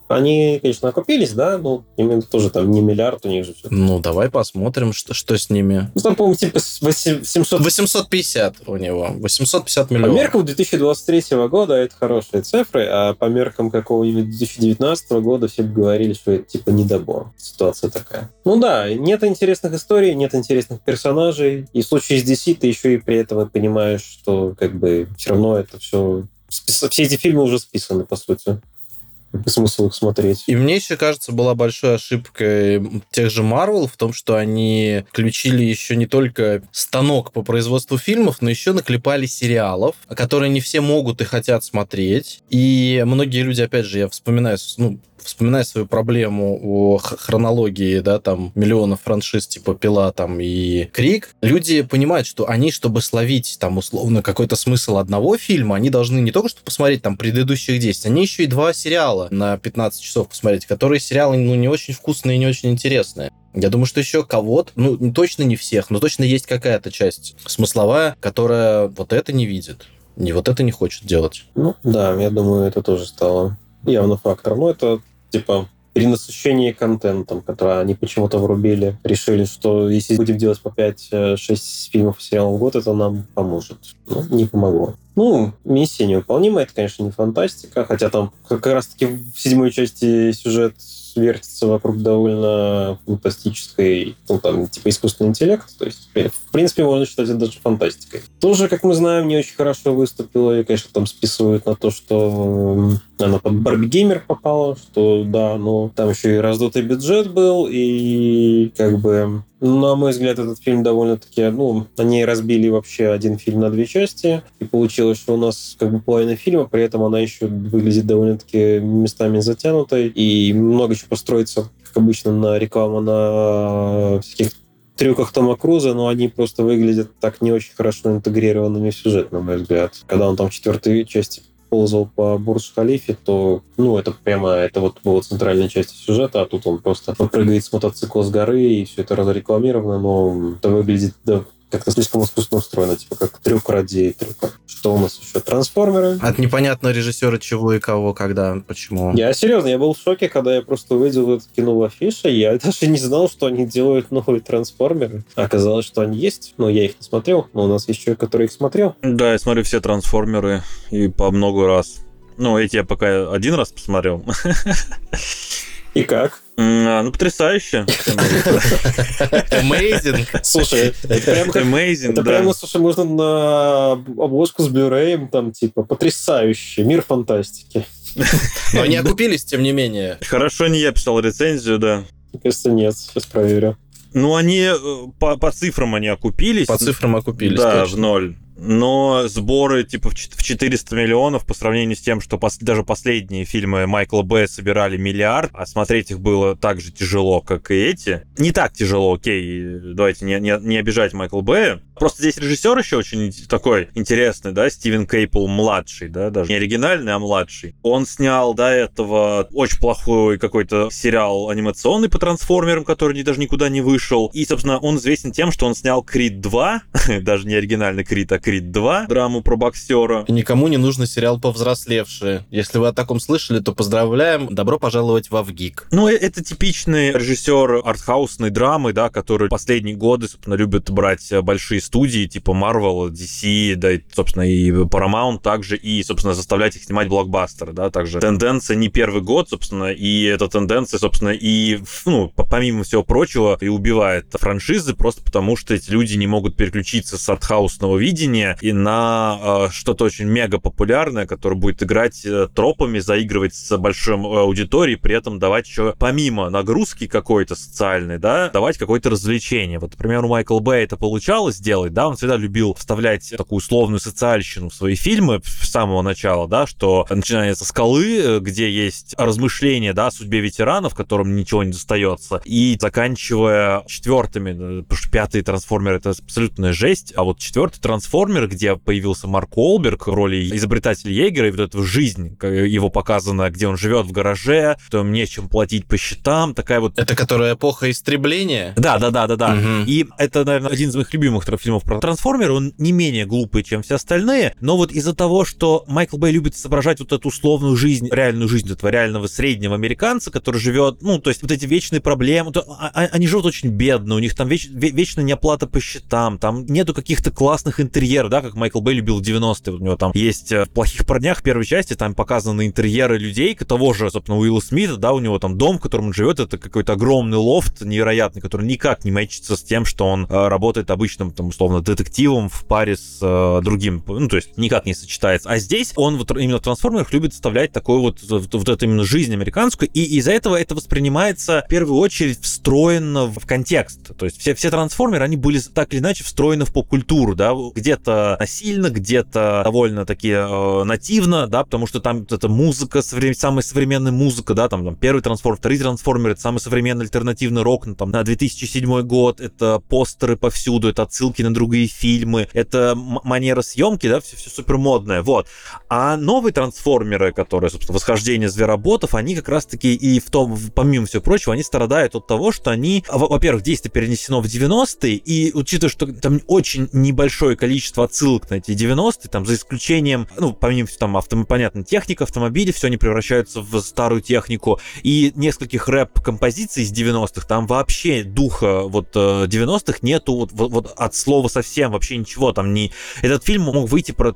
Они, конечно, окупились, да, но именно тоже там не миллиард у них же все. Ну, давай посмотрим, что с ними. Ну, там, по-моему, типа 700... 850 у него. 850 По миллионов. меркам 2023 года это хорошие цифры, а по меркам какого-нибудь 2019 года все бы говорили, что это типа недобор. Ситуация такая. Ну да, нет интересных историй, нет интересных персонажей. И в случае с DC ты еще и при этом понимаешь, что как бы все равно это все... Все эти фильмы уже списаны, по сути. Смысл их смотреть. И мне еще кажется, была большой ошибкой тех же Marvel в том, что они включили еще не только станок по производству фильмов, но еще наклепали сериалов, которые не все могут и хотят смотреть. И многие люди, опять же, я вспоминаю свою проблему о хронологии, да, там, миллионов франшиз типа «Пила» там и «Крик», люди понимают, что они, чтобы словить там условно какой-то смысл одного фильма, они должны не только что посмотреть там предыдущих 10, они еще и 2 сериала на 15 часов посмотреть, которые сериалы, не очень вкусные и не очень интересные. Я думаю, что еще кого-то, точно не всех, но точно есть какая-то часть смысловая, которая вот это не видит, вот это не хочет делать. Ну, да, я думаю, это тоже стало явно фактором. Это типа перенасыщение контентом, который они почему-то врубили. Решили, что если будем делать по 5-6 фильмов и сериалов в год, это нам поможет. Не помогло. Миссия невыполнима, это, конечно, не фантастика, хотя там как раз-таки в 7 части сюжет вертится вокруг довольно фантастической, там, типа искусственный интеллект. То есть, в принципе, можно считать это даже фантастикой. Тоже, как мы знаем, не очень хорошо выступила. И, конечно, там списывают на то, что она под Барби Геймер попала, что да, там еще и раздутый бюджет был, и как бы... На мой взгляд, этот фильм довольно-таки... они разбили вообще один фильм на 2 части, и получилось, что у нас как бы половина фильма, при этом она еще выглядит довольно-таки местами затянутой, и много чего построится, как обычно, на рекламу на всяких трюках Тома Круза, но они просто выглядят так не очень хорошо интегрированными в сюжет, на мой взгляд. Когда он там в 4 части ползал по Бурдж-Халифе, то, это вот была центральная часть сюжета, а тут он просто прыгает с мотоцикла с горы, и все это разрекламировано, но это выглядит как-то слишком искусственно устроено, типа как трюк ради трюка. Что у нас еще? Трансформеры. От непонятного режиссера чего и кого, когда, почему. Серьезно, я был в шоке, когда я просто увидел это кино в афише. Я даже не знал, что они делают новые трансформеры. Оказалось, что они есть, но я их не смотрел. Но у нас есть человек, который их смотрел. Да, я смотрю все трансформеры и по много раз. Эти я пока 1 раз посмотрел. И как? Потрясающе. Amazing. Слушай, это прямо, слушай, можно на обложку с Blu-ray, там, типа, потрясающе, мир фантастики. Но они окупились, тем не менее. Хорошо, не я писал рецензию, да. Мне кажется, нет, сейчас проверю. Они по цифрам они окупились. По цифрам окупились, да, точно. в 0. Но сборы типа в 400 миллионов по сравнению с тем, что даже последние фильмы Майкла Бэя собирали миллиард, а смотреть их было так же тяжело, как и эти. Не так тяжело, окей, давайте не обижать Майкла Бэя. Просто здесь режиссер еще очень такой интересный, да, Стивен Кейпл-младший, да, даже не оригинальный, а младший. Он снял до этого очень плохой какой-то сериал анимационный по трансформерам, который даже никуда не вышел. И, собственно, он известен тем, что он снял Крид 2, даже не оригинальный Крид, а Крид 2, драму про боксера. И никому не нужен сериал «Повзрослевшие». Если вы о таком слышали, то поздравляем. Добро пожаловать во ВГИК. Это типичный режиссер артхаусной драмы, да, который последние годы, собственно, любит брать большие студии типа Marvel, DC, да, и, собственно, и Paramount также, и, собственно, заставлять их снимать блокбастеры, да, также тенденция не первый год, собственно, и эта тенденция, собственно, и, помимо всего прочего, и убивает франшизы просто потому, что эти люди не могут переключиться с артхаусного видения и на что-то очень мега популярное, которое будет играть тропами, заигрывать с большой аудиторией, при этом давать еще, помимо нагрузки какой-то социальной, да, давать какое-то развлечение. Вот, например, у Майкла Бэя это получалось сделать, да, он всегда любил вставлять такую условную социальщину в свои фильмы с самого начала, да, что начиная со «Скалы», где есть размышления, да, о судьбе ветеранов, которым ничего не достается, и заканчивая 4-ми, потому что 5-й трансформер — это абсолютная жесть, а вот 4-й трансформер «Трансформеры», где появился Марк Уолберг в роли изобретателя Йегера, и вот эту жизнь его показана, где он живет в гараже, что ему нечем платить по счетам, такая вот... Это которая эпоха истребления? Да. Мгм. И это, наверное, один из моих любимых фильмов про трансформеры. Он не менее глупый, чем все остальные, но вот из-за того, что Майкл Бэй любит изображать вот эту условную жизнь, реальную жизнь этого реального среднего американца, который живет, ну, то есть вот эти вечные проблемы, они живут очень бедно, у них там вечно неоплата по счетам, там нету каких-то классных интерьеров, да, как Майкл Бэй любил в 90-е. Вот у него там есть в «Плохих парнях» первой части, там показаны интерьеры людей, того же, собственно, Уилла Смита, да, у него там дом, в котором он живет, это какой-то огромный лофт невероятный, который никак не мэчится с тем, что он работает обычным, там, условно, детективом в паре с другим, ну, то есть никак не сочетается. А здесь он вот именно в «Трансформерах» любит вставлять такую вот эту именно жизнь американскую, и из-за этого это воспринимается в первую очередь встроено в контекст. То есть все «Трансформеры», они были так или иначе встроены в поп-культуру, да, где-то насильно, где-то довольно-таки нативно, да, потому что там вот эта музыка, самая современная музыка, да, там первый «Трансформер», второй «Трансформер», это самый современный альтернативный рок, там, на 2007 год, это постеры повсюду, это отсылки на другие фильмы, это манера съемки, да, все супер модное, вот. А новые «Трансформеры», которые, собственно, «Восхождение звероботов», они как раз-таки и помимо всего прочего, они страдают от того, что они, во-первых, действие перенесено в 90-е, и учитывая, что там очень небольшое количество отсылок на эти 90-е, там, за исключением, ну, помимо там, понятно, техника, автомобили, все они превращаются в старую технику, и нескольких рэп-композиций из 90-х, там вообще духа вот 90-х нету вот от слова совсем, вообще ничего, там не... Этот фильм мог выйти про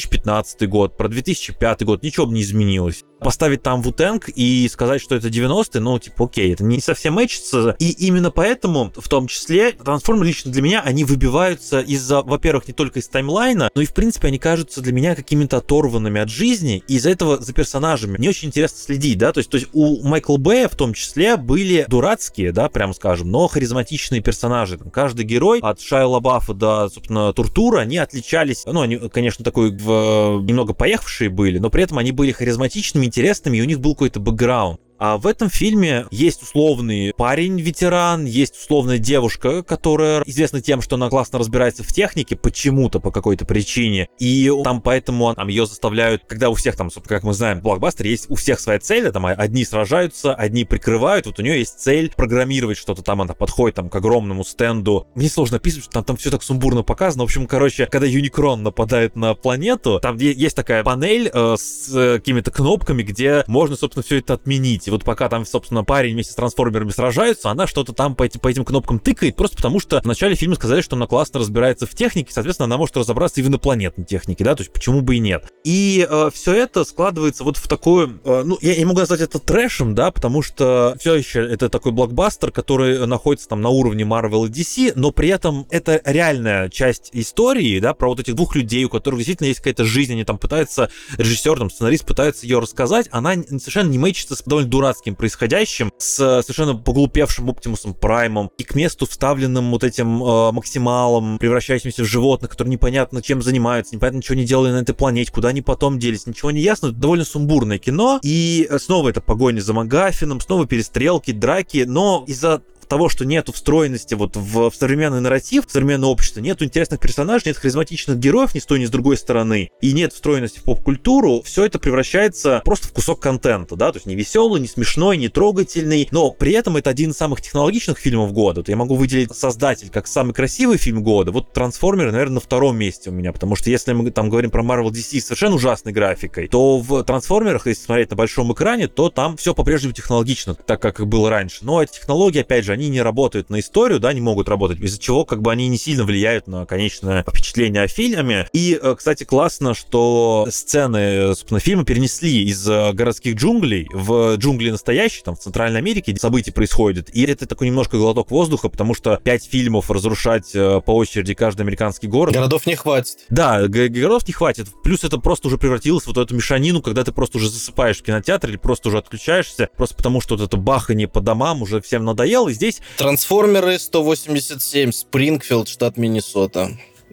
2015 год, про 2005 год, ничего бы не изменилось. Поставить там Wu-Tang и сказать, что это 90-е, ну, типа, окей, это не совсем мэчится. И именно поэтому, в том числе, трансформеры лично для меня, они выбиваются из-за, во-первых, не только из таймлайна, но и, в принципе, они кажутся для меня какими-то оторванными от жизни, и из-за этого за персонажами мне очень интересно следить, да, то есть у Майкла Бэя в том числе были дурацкие, да, прямо скажем, но харизматичные персонажи. Там, каждый герой, от Шайа Лабафа до, собственно, Туртура, они отличались, ну, они, конечно, такой немного поехавшие были, но при этом они были харизматичными, интересными, и у них был какой-то бэкграунд. А в этом фильме есть условный парень-ветеран, есть условная девушка, которая известна тем, что она классно разбирается в технике почему-то, по какой-то причине. И там поэтому там ее заставляют, когда у всех там, как мы знаем, в блокбастере есть у всех своя цель, там одни сражаются, одни прикрывают, вот у нее есть цель программировать что-то там, она подходит там к огромному стенду. Мне сложно описывать, что там все так сумбурно показано. В общем, короче, когда Юникрон нападает на планету, там есть такая панель с какими-то кнопками, где можно, собственно, все это отменить. И вот пока там, собственно, парень вместе с трансформерами сражаются, она что-то там по этим кнопкам тыкает, просто потому что в начале фильма сказали, что она классно разбирается в технике, соответственно, она может разобраться и в инопланетной технике, да, то есть почему бы и нет. И все это складывается вот в такую, ну, я не могу назвать это трэшем, да, потому что все еще это такой блокбастер, который находится там на уровне Marvel и DC, но при этом это реальная часть истории, да, про вот этих двух людей, у которых действительно есть какая-то жизнь, они там пытаются, режиссер, там, сценарист пытается ее рассказать, она совершенно не мэчится с довольно дурацким происходящим, с совершенно поглупевшим Оптимусом Праймом и к месту вставленным вот этим Максималом, превращающимся в животных, которые непонятно чем занимаются, непонятно, ничего не делали на этой планете, куда они потом делись, ничего не ясно. Это довольно сумбурное кино, и снова это погоня за МакГаффином, снова перестрелки, драки, но из-за того, что нету встроенности вот в современный нарратив, в современное общество, нету интересных персонажей, нет харизматичных героев ни с той, ни с другой стороны, и нет встроенности в поп-культуру, все это превращается просто в кусок контента, да, то есть не веселый, не смешной, не трогательный, но при этом это один из самых технологичных фильмов года. Вот я могу выделить «Создатель» как самый красивый фильм года, вот «Трансформеры», наверное, на втором месте у меня, потому что если мы там говорим про Marvel DC с совершенно ужасной графикой, то в «Трансформерах», если смотреть на большом экране, то там все по-прежнему технологично, так как и было раньше. Но эти технологии, опять же, они не работают на историю, да, не могут работать, из-за чего как бы они не сильно влияют на конечное впечатление о фильме. И, кстати, классно, что сцены, собственно, фильма перенесли из городских джунглей в джунгли настоящие, там, в Центральной Америке, где события происходят. И это такой немножко глоток воздуха, потому что 5 фильмов разрушать по очереди каждый американский город. Городов не хватит. Да, городов не хватит. Плюс это просто уже превратилось в вот эту мешанину, когда ты просто уже засыпаешь в кинотеатре или просто уже отключаешься, просто потому что вот это бахание по домам уже всем надоело. И здесь «Трансформеры» 187, Спрингфилд, штат Миннесота.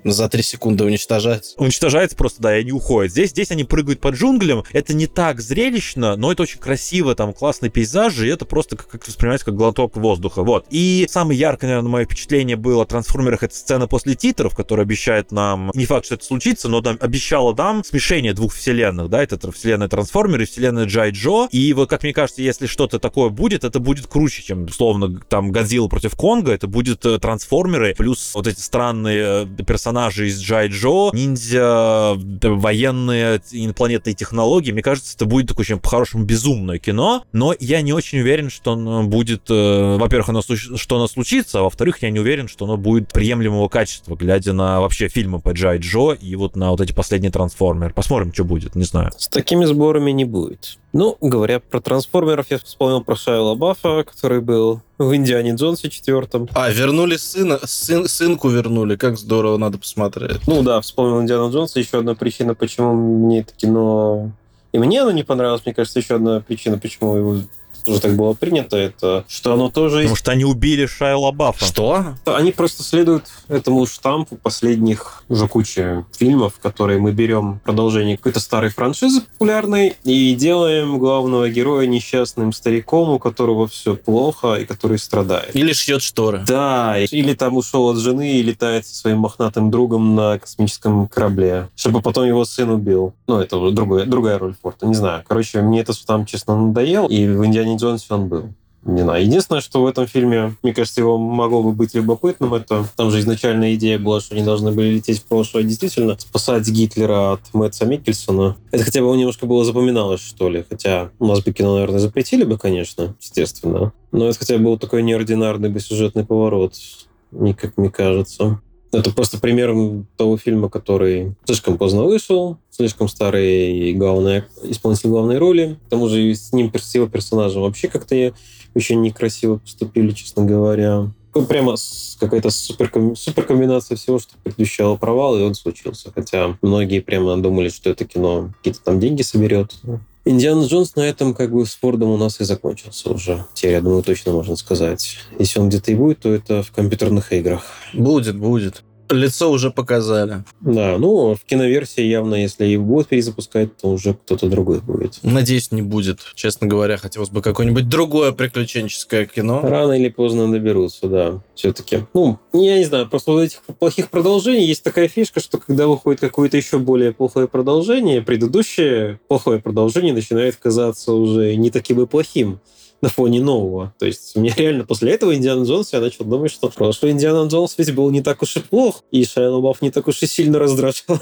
за 3 секунды уничтожается. Уничтожается просто, да, и они уходят. Здесь они прыгают по джунглям. Это не так зрелищно, но это очень красиво, там классные пейзажи, и это просто как воспринимается как глоток воздуха. Вот. И самое яркое, наверное, мое впечатление было о «Трансформерах» — это сцена после титров, которая обещает нам, не факт, что это случится, но там обещала нам смешение двух вселенных, да, это вселенная «Трансформеры» и вселенная Джай Джо. И вот, как мне кажется, если что-то такое будет, это будет круче, чем, условно, там, «Годзилла против Конга», это будет «Трансформеры», плюс вот эти странные персонажи из Джай Джо, ниндзя, военные, инопланетные технологии. Мне кажется, это будет такое очень по-хорошему безумное кино, но я не очень уверен, что оно будет, во-первых, что оно случится, а во-вторых, я не уверен, что оно будет приемлемого качества, глядя на вообще фильмы по Джай Джо и вот на вот эти последние «Трансформеры». Посмотрим, что будет, не знаю. С такими сборами не будет. Ну, говоря про «Трансформеров», я вспомнил про Шайя Лабафа, который был в «Индиане Джонсе» 4. Вернули сынку вернули, как здорово, надо посмотреть. Ну да, вспомнил «Индиана Джонса». Еще одна причина, почему мне это кино... И мне оно не понравилось, мне кажется, еще одна причина, почему его тоже так было принято, это что оно тоже... Потому что они убили Шайя Лабафа. Что? Они просто следуют этому штампу последних уже кучи фильмов, которые мы берем продолжение какой-то старой франшизы популярной и делаем главного героя несчастным стариком, у которого все плохо и который страдает. Или шьет шторы. Да, или там ушел от жены и летает со своим мохнатым другом на космическом корабле, чтобы потом его сын убил. Ну, это уже другая роль Форда, не знаю. Короче, мне это там, честно, надоел, и в «Индиане Джонсе» он был. Не знаю. Единственное, что в этом фильме, мне кажется, его могло бы быть любопытным, это там же изначальная идея была, что они должны были лететь в прошлое, действительно, спасать Гитлера от Мэтта Миккельсона. Это хотя бы немножко было запоминалось, что ли. Хотя у нас бы кино, наверное, запретили бы, конечно, естественно. Но это хотя бы был такой неординарный бы сюжетный поворот, как мне кажется. Это просто пример того фильма, который слишком поздно вышел, слишком старый исполнитель главной роли. К тому же и с ним, с его персонажем вообще как-то очень некрасиво поступили, честно говоря. Прямо какая-то суперкомбинация всего, что предвещало провал, и он случился. Хотя многие прямо думали, что это кино какие-то там деньги соберет. «Индиана Джонс» на этом как бы с Фордом у нас и закончился уже. Теперь, я думаю, точно можно сказать. Если он где-то и будет, то это в компьютерных играх. Будет. Лицо уже показали. Да, ну, в киноверсии явно, если их будут перезапускать, то уже кто-то другой будет. Надеюсь, не будет. Честно говоря, хотелось бы какое-нибудь другое приключенческое кино. Рано или поздно доберутся, да, все-таки. Ну, я не знаю, просто у этих плохих продолжений есть такая фишка, что когда выходит какое-то еще более плохое продолжение, предыдущее плохое продолжение начинает казаться уже не таким и плохим на фоне нового. То есть мне реально после этого «Индиана Джонс» я начал думать, что прошлый «Индиана Джонс» ведь был не так уж и плох, и Шайя Лабаф не так уж и сильно раздражал.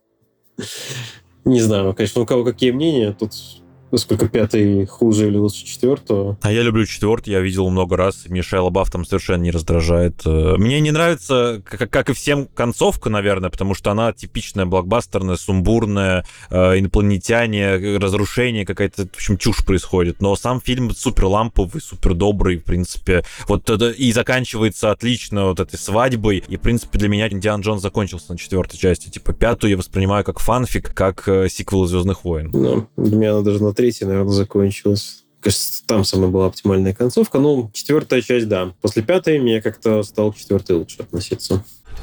Не знаю, конечно, у кого какие мнения. Тут насколько 5-й хуже или лучше 4-го. А я люблю 4-й, я видел много раз, и мне Шайя Лабаф там совершенно не раздражает. Мне не нравится, как и всем, концовка, наверное, потому что она типичная, блокбастерная, сумбурная, инопланетяне, разрушение, какая-то, в общем, чушь происходит. Но сам фильм супер ламповый, супер добрый, в принципе. Вот и заканчивается отлично вот этой свадьбой. И, в принципе, для меня «Индиана Джонс» закончился на 4-й части. Типа 5-ю я воспринимаю как фанфик, как сиквел «Звездных войн». Ну, для меня она даже на 3-й, наверное, закончилась. Кажется, там самая была оптимальная концовка. Ну, 4-я часть, да. После 5-й мне как-то стал к 4-й лучше относиться.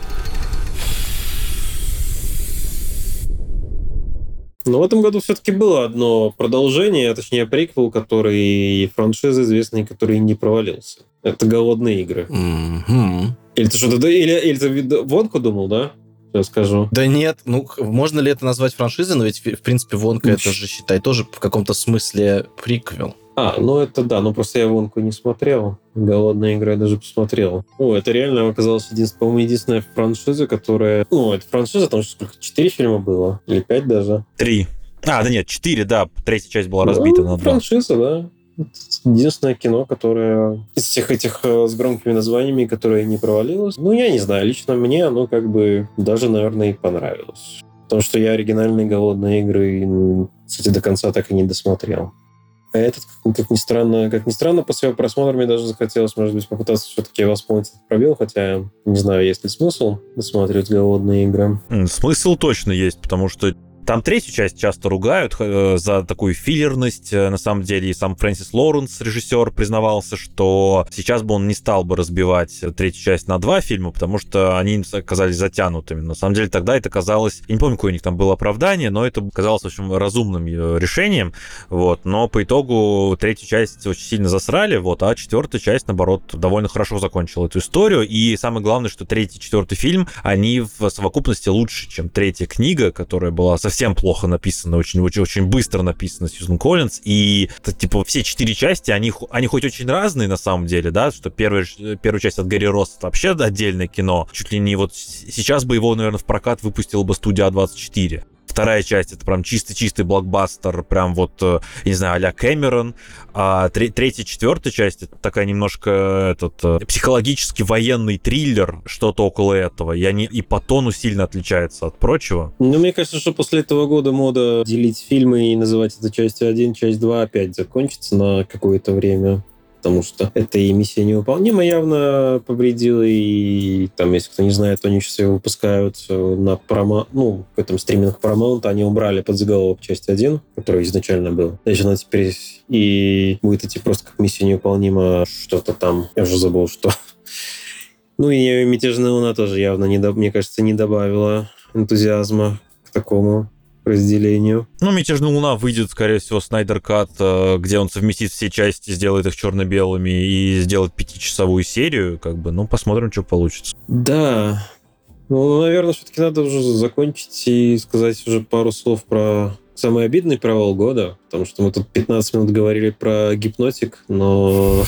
Но в этом году все-таки было одно продолжение, а точнее приквел, который франшиза известный, который не провалился. Это «Голодные игры». Mm-hmm. Или ты что-то... Или ты «Вонку» думал, да? Я скажу. Да нет, ну, можно ли это назвать франшизой? Но ведь, в принципе, «Вонка» это же, считай, тоже в каком-то смысле приквел. Ну это да, но просто я «Вонку» не смотрел. «Голодные игры» я даже посмотрел. Это реально оказалось, по-моему, единственная франшиза, которая... это франшиза, там сколько, 4 фильма было? Или 5 даже? 3. Да нет, 4, да. 3-я часть была разбита на 2. Франшиза, да. Единственное кино, которое из всех этих с громкими названиями, которое не провалилось. Я не знаю, лично мне оно как бы даже, наверное, и понравилось. Потому что я оригинальные «Голодные игры», кстати, до конца так и не досмотрел. А этот, как ни странно, после просмотра мне даже захотелось, может быть, попытаться все-таки восполнить этот пробел, хотя не знаю, есть ли смысл досматривать «Голодные игры». Смысл точно есть, потому что Там третью часть часто ругают за такую филлерность. На самом деле и сам Фрэнсис Лоуренс, режиссер, признавался, что сейчас бы он не стал бы разбивать третью часть на 2 фильма, потому что они оказались затянутыми. На самом деле тогда это казалось... Я не помню, какое у них там было оправдание, но это казалось, в общем, разумным решением. Вот. Но по итогу третью часть очень сильно засрали, вот, а четвертая часть, наоборот, довольно хорошо закончила эту историю. И самое главное, что третий и четвертый фильм, они в совокупности лучше, чем третья книга, которая была совсем плохо написана, очень быстро написана Сьюзен Коллинз. И, типа, все 4 части, они хоть очень разные на самом деле, да, что первая часть от Гэри Росса — это вообще отдельное кино. Чуть ли не вот сейчас бы его, наверное, в прокат выпустила бы студия А24. Вторая часть — это прям чистый блокбастер, прям вот, я не знаю, а-ля Кэмерон. А третья, четвертая часть — это такая немножко психологически военный триллер, что-то около этого. И по тону сильно отличается от прочего. Ну, мне кажется, что после этого года мода делить фильмы и называть это частью 1, часть 2 опять закончится на какое-то время. Потому что это и «Миссия невыполнима» явно повредила, и там, если кто не знает, они сейчас его выпускают на в этом стриминг Paramount, они убрали подзаголовок части 1, который изначально был. Значит, она теперь и будет идти просто как «Миссия невыполнима», что-то там, я уже забыл, что. Ну и «Мятежная луна» тоже явно, мне кажется, не добавила энтузиазма к такому разделению. Ну, «Мятежная луна» выйдет, скорее всего, Снайдер Кат, где он совместит все части, сделает их черно-белыми и сделает 5-часовую серию, как бы, ну, посмотрим, что получится. Да. Ну, наверное, все-таки надо уже закончить и сказать уже пару слов про самый обидный провал года, потому что мы тут 15 минут говорили про «Гипнотик», но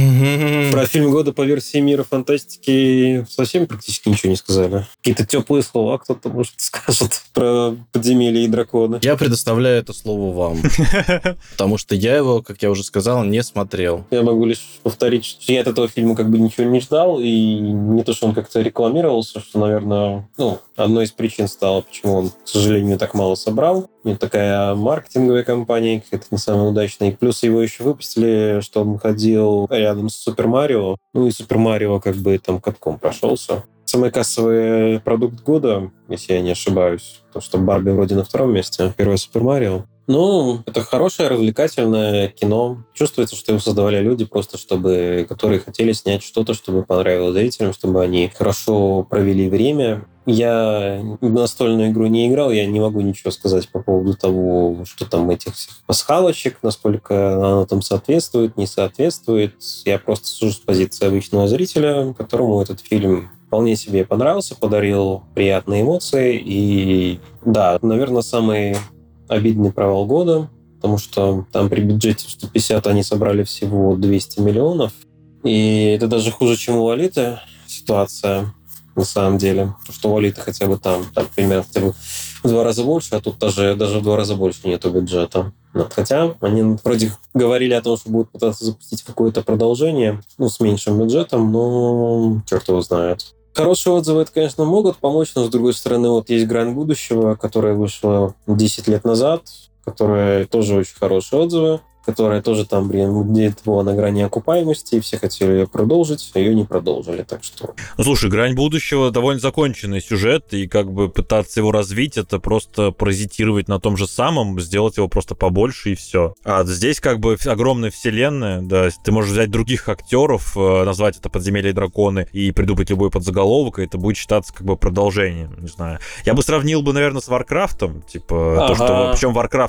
про фильм года по версии мира фантастики совсем практически ничего не сказали. Какие-то теплые слова кто-то, может, скажет про «Подземелья и драконы». Я предоставляю это слово вам, потому что я его, как я уже сказал, не смотрел. Я могу лишь повторить, что я от этого фильма как бы ничего не ждал, и не то, что он как-то рекламировался, что, наверное, одной из причин стало, почему он, к сожалению, так мало собрал. Не такая маркетинговая кампания, какая-то не самая удачная. И плюс его еще выпустили, что он ходил рядом с Супер Марио. Ну и Супер Марио как бы там катком прошелся. Самый кассовый продукт года, если я не ошибаюсь, то что Барби вроде на 2-м месте, первое Супер Марио. Ну, это хорошее, развлекательное кино. Чувствуется, что его создавали люди просто, которые хотели снять что-то, чтобы понравилось зрителям, чтобы они хорошо провели время. Я в настольную игру не играл, я не могу ничего сказать по поводу того, что там этих всех пасхалочек, насколько она там соответствует, не соответствует. Я просто сужу с позиции обычного зрителя, которому этот фильм вполне себе понравился, подарил приятные эмоции. И да, наверное, самый обидный провал года, потому что там при бюджете 150 они собрали всего 200 миллионов. И это даже хуже, чем у «Лолиты» ситуация. На самом деле. Потому что у «Лолиты» хотя бы там примерно хотя бы в 2 раза больше, а тут даже в 2 раза больше нету бюджета. Хотя они вроде говорили о том, что будут пытаться запустить какое-то продолжение, с меньшим бюджетом, но черт его знает. Хорошие отзывы это, конечно, могут помочь, но, с другой стороны, вот есть «Грань будущего», которая вышла 10 лет назад, которая тоже очень хорошие отзывы, которая тоже там, где-то была на грани окупаемости, и все хотели ее продолжить, а ее не продолжили, так что... Ну, слушай, «Грань будущего» довольно законченный сюжет, и как бы пытаться его развить, это просто паразитировать на том же самом, сделать его просто побольше, и все. А здесь как бы огромная вселенная, да, ты можешь взять других актеров, назвать это «Подземелья и драконы» и придумать любой подзаголовок, и это будет считаться как бы продолжением, не знаю. Я бы сравнил бы, наверное, с «Варкрафтом», типа, то, что... Причем «Варкрафт»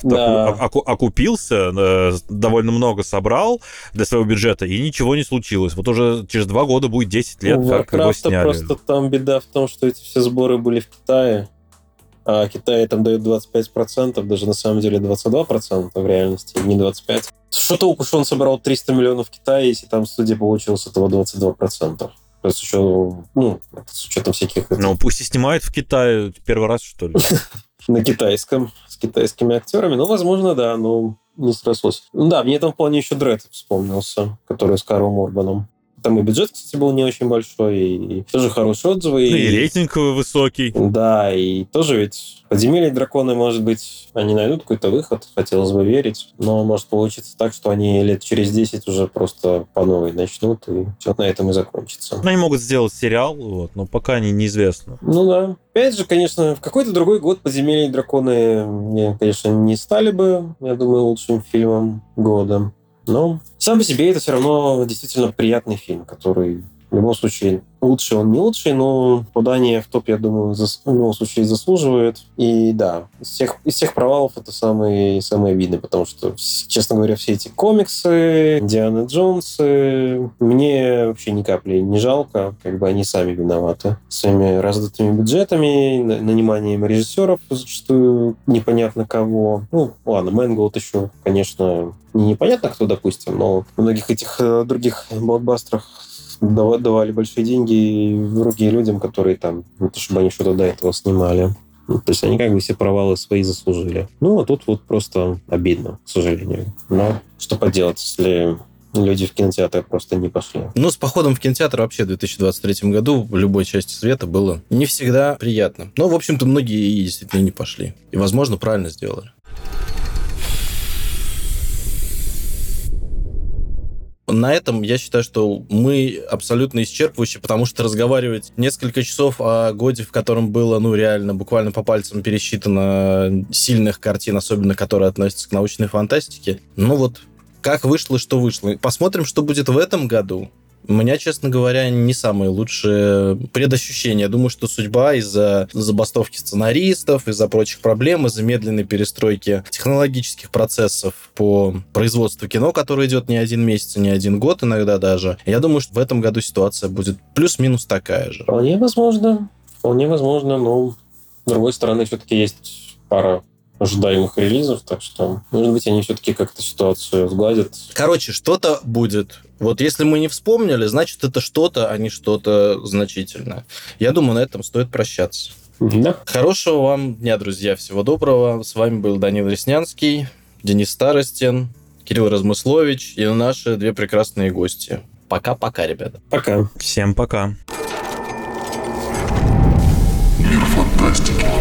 окупился, довольно много собрал для своего бюджета, и ничего не случилось. Вот уже через 2 года будет 10 лет, как его сняли. Просто там беда в том, что эти все сборы были в Китае, а Китай там дает 25%, даже на самом деле 22% в реальности, не 25%. Что толку, что он собрал 300 миллионов в Китае, если там в студии получилось этого 22%? То есть еще, с учетом всяких... Ну, пусть и снимают в Китае первый раз, что ли. На китайском, с китайскими актерами. Возможно, да, но не срослось. Да, мне там вполне еще Дред вспомнился, который с Карлом Урбаном. Там и бюджет, кстати, был не очень большой, и тоже хорошие отзывы. И рейтинг высокий. Да, и тоже ведь «Подземелье и драконы», может быть, они найдут какой-то выход, хотелось бы верить, но может получиться так, что они лет через 10 уже просто по новой начнут, и все на этом и закончится. Они могут сделать сериал, вот, но пока неизвестно. Ну да. Опять же, конечно, в какой-то другой год «Подземелье и драконы» мне, конечно, не стали бы, я думаю, лучшим фильмом года. Но сам по себе это все равно действительно приятный фильм, который в любом случае лучший он не лучший, но попадание в топ, я думаю, в любом случае заслуживает. И да, из всех провалов это самый обидный, потому что, честно говоря, все эти комиксы, Индиана Джонсы, мне вообще ни капли не жалко, как бы они сами виноваты. Своими раздутыми бюджетами, наниманием режиссеров, зачастую непонятно кого. Ну, ладно, Мэнголд еще, конечно, непонятно кто, допустим, но в многих этих других блокбастерах давали большие деньги другим людям, которые там, не то чтобы они что-то до этого снимали. То есть они как бы все провалы свои заслужили. Ну, а тут вот просто обидно, к сожалению. Но что поделать, если люди в кинотеатр просто не пошли. Ну, с походом в кинотеатр вообще в 2023 году в любой части света было не всегда приятно. Но, в общем-то, многие и действительно не пошли. И, возможно, правильно сделали. На этом я считаю, что мы абсолютно исчерпывающие, потому что разговаривать несколько часов о годе, в котором было, ну, реально, буквально по пальцам пересчитано сильных картин, особенно которые относятся к научной фантастике. Ну вот, как вышло, что вышло. Посмотрим, что будет в этом году. У меня, честно говоря, не самые лучшие предощущения. Я думаю, что судьба из-за забастовки сценаристов, из-за прочих проблем, из-за медленной перестройки технологических процессов по производству кино, которое идет не один месяц, не один год иногда даже. Я думаю, что в этом году ситуация будет плюс-минус такая же. Вполне возможно, но с другой стороны, все-таки есть пара ожидаемых релизов, так что, может быть, они все-таки как-то ситуацию сгладят. Короче, что-то будет. Вот если мы не вспомнили, значит, это что-то, а не что-то значительное. Я думаю, на этом стоит прощаться. Да. Хорошего вам дня, друзья. Всего доброго. С вами был Данил Реснянский, Денис Старостин, Кирилл Размыслович и наши две прекрасные гости. Пока-пока, ребята. Пока. Всем пока. Мир фантастики.